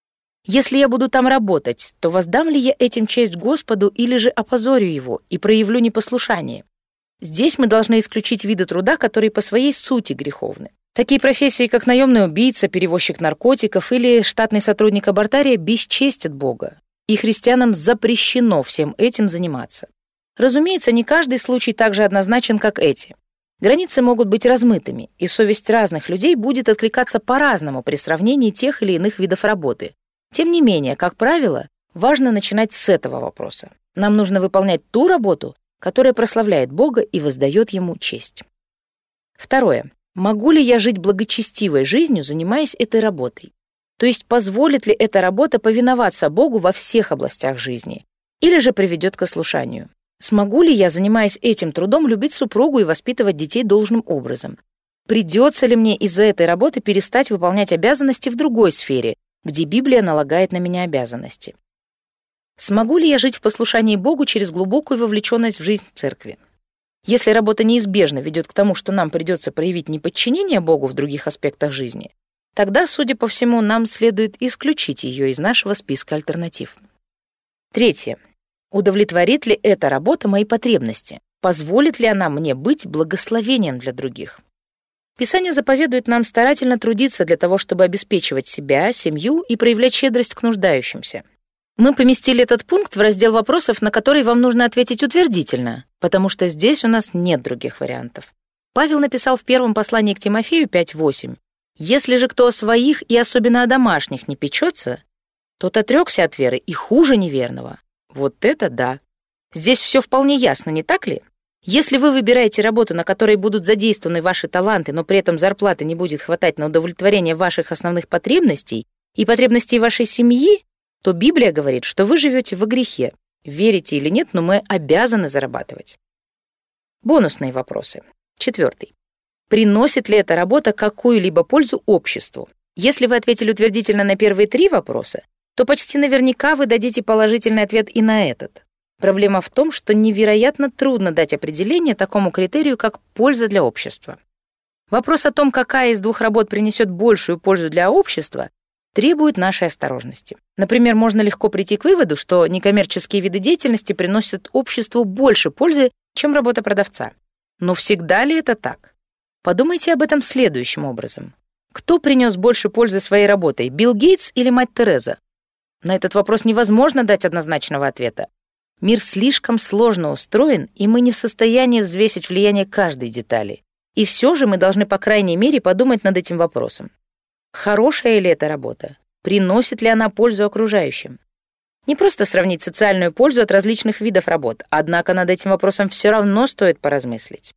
Если я буду там работать, то воздам ли я этим честь Господу или же опозорю Его и проявлю непослушание? Здесь мы должны исключить виды труда, которые по своей сути греховны. Такие профессии, как наемный убийца, перевозчик наркотиков или штатный сотрудник абортария, бесчестят Бога, и христианам запрещено всем этим заниматься. Разумеется, не каждый случай так же однозначен, как эти. Границы могут быть размытыми, и совесть разных людей будет откликаться по-разному при сравнении тех или иных видов работы. Тем не менее, как правило, важно начинать с этого вопроса. Нам нужно выполнять ту работу, которая прославляет Бога и воздает Ему честь. Второе. Могу ли я жить благочестивой жизнью, занимаясь этой работой? То есть позволит ли эта работа повиноваться Богу во всех областях жизни? Или же приведет к ослушанию? Смогу ли я, занимаясь этим трудом, любить супругу и воспитывать детей должным образом? Придется ли мне из-за этой работы перестать выполнять обязанности в другой сфере, где Библия налагает на меня обязанности? Смогу ли я жить в послушании Богу через глубокую вовлеченность в жизнь церкви? Если работа неизбежно ведет к тому, что нам придется проявить неподчинение Богу в других аспектах жизни, тогда, судя по всему, нам следует исключить ее из нашего списка альтернатив. Третье. Удовлетворит ли эта работа мои потребности? Позволит ли она мне быть благословением для других? Писание заповедует нам старательно трудиться для того, чтобы обеспечивать себя, семью и проявлять щедрость к нуждающимся. Мы поместили этот пункт в раздел вопросов, на который вам нужно ответить утвердительно, потому что здесь у нас нет других вариантов. Павел написал в первом послании к Тимофею 5:8: «Если же кто о своих и особенно о домашних не печется, тот отрекся от веры и хуже неверного». Вот это да. Здесь все вполне ясно, не так ли? Если вы выбираете работу, на которой будут задействованы ваши таланты, но при этом зарплаты не будет хватать на удовлетворение ваших основных потребностей и потребностей вашей семьи, то Библия говорит, что вы живете во грехе. Верите или нет, но мы обязаны зарабатывать. Бонусные вопросы. 4. Приносит ли эта работа какую-либо пользу обществу? Если вы ответили утвердительно на первые 3 вопроса, то почти наверняка вы дадите положительный ответ и на этот. Проблема в том, что невероятно трудно дать определение такому критерию, как польза для общества. Вопрос о том, какая из 2 работ принесет большую пользу для общества, требует нашей осторожности. Например, можно легко прийти к выводу, что некоммерческие виды деятельности приносят обществу больше пользы, чем работа продавца. Но всегда ли это так? Подумайте об этом следующим образом. Кто принес больше пользы своей работой, Билл Гейтс или мать Тереза? На этот вопрос невозможно дать однозначного ответа. Мир слишком сложно устроен, и мы не в состоянии взвесить влияние каждой детали. И все же мы должны, по крайней мере, подумать над этим вопросом. Хорошая ли эта работа? Приносит ли она пользу окружающим? Не просто сравнить социальную пользу от различных видов работ, однако над этим вопросом все равно стоит поразмыслить.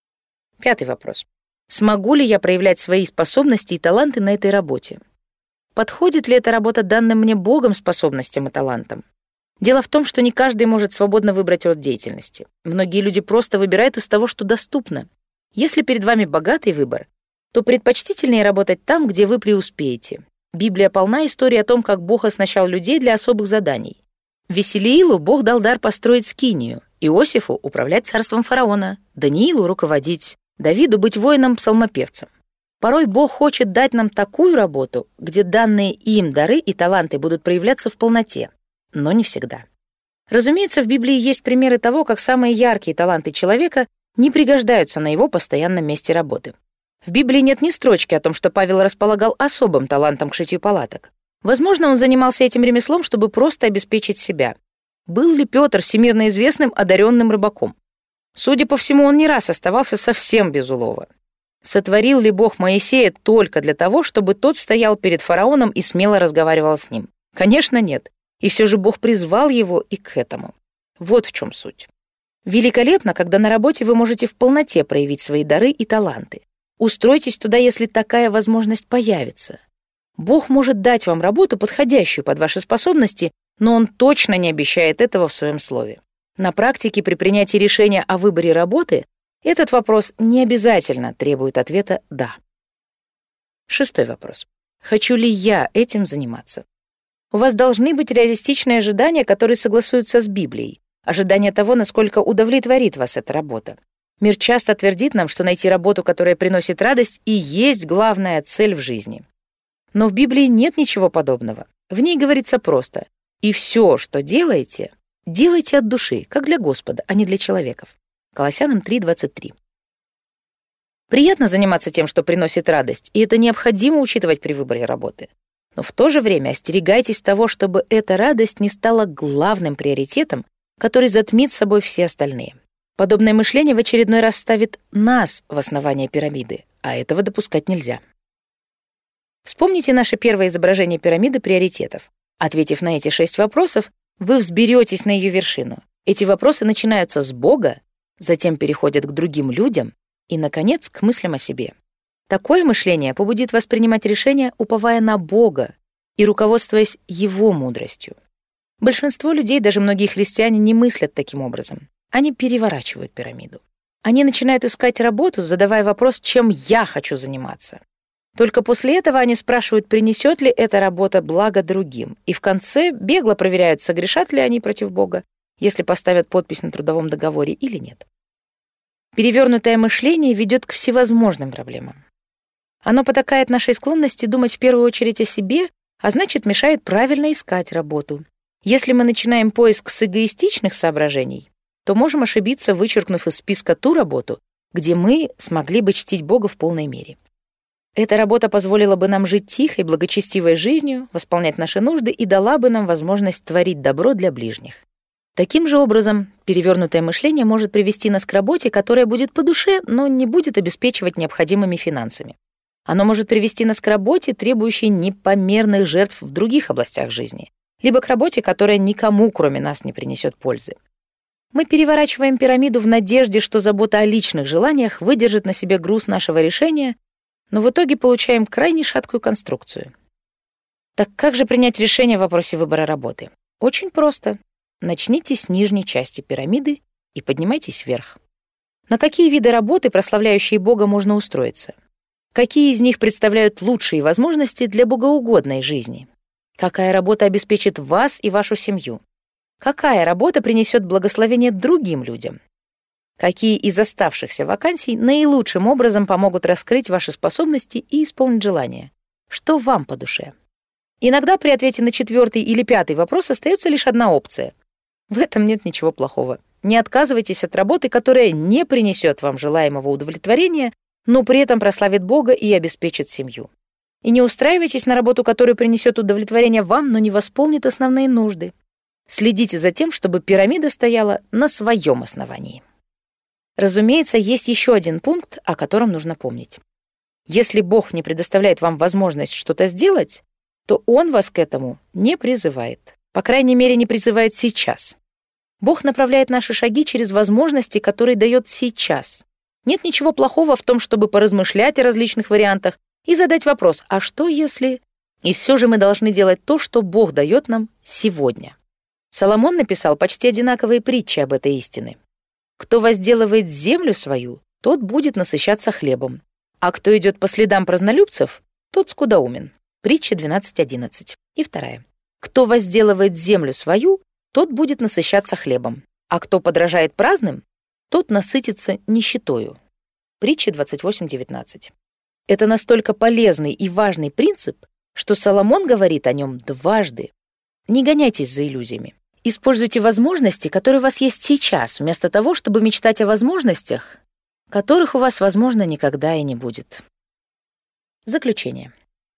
5 вопрос. Смогу ли я проявлять свои способности и таланты на этой работе? Подходит ли эта работа данным мне Богом способностям и талантам? Дело в том, что не каждый может свободно выбрать род деятельности. Многие люди просто выбирают из того, что доступно. Если перед вами богатый выбор, то предпочтительнее работать там, где вы преуспеете. Библия полна историй о том, как Бог оснащал людей для особых заданий. Веселиилу Бог дал дар построить скинию, Иосифу — управлять царством фараона, Даниилу — руководить, Давиду — быть воином-псалмопевцем. Порой Бог хочет дать нам такую работу, где данные им дары и таланты будут проявляться в полноте, но не всегда. Разумеется, в Библии есть примеры того, как самые яркие таланты человека не пригождаются на его постоянном месте работы. В Библии нет ни строчки о том, что Павел располагал особым талантом к шитью палаток. Возможно, он занимался этим ремеслом, чтобы просто обеспечить себя. Был ли Петр всемирно известным одаренным рыбаком? Судя по всему, он не раз оставался совсем без улова. Сотворил ли Бог Моисея только для того, чтобы тот стоял перед фараоном и смело разговаривал с ним? Конечно, нет. И все же Бог призвал его и к этому. Вот в чем суть. Великолепно, когда на работе вы можете в полноте проявить свои дары и таланты. Устройтесь туда, если такая возможность появится. Бог может дать вам работу, подходящую под ваши способности, но Он точно не обещает этого в своем слове. На практике при принятии решения о выборе работы этот вопрос не обязательно требует ответа «да». 6 вопрос. Хочу ли я этим заниматься? У вас должны быть реалистичные ожидания, которые согласуются с Библией, ожидания того, насколько удовлетворит вас эта работа. Мир часто твердит нам, что найти работу, которая приносит радость, и есть главная цель в жизни. Но в Библии нет ничего подобного. В ней говорится просто: «И все, что делаете, делайте от души, как для Господа, а не для человеков». Колоссянам 3:23. Приятно заниматься тем, что приносит радость, и это необходимо учитывать при выборе работы. Но в то же время остерегайтесь того, чтобы эта радость не стала главным приоритетом, который затмит собой все остальные. Подобное мышление в очередной раз ставит нас в основание пирамиды, а этого допускать нельзя. Вспомните наше первое изображение пирамиды приоритетов. Ответив на эти 6 вопросов, вы взберетесь на ее вершину. Эти вопросы начинаются с Бога, затем переходят к другим людям и, наконец, к мыслям о себе. Такое мышление побудит вас принимать решения, уповая на Бога и руководствуясь Его мудростью. Большинство людей, даже многие христиане, не мыслят таким образом. они переворачивают пирамиду. Они начинают искать работу, задавая вопрос, чем я хочу заниматься. Только после этого они спрашивают, принесет ли эта работа благо другим, и в конце бегло проверяют, согрешат ли они против Бога, если поставят подпись на трудовом договоре или нет. Перевернутое мышление ведет к всевозможным проблемам. Оно потакает нашей склонности думать в первую очередь о себе, а значит, мешает правильно искать работу. Если мы начинаем поиск с эгоистичных соображений, то можем ошибиться, вычеркнув из списка ту работу, где мы смогли бы чтить Бога в полной мере. Эта работа позволила бы нам жить тихой, благочестивой жизнью, восполнять наши нужды и дала бы нам возможность творить добро для ближних. Таким же образом, перевернутое мышление может привести нас к работе, которая будет по душе, но не будет обеспечивать необходимыми финансами. Оно может привести нас к работе, требующей непомерных жертв в других областях жизни, либо к работе, которая никому, кроме нас, не принесет пользы. Мы переворачиваем пирамиду в надежде, что забота о личных желаниях выдержит на себе груз нашего решения, но в итоге получаем крайне шаткую конструкцию. Так как же принять решение в вопросе выбора работы? Очень просто. Начните с нижней части пирамиды и поднимайтесь вверх. На какие виды работы, прославляющие Бога, можно устроиться? Какие из них представляют лучшие возможности для богоугодной жизни? Какая работа обеспечит вас и вашу семью? Какая работа принесет благословение другим людям? Какие из оставшихся вакансий наилучшим образом помогут раскрыть ваши способности и исполнить желания? Что вам по душе? Иногда при ответе на 4-й или 5-й вопрос остается лишь одна опция. В этом нет ничего плохого. Не отказывайтесь от работы, которая не принесет вам желаемого удовлетворения, но при этом прославит Бога и обеспечит семью. И не устраивайтесь на работу, которая принесет удовлетворение вам, но не восполнит основные нужды. Следите за тем, чтобы пирамида стояла на своем основании. Разумеется, есть еще один пункт, о котором нужно помнить. Если Бог не предоставляет вам возможность что-то сделать, то Он вас к этому не призывает. По крайней мере, не призывает сейчас. Бог направляет наши шаги через возможности, которые дает сейчас. Нет ничего плохого в том, чтобы поразмышлять о различных вариантах и задать вопрос, а что если... И все же мы должны делать то, что Бог дает нам сегодня. Соломон написал почти одинаковые притчи об этой истине. «Кто возделывает землю свою, тот будет насыщаться хлебом, а кто идет по следам празднолюбцев, тот скудоумен». Притча 12:11. И вторая. «Кто возделывает землю свою, тот будет насыщаться хлебом, а кто подражает праздным, тот насытится нищетою». Притча 28:19. Это настолько полезный и важный принцип, что Соломон говорит о нем дважды. Не гоняйтесь за иллюзиями. Используйте возможности, которые у вас есть сейчас, вместо того, чтобы мечтать о возможностях, которых у вас, возможно, никогда и не будет. Заключение.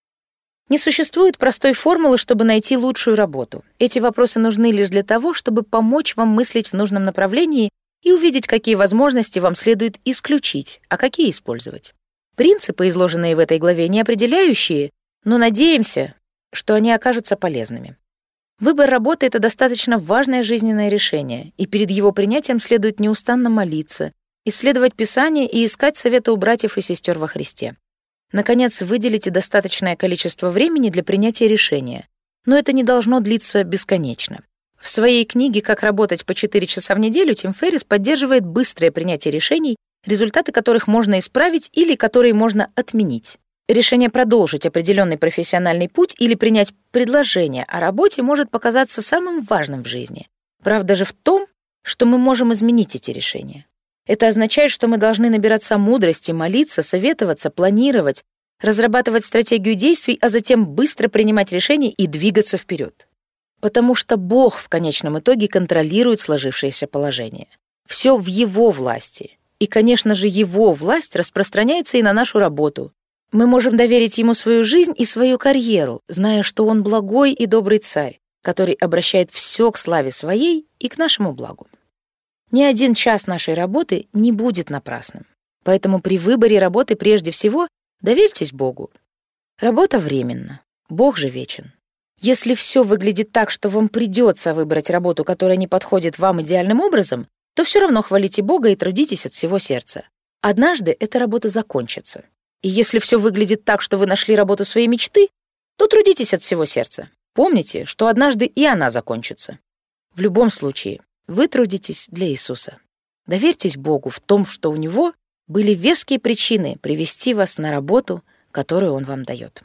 Не существует простой формулы, чтобы найти лучшую работу. Эти вопросы нужны лишь для того, чтобы помочь вам мыслить в нужном направлении и увидеть, какие возможности вам следует исключить, а какие использовать. Принципы, изложенные в этой главе, не определяющие, но надеемся, что они окажутся полезными. Выбор работы — это достаточно важное жизненное решение, и перед его принятием следует неустанно молиться, исследовать Писание и искать совета у братьев и сестер во Христе. Наконец, выделите достаточное количество времени для принятия решения, но это не должно длиться бесконечно. В своей книге «Как работать по 4 часа в неделю» Тим Феррис поддерживает быстрое принятие решений, результаты которых можно исправить или которые можно отменить. Решение продолжить определенный профессиональный путь или принять предложение о работе может показаться самым важным в жизни. Правда же в том, что мы можем изменить эти решения. Это означает, что мы должны набираться мудрости, молиться, советоваться, планировать, разрабатывать стратегию действий, а затем быстро принимать решения и двигаться вперед. Потому что Бог в конечном итоге контролирует сложившееся положение. Все в Его власти. И, конечно же, Его власть распространяется и на нашу работу. Мы можем доверить Ему свою жизнь и свою карьеру, зная, что Он благой и добрый царь, который обращает все к славе Своей и к нашему благу. Ни один час нашей работы не будет напрасным. Поэтому при выборе работы прежде всего доверьтесь Богу. Работа временна, Бог же вечен. Если все выглядит так, что вам придется выбрать работу, которая не подходит вам идеальным образом, то все равно хвалите Бога и трудитесь от всего сердца. Однажды эта работа закончится. И если все выглядит так, что вы нашли работу своей мечты, то трудитесь от всего сердца. Помните, что однажды и она закончится. В любом случае, Вы трудитесь для Иисуса. Доверьтесь Богу в том, что у Него были веские причины привести вас на работу, которую Он вам дает.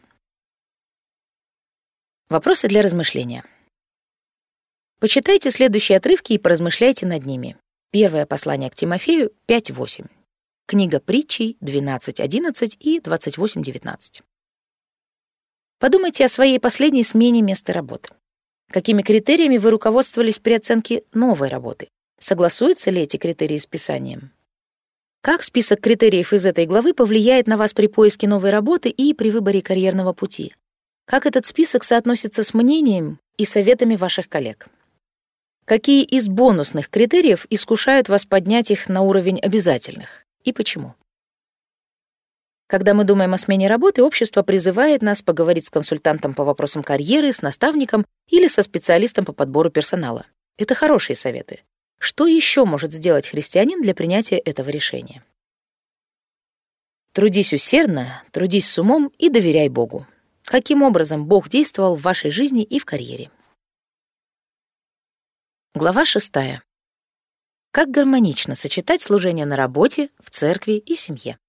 Вопросы для размышления. Почитайте следующие отрывки и поразмышляйте над ними. Первое послание к Тимофею 5:8. Книга Притчей 12:11 и 28:19. Подумайте о своей последней смене места работы. Какими критериями вы руководствовались при оценке новой работы? Согласуются ли эти критерии с Писанием? Как список критериев из этой главы повлияет на вас при поиске новой работы и при выборе карьерного пути? Как этот список соотносится с мнением и советами ваших коллег? Какие из бонусных критериев искушают вас поднять их на уровень обязательных? И почему? Когда мы думаем о смене работы, общество призывает нас поговорить с консультантом по вопросам карьеры, с наставником или со специалистом по подбору персонала. Это хорошие советы. Что еще может сделать христианин для принятия этого решения? Трудись усердно, трудись с умом и доверяй Богу. Каким образом Бог действовал в вашей жизни и в карьере? Глава 6. Как гармонично сочетать служение на работе, в церкви и семье.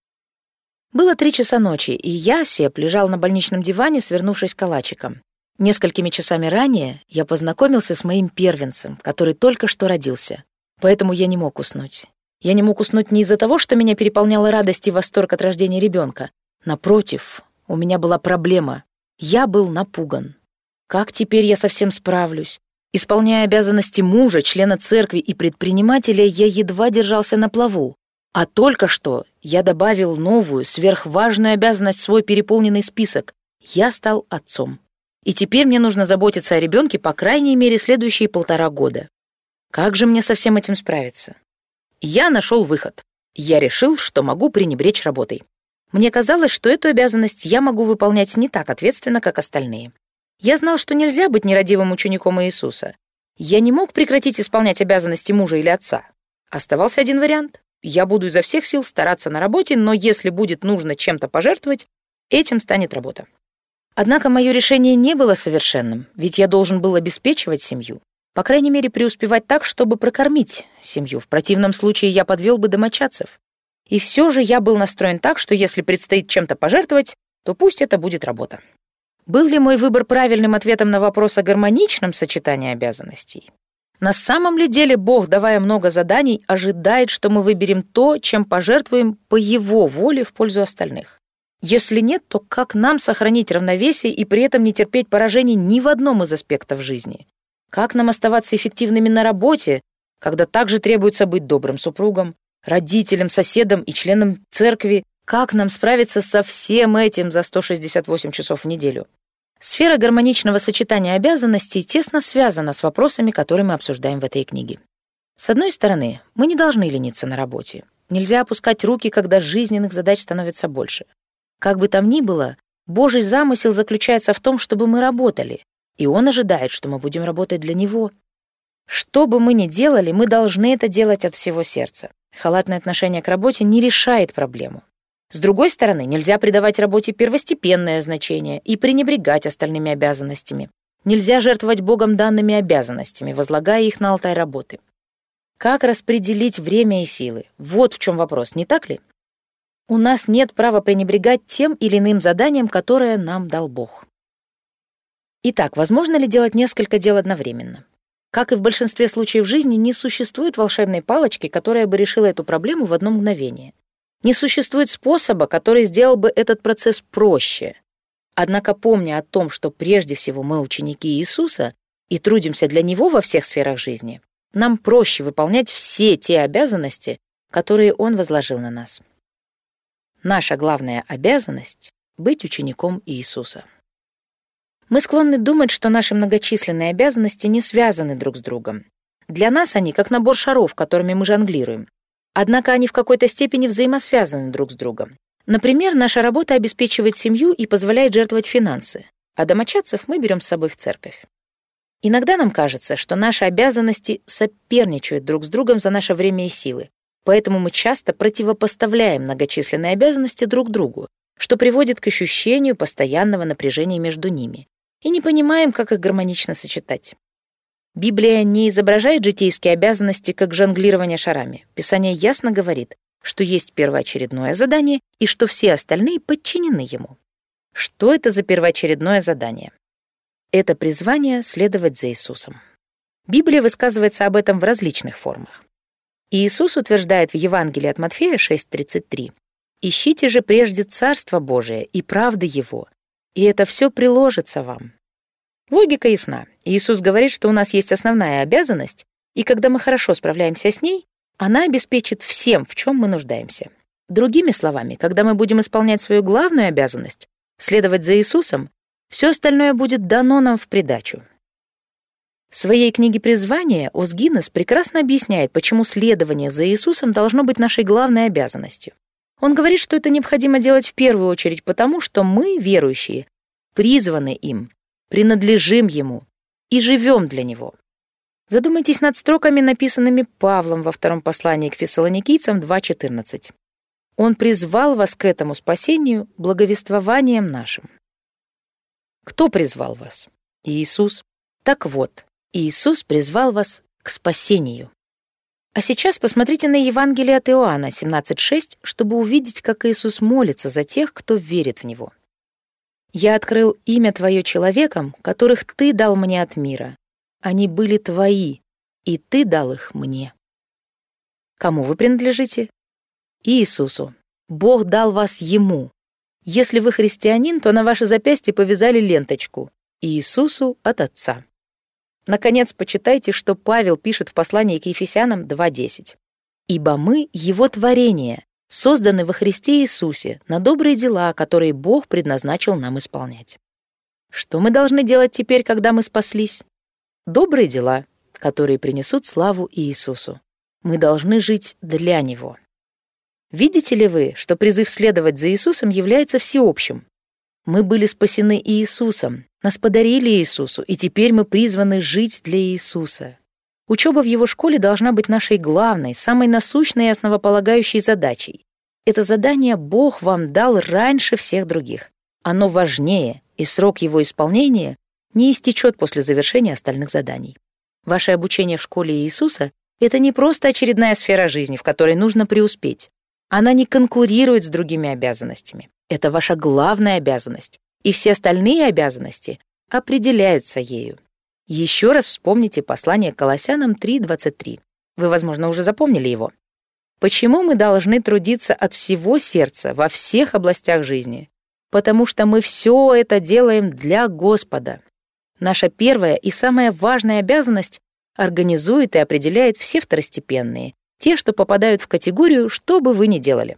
Было 3 часа ночи, и я, Сеп, лежал на больничном диване, свернувшись калачиком. Несколькими часами ранее я познакомился с моим первенцем, который только что родился. Поэтому я не мог уснуть. Я не мог уснуть не из-за того, что меня переполняла радость и восторг от рождения ребенка. Напротив, у меня была проблема. Я был напуган. Как теперь я совсем справлюсь? Исполняя обязанности мужа, члена церкви и предпринимателя, я едва держался на плаву. А только что я добавил новую, сверхважную обязанность в свой переполненный список. Я стал отцом. И теперь мне нужно заботиться о ребенке по крайней мере следующие 1,5 года. Как же мне со всем этим справиться? Я нашел выход. Я решил, что могу пренебречь работой. Мне казалось, что эту обязанность я могу выполнять не так ответственно, как остальные. Я знал, что нельзя быть нерадивым учеником Иисуса. Я не мог прекратить исполнять обязанности мужа или отца. Оставался один вариант. Я буду изо всех сил стараться на работе, но если будет нужно чем-то пожертвовать, этим станет работа. Однако мое решение не было совершенным, ведь я должен был обеспечивать семью. По крайней мере, преуспевать так, чтобы прокормить семью. В противном случае я подвел бы домочадцев. И все же я был настроен так, что если предстоит чем-то пожертвовать, то пусть это будет работа. Был ли мой выбор правильным ответом на вопрос о гармоничном сочетании обязанностей? На самом ли деле Бог, давая много заданий, ожидает, что мы выберем то, чем пожертвуем по Его воле в пользу остальных? Если нет, то как нам сохранить равновесие и при этом не терпеть поражений ни в одном из аспектов жизни? Как нам оставаться эффективными на работе, когда также требуется быть добрым супругом, родителем, соседом и членом церкви? Как нам справиться со всем этим за 168 часов в неделю? Сфера гармоничного сочетания обязанностей тесно связана с вопросами, которые мы обсуждаем в этой книге. С одной стороны, мы не должны лениться на работе. Нельзя опускать руки, когда жизненных задач становится больше. Как бы там ни было, Божий замысел заключается в том, чтобы мы работали, и Он ожидает, что мы будем работать для Него. Что бы мы ни делали, мы должны это делать от всего сердца. Халатное отношение к работе не решает проблему. С другой стороны, нельзя придавать работе первостепенное значение и пренебрегать остальными обязанностями. Нельзя жертвовать Богом данными обязанностями, возлагая их на алтарь работы. Как распределить время и силы? Вот в чем вопрос, не так ли? У нас нет права пренебрегать тем или иным заданием, которое нам дал Бог. Итак, возможно ли делать несколько дел одновременно? Как и в большинстве случаев жизни, не существует волшебной палочки, которая бы решила эту проблему в одно мгновение. Не существует способа, который сделал бы этот процесс проще. Однако, помня о том, что прежде всего мы ученики Иисуса и трудимся для Него во всех сферах жизни, нам проще выполнять все те обязанности, которые Он возложил на нас. Наша главная обязанность — быть учеником Иисуса. Мы склонны думать, что наши многочисленные обязанности не связаны друг с другом. Для нас они как набор шаров, которыми мы жонглируем. Однако они в какой-то степени взаимосвязаны друг с другом. Например, наша работа обеспечивает семью и позволяет жертвовать финансы, а домочадцев мы берем с собой в церковь. Иногда нам кажется, что наши обязанности соперничают друг с другом за наше время и силы, поэтому мы часто противопоставляем многочисленные обязанности друг другу, что приводит к ощущению постоянного напряжения между ними, и не понимаем, как их гармонично сочетать. Библия не изображает житейские обязанности как жонглирование шарами. Писание ясно говорит, что есть первоочередное задание и что все остальные подчинены ему. Что это за первоочередное задание? Это призвание следовать за Иисусом. Библия высказывается об этом в различных формах. Иисус утверждает в Евангелии от Матфея 6:33: «Ищите же прежде Царство Божие и правды Его, и это все приложится вам». Логика ясна. Иисус говорит, что у нас есть основная обязанность, и когда мы хорошо справляемся с ней, она обеспечит всем, в чем мы нуждаемся. Другими словами, когда мы будем исполнять свою главную обязанность, следовать за Иисусом, все остальное будет дано нам в придачу. В своей книге «Призвание» Ос Гиннес прекрасно объясняет, почему следование за Иисусом должно быть нашей главной обязанностью. Он говорит, что это необходимо делать в первую очередь потому, что мы, верующие, призваны им, принадлежим Ему и живем для Него. Задумайтесь над строками, написанными Павлом во втором послании к Фессалоникийцам 2:14. «Он призвал вас к этому спасению благовествованием нашим». Кто призвал вас? Иисус. Так вот, Иисус призвал вас к спасению. А сейчас посмотрите на Евангелие от Иоанна 17:6, чтобы увидеть, как Иисус молится за тех, кто верит в Него. «Я открыл имя Твое человекам, которых Ты дал мне от мира. Они были Твои, и Ты дал их мне». Кому вы принадлежите? Иисусу. Бог дал вас Ему. Если вы христианин, то на ваше запястье повязали ленточку «Иисусу от Отца». Наконец, почитайте, что Павел пишет в послании к Ефесянам 2:10. «Ибо мы Его творение, созданы во Христе Иисусе на добрые дела, которые Бог предназначил нам исполнять». Что мы должны делать теперь, когда мы спаслись? Добрые дела, которые принесут славу Иисусу. Мы должны жить для Него. Видите ли вы, что призыв следовать за Иисусом является всеобщим? Мы были спасены Иисусом, нас подарили Иисусу, и теперь мы призваны жить для Иисуса. Учеба в Его школе должна быть нашей главной, самой насущной и основополагающей задачей. Это задание Бог вам дал раньше всех других. Оно важнее, и срок его исполнения не истечет после завершения остальных заданий. Ваше обучение в школе Иисуса — это не просто очередная сфера жизни, в которой нужно преуспеть. Она не конкурирует с другими обязанностями. Это ваша главная обязанность, и все остальные обязанности определяются ею. Еще раз вспомните послание к Колоссянам 3:23. Вы, возможно, уже запомнили его. Почему мы должны трудиться от всего сердца во всех областях жизни? Потому что мы все это делаем для Господа. Наша первая и самая важная обязанность организует и определяет все второстепенные, те, что попадают в категорию «что бы вы ни делали».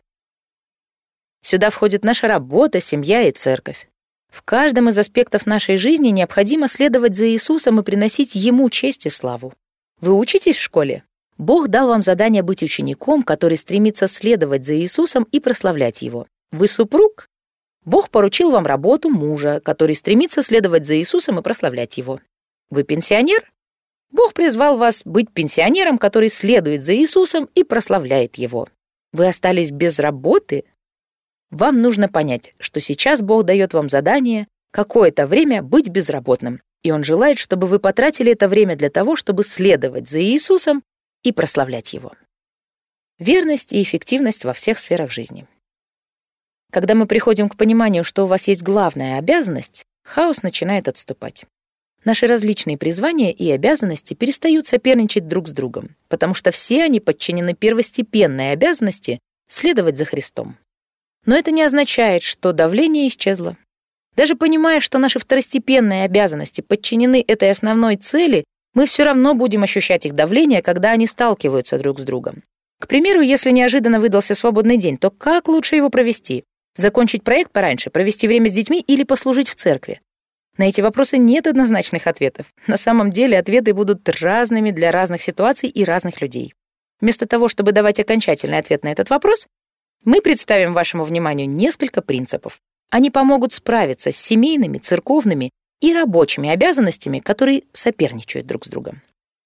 Сюда входит наша работа, семья и церковь. В каждом из аспектов нашей жизни необходимо следовать за Иисусом и приносить Ему честь и славу. Вы учитесь в школе? Бог дал вам задание быть учеником, который стремится следовать за Иисусом и прославлять Его. Вы супруг? Бог поручил вам работу мужа, который стремится следовать за Иисусом и прославлять Его. Вы пенсионер? Бог призвал вас быть пенсионером, который следует за Иисусом и прославляет Его. Вы остались без работы? Вам нужно понять, что сейчас Бог дает вам задание какое-то время быть безработным, и Он желает, чтобы вы потратили это время для того, чтобы следовать за Иисусом и прославлять Его. Верность и эффективность во всех сферах жизни. Когда мы приходим к пониманию, что у вас есть главная обязанность, хаос начинает отступать. Наши различные призвания и обязанности перестают соперничать друг с другом, потому что все они подчинены первостепенной обязанности следовать за Христом. Но это не означает, что давление исчезло. Даже понимая, что наши второстепенные обязанности подчинены этой основной цели, мы все равно будем ощущать их давление, когда они сталкиваются друг с другом. К примеру, если неожиданно выдался свободный день, то как лучше его провести? Закончить проект пораньше, провести время с детьми или послужить в церкви? На эти вопросы нет однозначных ответов. На самом деле ответы будут разными для разных ситуаций и разных людей. Вместо того, чтобы давать окончательный ответ на этот вопрос, мы представим вашему вниманию несколько принципов. Они помогут справиться с семейными, церковными и рабочими обязанностями, которые соперничают друг с другом.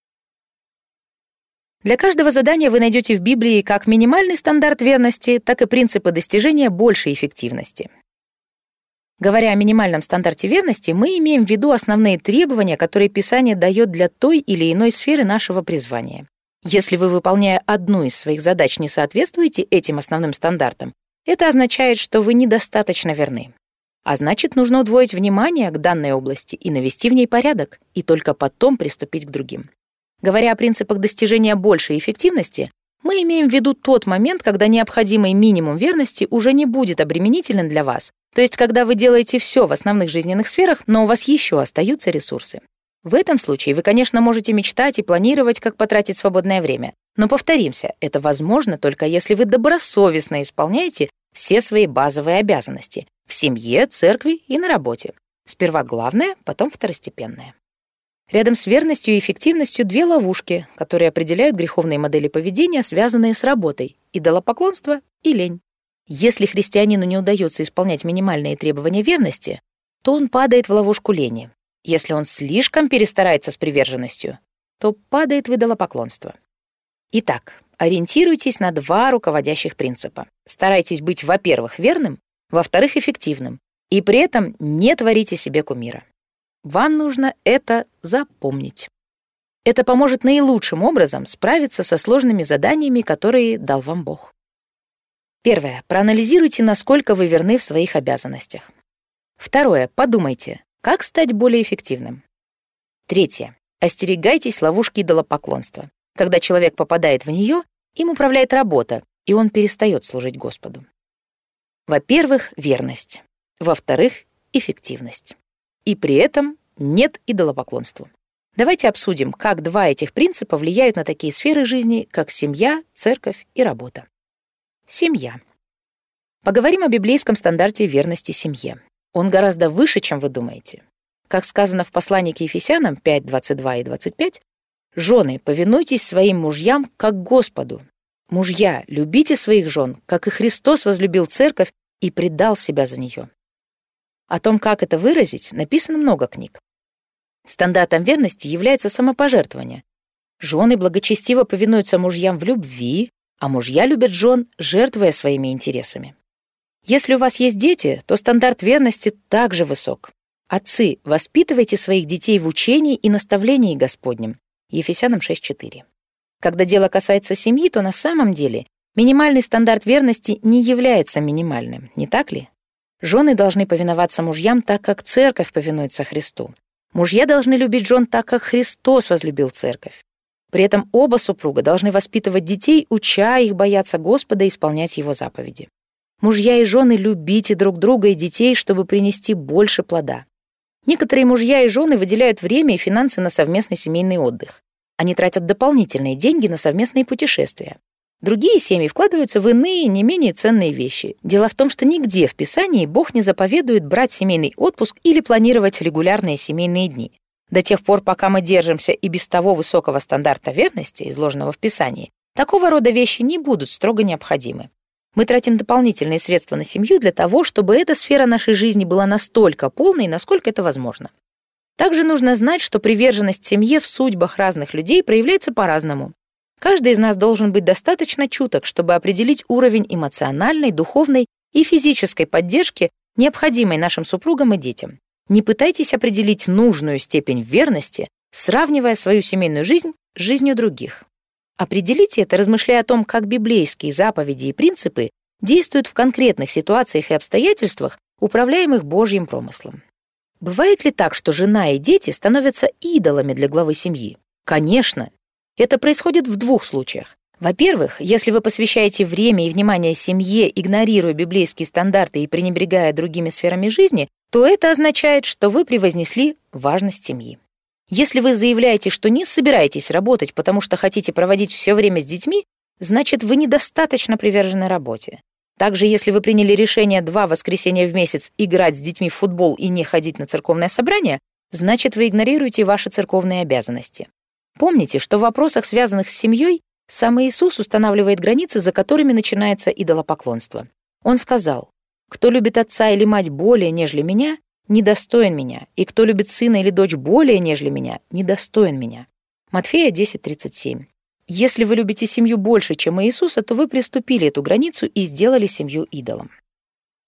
Для каждого задания вы найдете в Библии как минимальный стандарт верности, так и принципы достижения большей эффективности. Говоря о минимальном стандарте верности, мы имеем в виду основные требования, которые Писание дает для той или иной сферы нашего призвания. Если вы, выполняя одну из своих задач, не соответствуете этим основным стандартам, это означает, что вы недостаточно верны. А значит, нужно удвоить внимание к данной области и навести в ней порядок, и только потом приступить к другим. Говоря о принципах достижения большей эффективности, мы имеем в виду тот момент, когда необходимый минимум верности уже не будет обременителен для вас, то есть когда вы делаете все в основных жизненных сферах, но у вас еще остаются ресурсы. В этом случае вы, конечно, можете мечтать и планировать, как потратить свободное время. Но повторимся, это возможно только если вы добросовестно исполняете все свои базовые обязанности в семье, церкви и на работе. Сперва главное, потом второстепенное. Рядом с верностью и эффективностью две ловушки, которые определяют греховные модели поведения, связанные с работой: идолопоклонство и лень. Если христианину не удается исполнять минимальные требования верности, то он падает в ловушку лени. Если он слишком перестарается с приверженностью, то падает в идолопоклонство. Итак, ориентируйтесь на два руководящих принципа. Старайтесь быть, во-первых, верным, во-вторых, эффективным, и при этом не творите себе кумира. Вам нужно это запомнить. Это поможет наилучшим образом справиться со сложными заданиями, которые дал вам Бог. Первое. Проанализируйте, насколько вы верны в своих обязанностях. Второе. Подумайте, как стать более эффективным. Третье. Остерегайтесь ловушки идолопоклонства. Когда человек попадает в нее, им управляет работа, и он перестает служить Господу. Во-первых, верность. Во-вторых, эффективность. И при этом нет идолопоклонству. Давайте обсудим, как два этих принципа влияют на такие сферы жизни, как семья, церковь и работа. Семья. Поговорим о библейском стандарте верности семье. Он гораздо выше, чем вы думаете. Как сказано в послании к Ефесянам 5, 22 и 25, «Жены, повинуйтесь своим мужьям, как Господу. Мужья, любите своих жен, как и Христос возлюбил церковь и предал себя за нее». О том, как это выразить, написано много книг. Стандартом верности является самопожертвование. Жены благочестиво повинуются мужьям в любви, а мужья любят жен, жертвуя своими интересами. Если у вас есть дети, то стандарт верности также высок. Отцы, воспитывайте своих детей в учении и наставлении Господнем. Ефесянам 6:4. Когда дело касается семьи, то на самом деле минимальный стандарт верности не является минимальным, не так ли? Жены должны повиноваться мужьям так, как церковь повинуется Христу. Мужья должны любить жен так, как Христос возлюбил церковь. При этом оба супруга должны воспитывать детей, уча их бояться Господа и исполнять Его заповеди. Мужья и жены, любите друг друга и детей, чтобы принести больше плода. Некоторые мужья и жены выделяют время и финансы на совместный семейный отдых. Они тратят дополнительные деньги на совместные путешествия. Другие семьи вкладываются в иные, не менее ценные вещи. Дело в том, что нигде в Писании Бог не заповедует брать семейный отпуск или планировать регулярные семейные дни. До тех пор, пока мы держимся и без того высокого стандарта верности, изложенного в Писании, такого рода вещи не будут строго необходимы. Мы тратим дополнительные средства на семью для того, чтобы эта сфера нашей жизни была настолько полной, насколько это возможно. Также нужно знать, что приверженность семье в судьбах разных людей проявляется по-разному. Каждый из нас должен быть достаточно чуток, чтобы определить уровень эмоциональной, духовной и физической поддержки, необходимой нашим супругам и детям. Не пытайтесь определить нужную степень верности, сравнивая свою семейную жизнь с жизнью других. Определите это, размышляя о том, как библейские заповеди и принципы действуют в конкретных ситуациях и обстоятельствах, управляемых Божьим промыслом. Бывает ли так, что жена и дети становятся идолами для главы семьи? Конечно. Это происходит в двух случаях. Во-первых, если вы посвящаете время и внимание семье, игнорируя библейские стандарты и пренебрегая другими сферами жизни, то это означает, что вы превознесли важность семьи. Если вы заявляете, что не собираетесь работать, потому что хотите проводить все время с детьми, значит, вы недостаточно привержены работе. Также, если вы приняли решение 2 воскресенья в месяц играть с детьми в футбол и не ходить на церковное собрание, значит, вы игнорируете ваши церковные обязанности. Помните, что в вопросах, связанных с семьей, сам Иисус устанавливает границы, за которыми начинается идолопоклонство. Он сказал: «Кто любит отца или мать более, нежели меня, недостоин меня, и кто любит сына или дочь более, нежели меня, недостоин меня». Матфея 10:37. Если вы любите семью больше, чем Иисуса, то вы приступили эту границу и сделали семью идолом.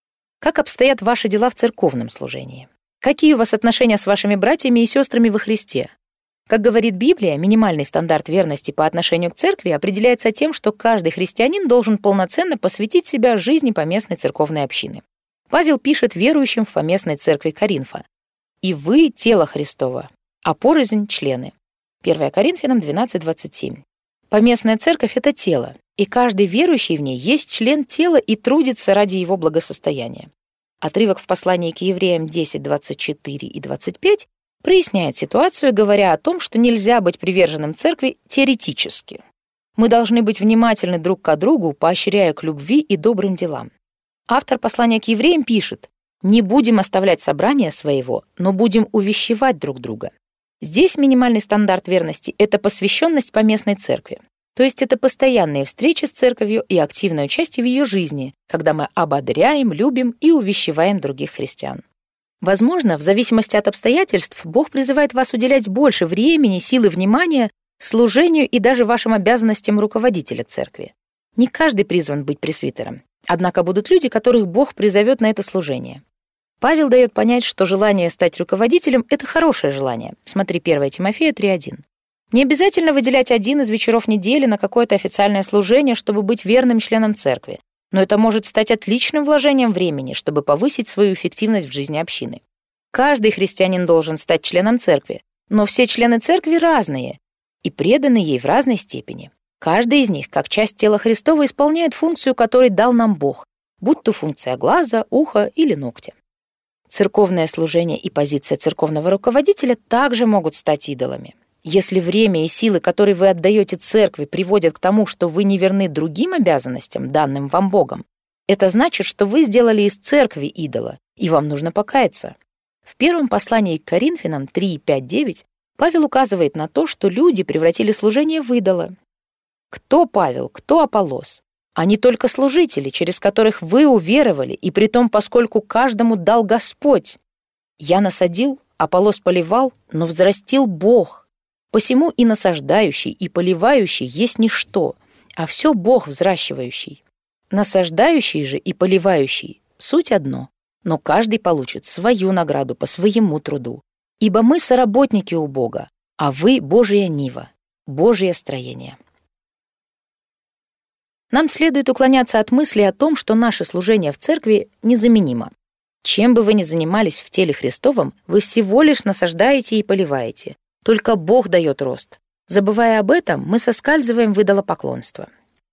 Как обстоят ваши дела в церковном служении? Какие у вас отношения с вашими братьями и сестрами во Христе? Как говорит Библия, минимальный стандарт верности по отношению к церкви определяется тем, что каждый христианин должен полноценно посвятить себя жизни поместной церковной общины. Павел пишет верующим в поместной церкви Коринфа: «И вы — тело Христово, а порознь — члены». 1 Коринфянам 12:27. Поместная церковь — это тело, и каждый верующий в ней есть член тела и трудится ради его благосостояния. Отрывок в послании к евреям 10:24 и 25 проясняет ситуацию, говоря о том, что нельзя быть приверженным церкви теоретически. Мы должны быть внимательны друг к другу, поощряя к любви и добрым делам. Автор послания к евреям пишет: «Не будем оставлять собрания своего, но будем увещевать друг друга». Здесь минимальный стандарт верности — это посвященность поместной церкви. То есть это постоянные встречи с церковью и активное участие в ее жизни, когда мы ободряем, любим и увещеваем других христиан. Возможно, в зависимости от обстоятельств, Бог призывает вас уделять больше времени, сил и внимания служению и даже вашим обязанностям руководителя церкви. Не каждый призван быть пресвитером, однако будут люди, которых Бог призовет на это служение. Павел дает понять, что желание стать руководителем — это хорошее желание. Смотри 1 Тимофея 3:1. Не обязательно выделять один из вечеров недели на какое-то официальное служение, чтобы быть верным членом церкви. Но это может стать отличным вложением времени, чтобы повысить свою эффективность в жизни общины. Каждый христианин должен стать членом церкви, но все члены церкви разные и преданы ей в разной степени. Каждый из них, как часть тела Христова, исполняет функцию, которую дал нам Бог, будь то функция глаза, уха или ногтя. Церковное служение и позиция церковного руководителя также могут стать идолами. Если время и силы, которые вы отдаете церкви, приводят к тому, что вы не верны другим обязанностям, данным вам Богом, это значит, что вы сделали из церкви идола, и вам нужно покаяться. В первом послании к Коринфянам 3:5-9 Павел указывает на то, что люди превратили служение в идола. Кто Павел, кто Аполлос? Они только служители, через которых вы уверовали, и притом поскольку каждому дал Господь. Я насадил, Аполлос поливал, но взрастил Бог. Посему и насаждающий, и поливающий есть ничто, а все Бог взращивающий. Насаждающий же и поливающий — суть одно, но каждый получит свою награду по своему труду. Ибо мы соработники у Бога, а вы — Божья нива, Божье строение. Нам следует уклоняться от мысли о том, что наше служение в церкви незаменимо. Чем бы вы ни занимались в теле Христовом, вы всего лишь насаждаете и поливаете. Только Бог дает рост. Забывая об этом, мы соскальзываем в идолопоклонство.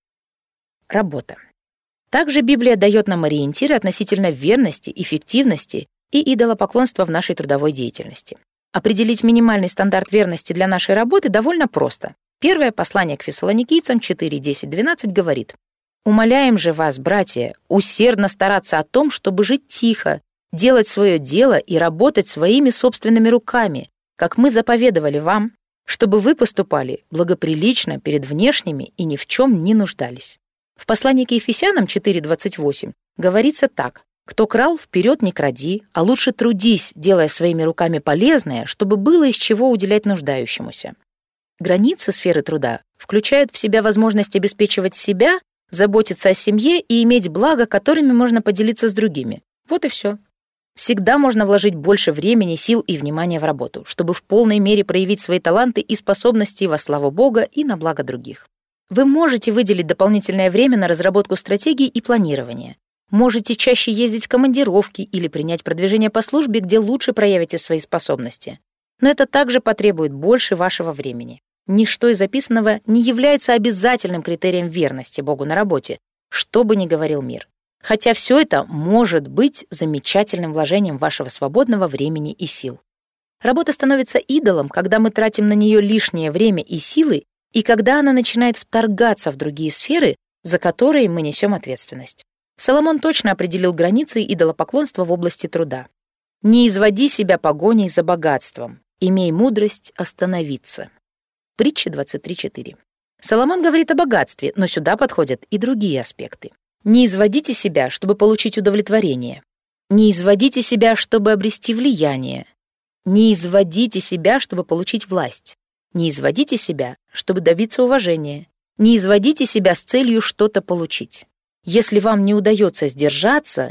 Работа. Также Библия дает нам ориентиры относительно верности, эффективности и идолопоклонства в нашей трудовой деятельности. Определить минимальный стандарт верности для нашей работы довольно просто. Первое послание к Фессалоникийцам 4:10-12 говорит: «Умоляем же вас, братья, усердно стараться о том, чтобы жить тихо, делать свое дело и работать своими собственными руками, как мы заповедовали вам, чтобы вы поступали благоприлично перед внешними и ни в чем не нуждались». В послании к Ефесянам 4:28 говорится так: «Кто крал, вперед не кради, а лучше трудись, делая своими руками полезное, чтобы было из чего уделять нуждающемуся». Границы сферы труда включают в себя возможность обеспечивать себя, заботиться о семье и иметь блага, которыми можно поделиться с другими. Вот и все. Всегда можно вложить больше времени, сил и внимания в работу, чтобы в полной мере проявить свои таланты и способности во славу Бога и на благо других. Вы можете выделить дополнительное время на разработку стратегий и планирование. Можете чаще ездить в командировки или принять продвижение по службе, где лучше проявите свои способности. Но это также потребует больше вашего времени. Ничто из записанного не является обязательным критерием верности Богу на работе, что бы ни говорил мир. Хотя все это может быть замечательным вложением вашего свободного времени и сил. Работа становится идолом, когда мы тратим на нее лишнее время и силы, и когда она начинает вторгаться в другие сферы, за которые мы несем ответственность. Соломон точно определил границы идолопоклонства в области труда. «Не изводи себя погоней за богатством, имей мудрость остановиться». Притча 23:4. Соломон говорит о богатстве, но сюда подходят и другие аспекты. Не изводите себя, чтобы получить удовлетворение. Не изводите себя, чтобы обрести влияние. Не изводите себя, чтобы получить власть. Не изводите себя, чтобы добиться уважения. Не изводите себя с целью что-то получить. Если вам не удается сдержаться,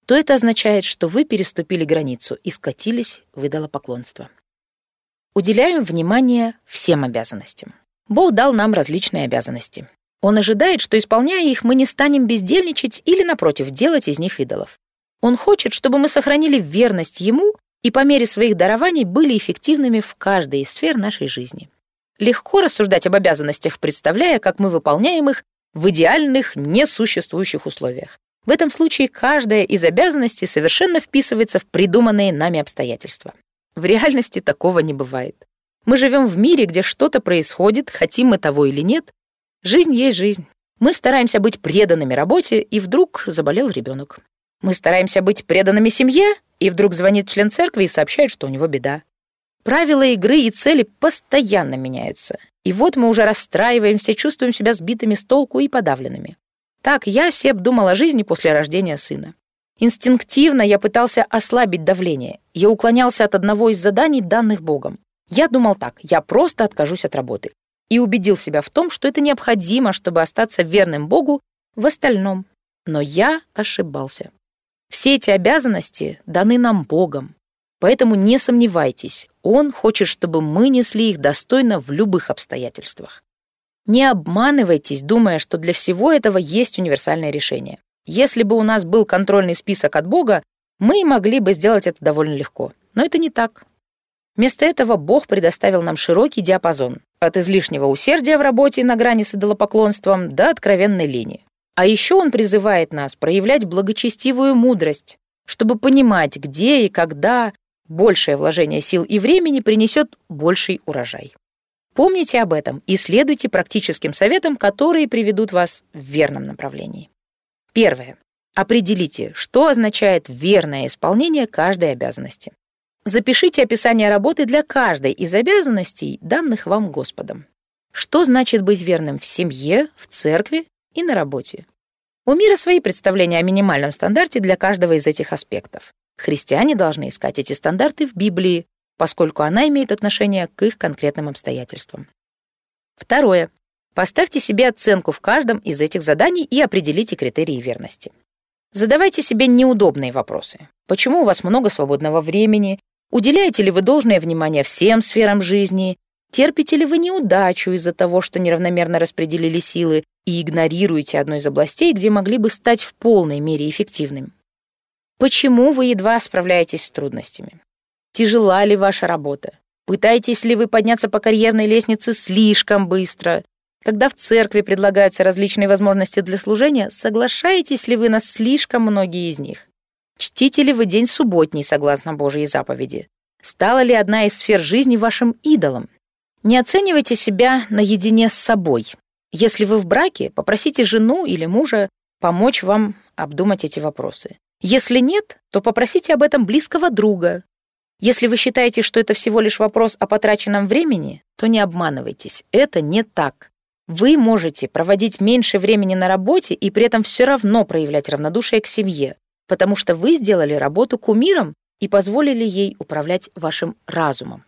то это означает, что вы переступили границу и скатились в идолопоклонство. Уделяем внимание всем обязанностям. Бог дал нам различные обязанности. Он ожидает, что, исполняя их, мы не станем бездельничать или, напротив, делать из них идолов. Он хочет, чтобы мы сохранили верность Ему и по мере своих дарований были эффективными в каждой из сфер нашей жизни. Легко рассуждать об обязанностях, представляя, как мы выполняем их в идеальных, несуществующих условиях. В этом случае каждая из обязанностей совершенно вписывается в придуманные нами обстоятельства. В реальности такого не бывает. Мы живем в мире, где что-то происходит, хотим мы того или нет. Жизнь есть жизнь. Мы стараемся быть преданными работе, и вдруг заболел ребенок. Мы стараемся быть преданными семье, и вдруг звонит член церкви и сообщает, что у него беда. Правила игры и цели постоянно меняются. И вот мы уже расстраиваемся, чувствуем себя сбитыми с толку и подавленными. Так я, Себ, думал о жизни после рождения сына. Инстинктивно я пытался ослабить давление. Я уклонялся от одного из заданий, данных Богом. Я думал так: я просто откажусь от работы. И убедил себя в том, что это необходимо, чтобы остаться верным Богу в остальном. Но я ошибался. Все эти обязанности даны нам Богом. Поэтому не сомневайтесь, Он хочет, чтобы мы несли их достойно в любых обстоятельствах. Не обманывайтесь, думая, что для всего этого есть универсальное решение. Если бы у нас был контрольный список от Бога, мы могли бы сделать это довольно легко. Но это не так. Вместо этого Бог предоставил нам широкий диапазон. От излишнего усердия в работе на грани с идолопоклонством до откровенной лени. А еще Он призывает нас проявлять благочестивую мудрость, чтобы понимать, где и когда большее вложение сил и времени принесет больший урожай. Помните об этом и следуйте практическим советам, которые приведут вас в верном направлении. Первое. Определите, что означает верное исполнение каждой обязанности. Запишите описание работы для каждой из обязанностей, данных вам Господом. Что значит быть верным в семье, в церкви и на работе? У мира свои представления о минимальном стандарте для каждого из этих аспектов. Христиане должны искать эти стандарты в Библии, поскольку она имеет отношение к их конкретным обстоятельствам. Второе. Поставьте себе оценку в каждом из этих заданий и определите критерии верности. Задавайте себе неудобные вопросы. Почему у вас много свободного времени? Уделяете ли вы должное внимание всем сферам жизни? Терпите ли вы неудачу из-за того, что неравномерно распределили силы и игнорируете одну из областей, где могли бы стать в полной мере эффективными? Почему вы едва справляетесь с трудностями? Тяжела ли ваша работа? Пытаетесь ли вы подняться по карьерной лестнице слишком быстро? Когда в церкви предлагаются различные возможности для служения, соглашаетесь ли вы на слишком многие из них? Чтите ли вы день субботний согласно Божьей заповеди? Стала ли одна из сфер жизни вашим идолом? Не оценивайте себя наедине с собой. Если вы в браке, попросите жену или мужа помочь вам обдумать эти вопросы. Если нет, то попросите об этом близкого друга. Если вы считаете, что это всего лишь вопрос о потраченном времени, то не обманывайтесь, это не так. Вы можете проводить меньше времени на работе и при этом все равно проявлять равнодушие к семье, потому что вы сделали работу кумиром и позволили ей управлять вашим разумом.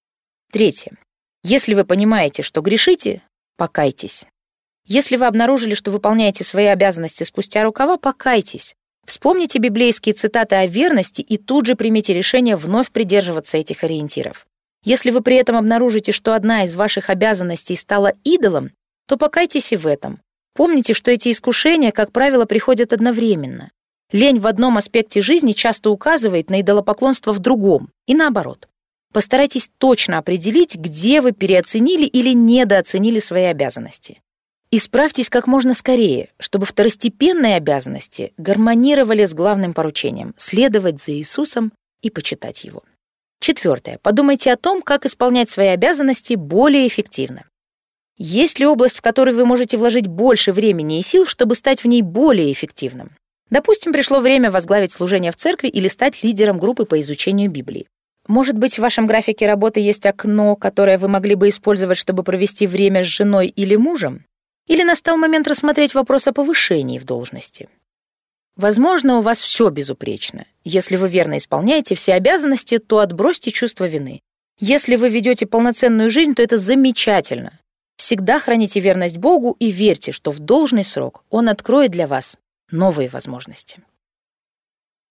Третье. Если вы понимаете, что грешите, покайтесь. Если вы обнаружили, что выполняете свои обязанности спустя рукава, покайтесь. Вспомните библейские цитаты о верности и тут же примите решение вновь придерживаться этих ориентиров. Если вы при этом обнаружите, что одна из ваших обязанностей стала идолом, то покайтесь и в этом. Помните, что эти искушения, как правило, приходят одновременно. Лень в одном аспекте жизни часто указывает на идолопоклонство в другом, и наоборот. Постарайтесь точно определить, где вы переоценили или недооценили свои обязанности. Исправьтесь как можно скорее, чтобы второстепенные обязанности гармонировали с главным поручением — следовать за Иисусом и почитать Его. Четвертое. Подумайте о том, как исполнять свои обязанности более эффективно. Есть ли область, в которой вы можете вложить больше времени и сил, чтобы стать в ней более эффективным? Допустим, пришло время возглавить служение в церкви или стать лидером группы по изучению Библии. Может быть, в вашем графике работы есть окно, которое вы могли бы использовать, чтобы провести время с женой или мужем? Или настал момент рассмотреть вопрос о повышении в должности? Возможно, у вас все безупречно. Если вы верно исполняете все обязанности, то отбросьте чувство вины. Если вы ведете полноценную жизнь, то это замечательно. Всегда храните верность Богу и верьте, что в должный срок Он откроет для вас новые возможности.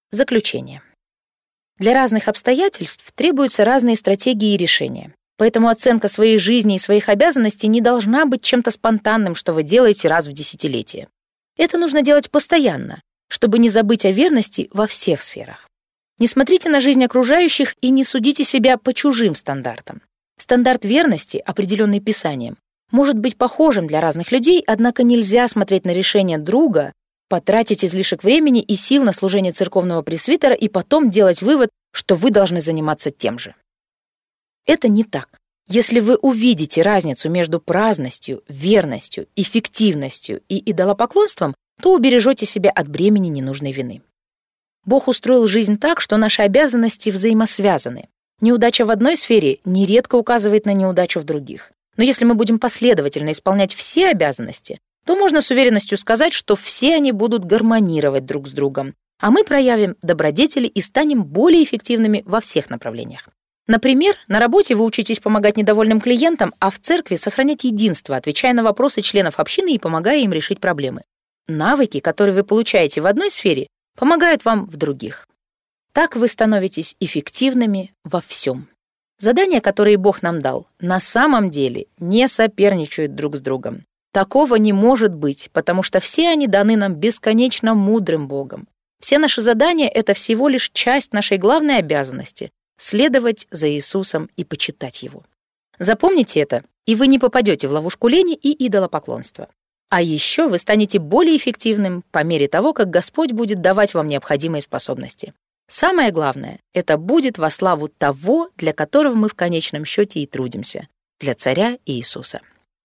Заключение. Для разных обстоятельств требуются разные стратегии и решения. Поэтому оценка своей жизни и своих обязанностей не должна быть чем-то спонтанным, что вы делаете раз в десятилетие. Это нужно делать постоянно, чтобы не забыть о верности во всех сферах. Не смотрите на жизнь окружающих и не судите себя по чужим стандартам. Стандарт верности, определенный Писанием, может быть похожим для разных людей, однако нельзя смотреть на решение друга, потратить излишек времени и сил на служение церковного пресвитера и потом делать вывод, что вы должны заниматься тем же. Это не так. Если вы увидите разницу между праздностью, верностью, эффективностью и идолопоклонством, то убережете себя от бремени ненужной вины. Бог устроил жизнь так, что наши обязанности взаимосвязаны. Неудача в одной сфере нередко указывает на неудачу в других. Но если мы будем последовательно исполнять все обязанности, то можно с уверенностью сказать, что все они будут гармонировать друг с другом, а мы проявим добродетели и станем более эффективными во всех направлениях. Например, на работе вы учитесь помогать недовольным клиентам, а в церкви сохранять единство, отвечая на вопросы членов общины и помогая им решить проблемы. Навыки, которые вы получаете в одной сфере, помогают вам в других. Так вы становитесь эффективными во всем. Задания, которые Бог нам дал, на самом деле не соперничают друг с другом. Такого не может быть, потому что все они даны нам бесконечно мудрым Богом. Все наши задания — это всего лишь часть нашей главной обязанности — следовать за Иисусом и почитать Его. Запомните это, и вы не попадете в ловушку лени и идолопоклонства. А еще вы станете более эффективным по мере того, как Господь будет давать вам необходимые способности. Самое главное — это будет во славу того, для которого мы в конечном счете и трудимся, для Царя Иисуса.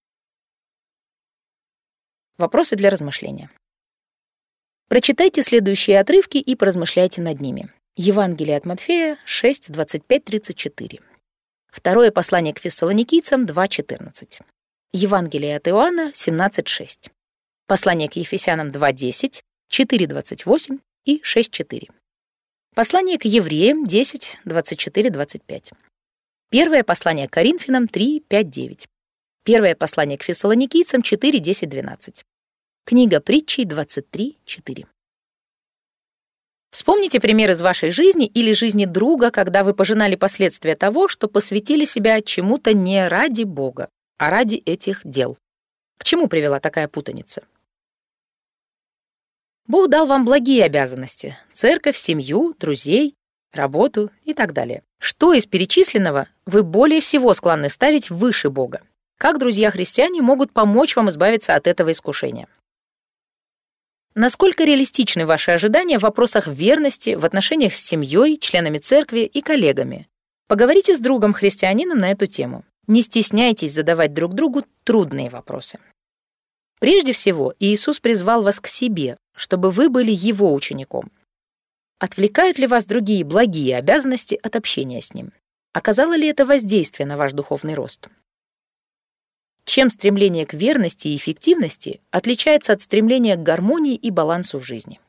Вопросы для размышления. Прочитайте следующие отрывки и поразмышляйте над ними. Евангелие от Матфея 6, 25-34. Второе послание к Фессалоникийцам 2:14. Евангелие от Иоанна 17:6. Послание к Ефесянам 2:10, 4:28 и 6:4. Послание к Евреям 10, 24-25. Первое послание к Коринфянам 3:5-9. Первое послание к Фессалоникийцам 4:10-12. Книга Притчей 23:4. Вспомните пример из вашей жизни или жизни друга, когда вы пожинали последствия того, что посвятили себя чему-то не ради Бога, а ради этих дел. К чему привела такая путаница? Бог дал вам благие обязанности — церковь, семью, друзей, работу и так далее. Что из перечисленного вы более всего склонны ставить выше Бога? Как друзья-христиане могут помочь вам избавиться от этого искушения? Насколько реалистичны ваши ожидания в вопросах верности в отношениях с семьей, членами церкви и коллегами? Поговорите с другом-христианином на эту тему. Не стесняйтесь задавать друг другу трудные вопросы. Прежде всего, Иисус призвал вас к себе, чтобы вы были Его учеником. Отвлекают ли вас другие благие обязанности от общения с Ним? Оказало ли это воздействие на ваш духовный рост? Чем стремление к верности и эффективности отличается от стремления к гармонии и балансу в жизни?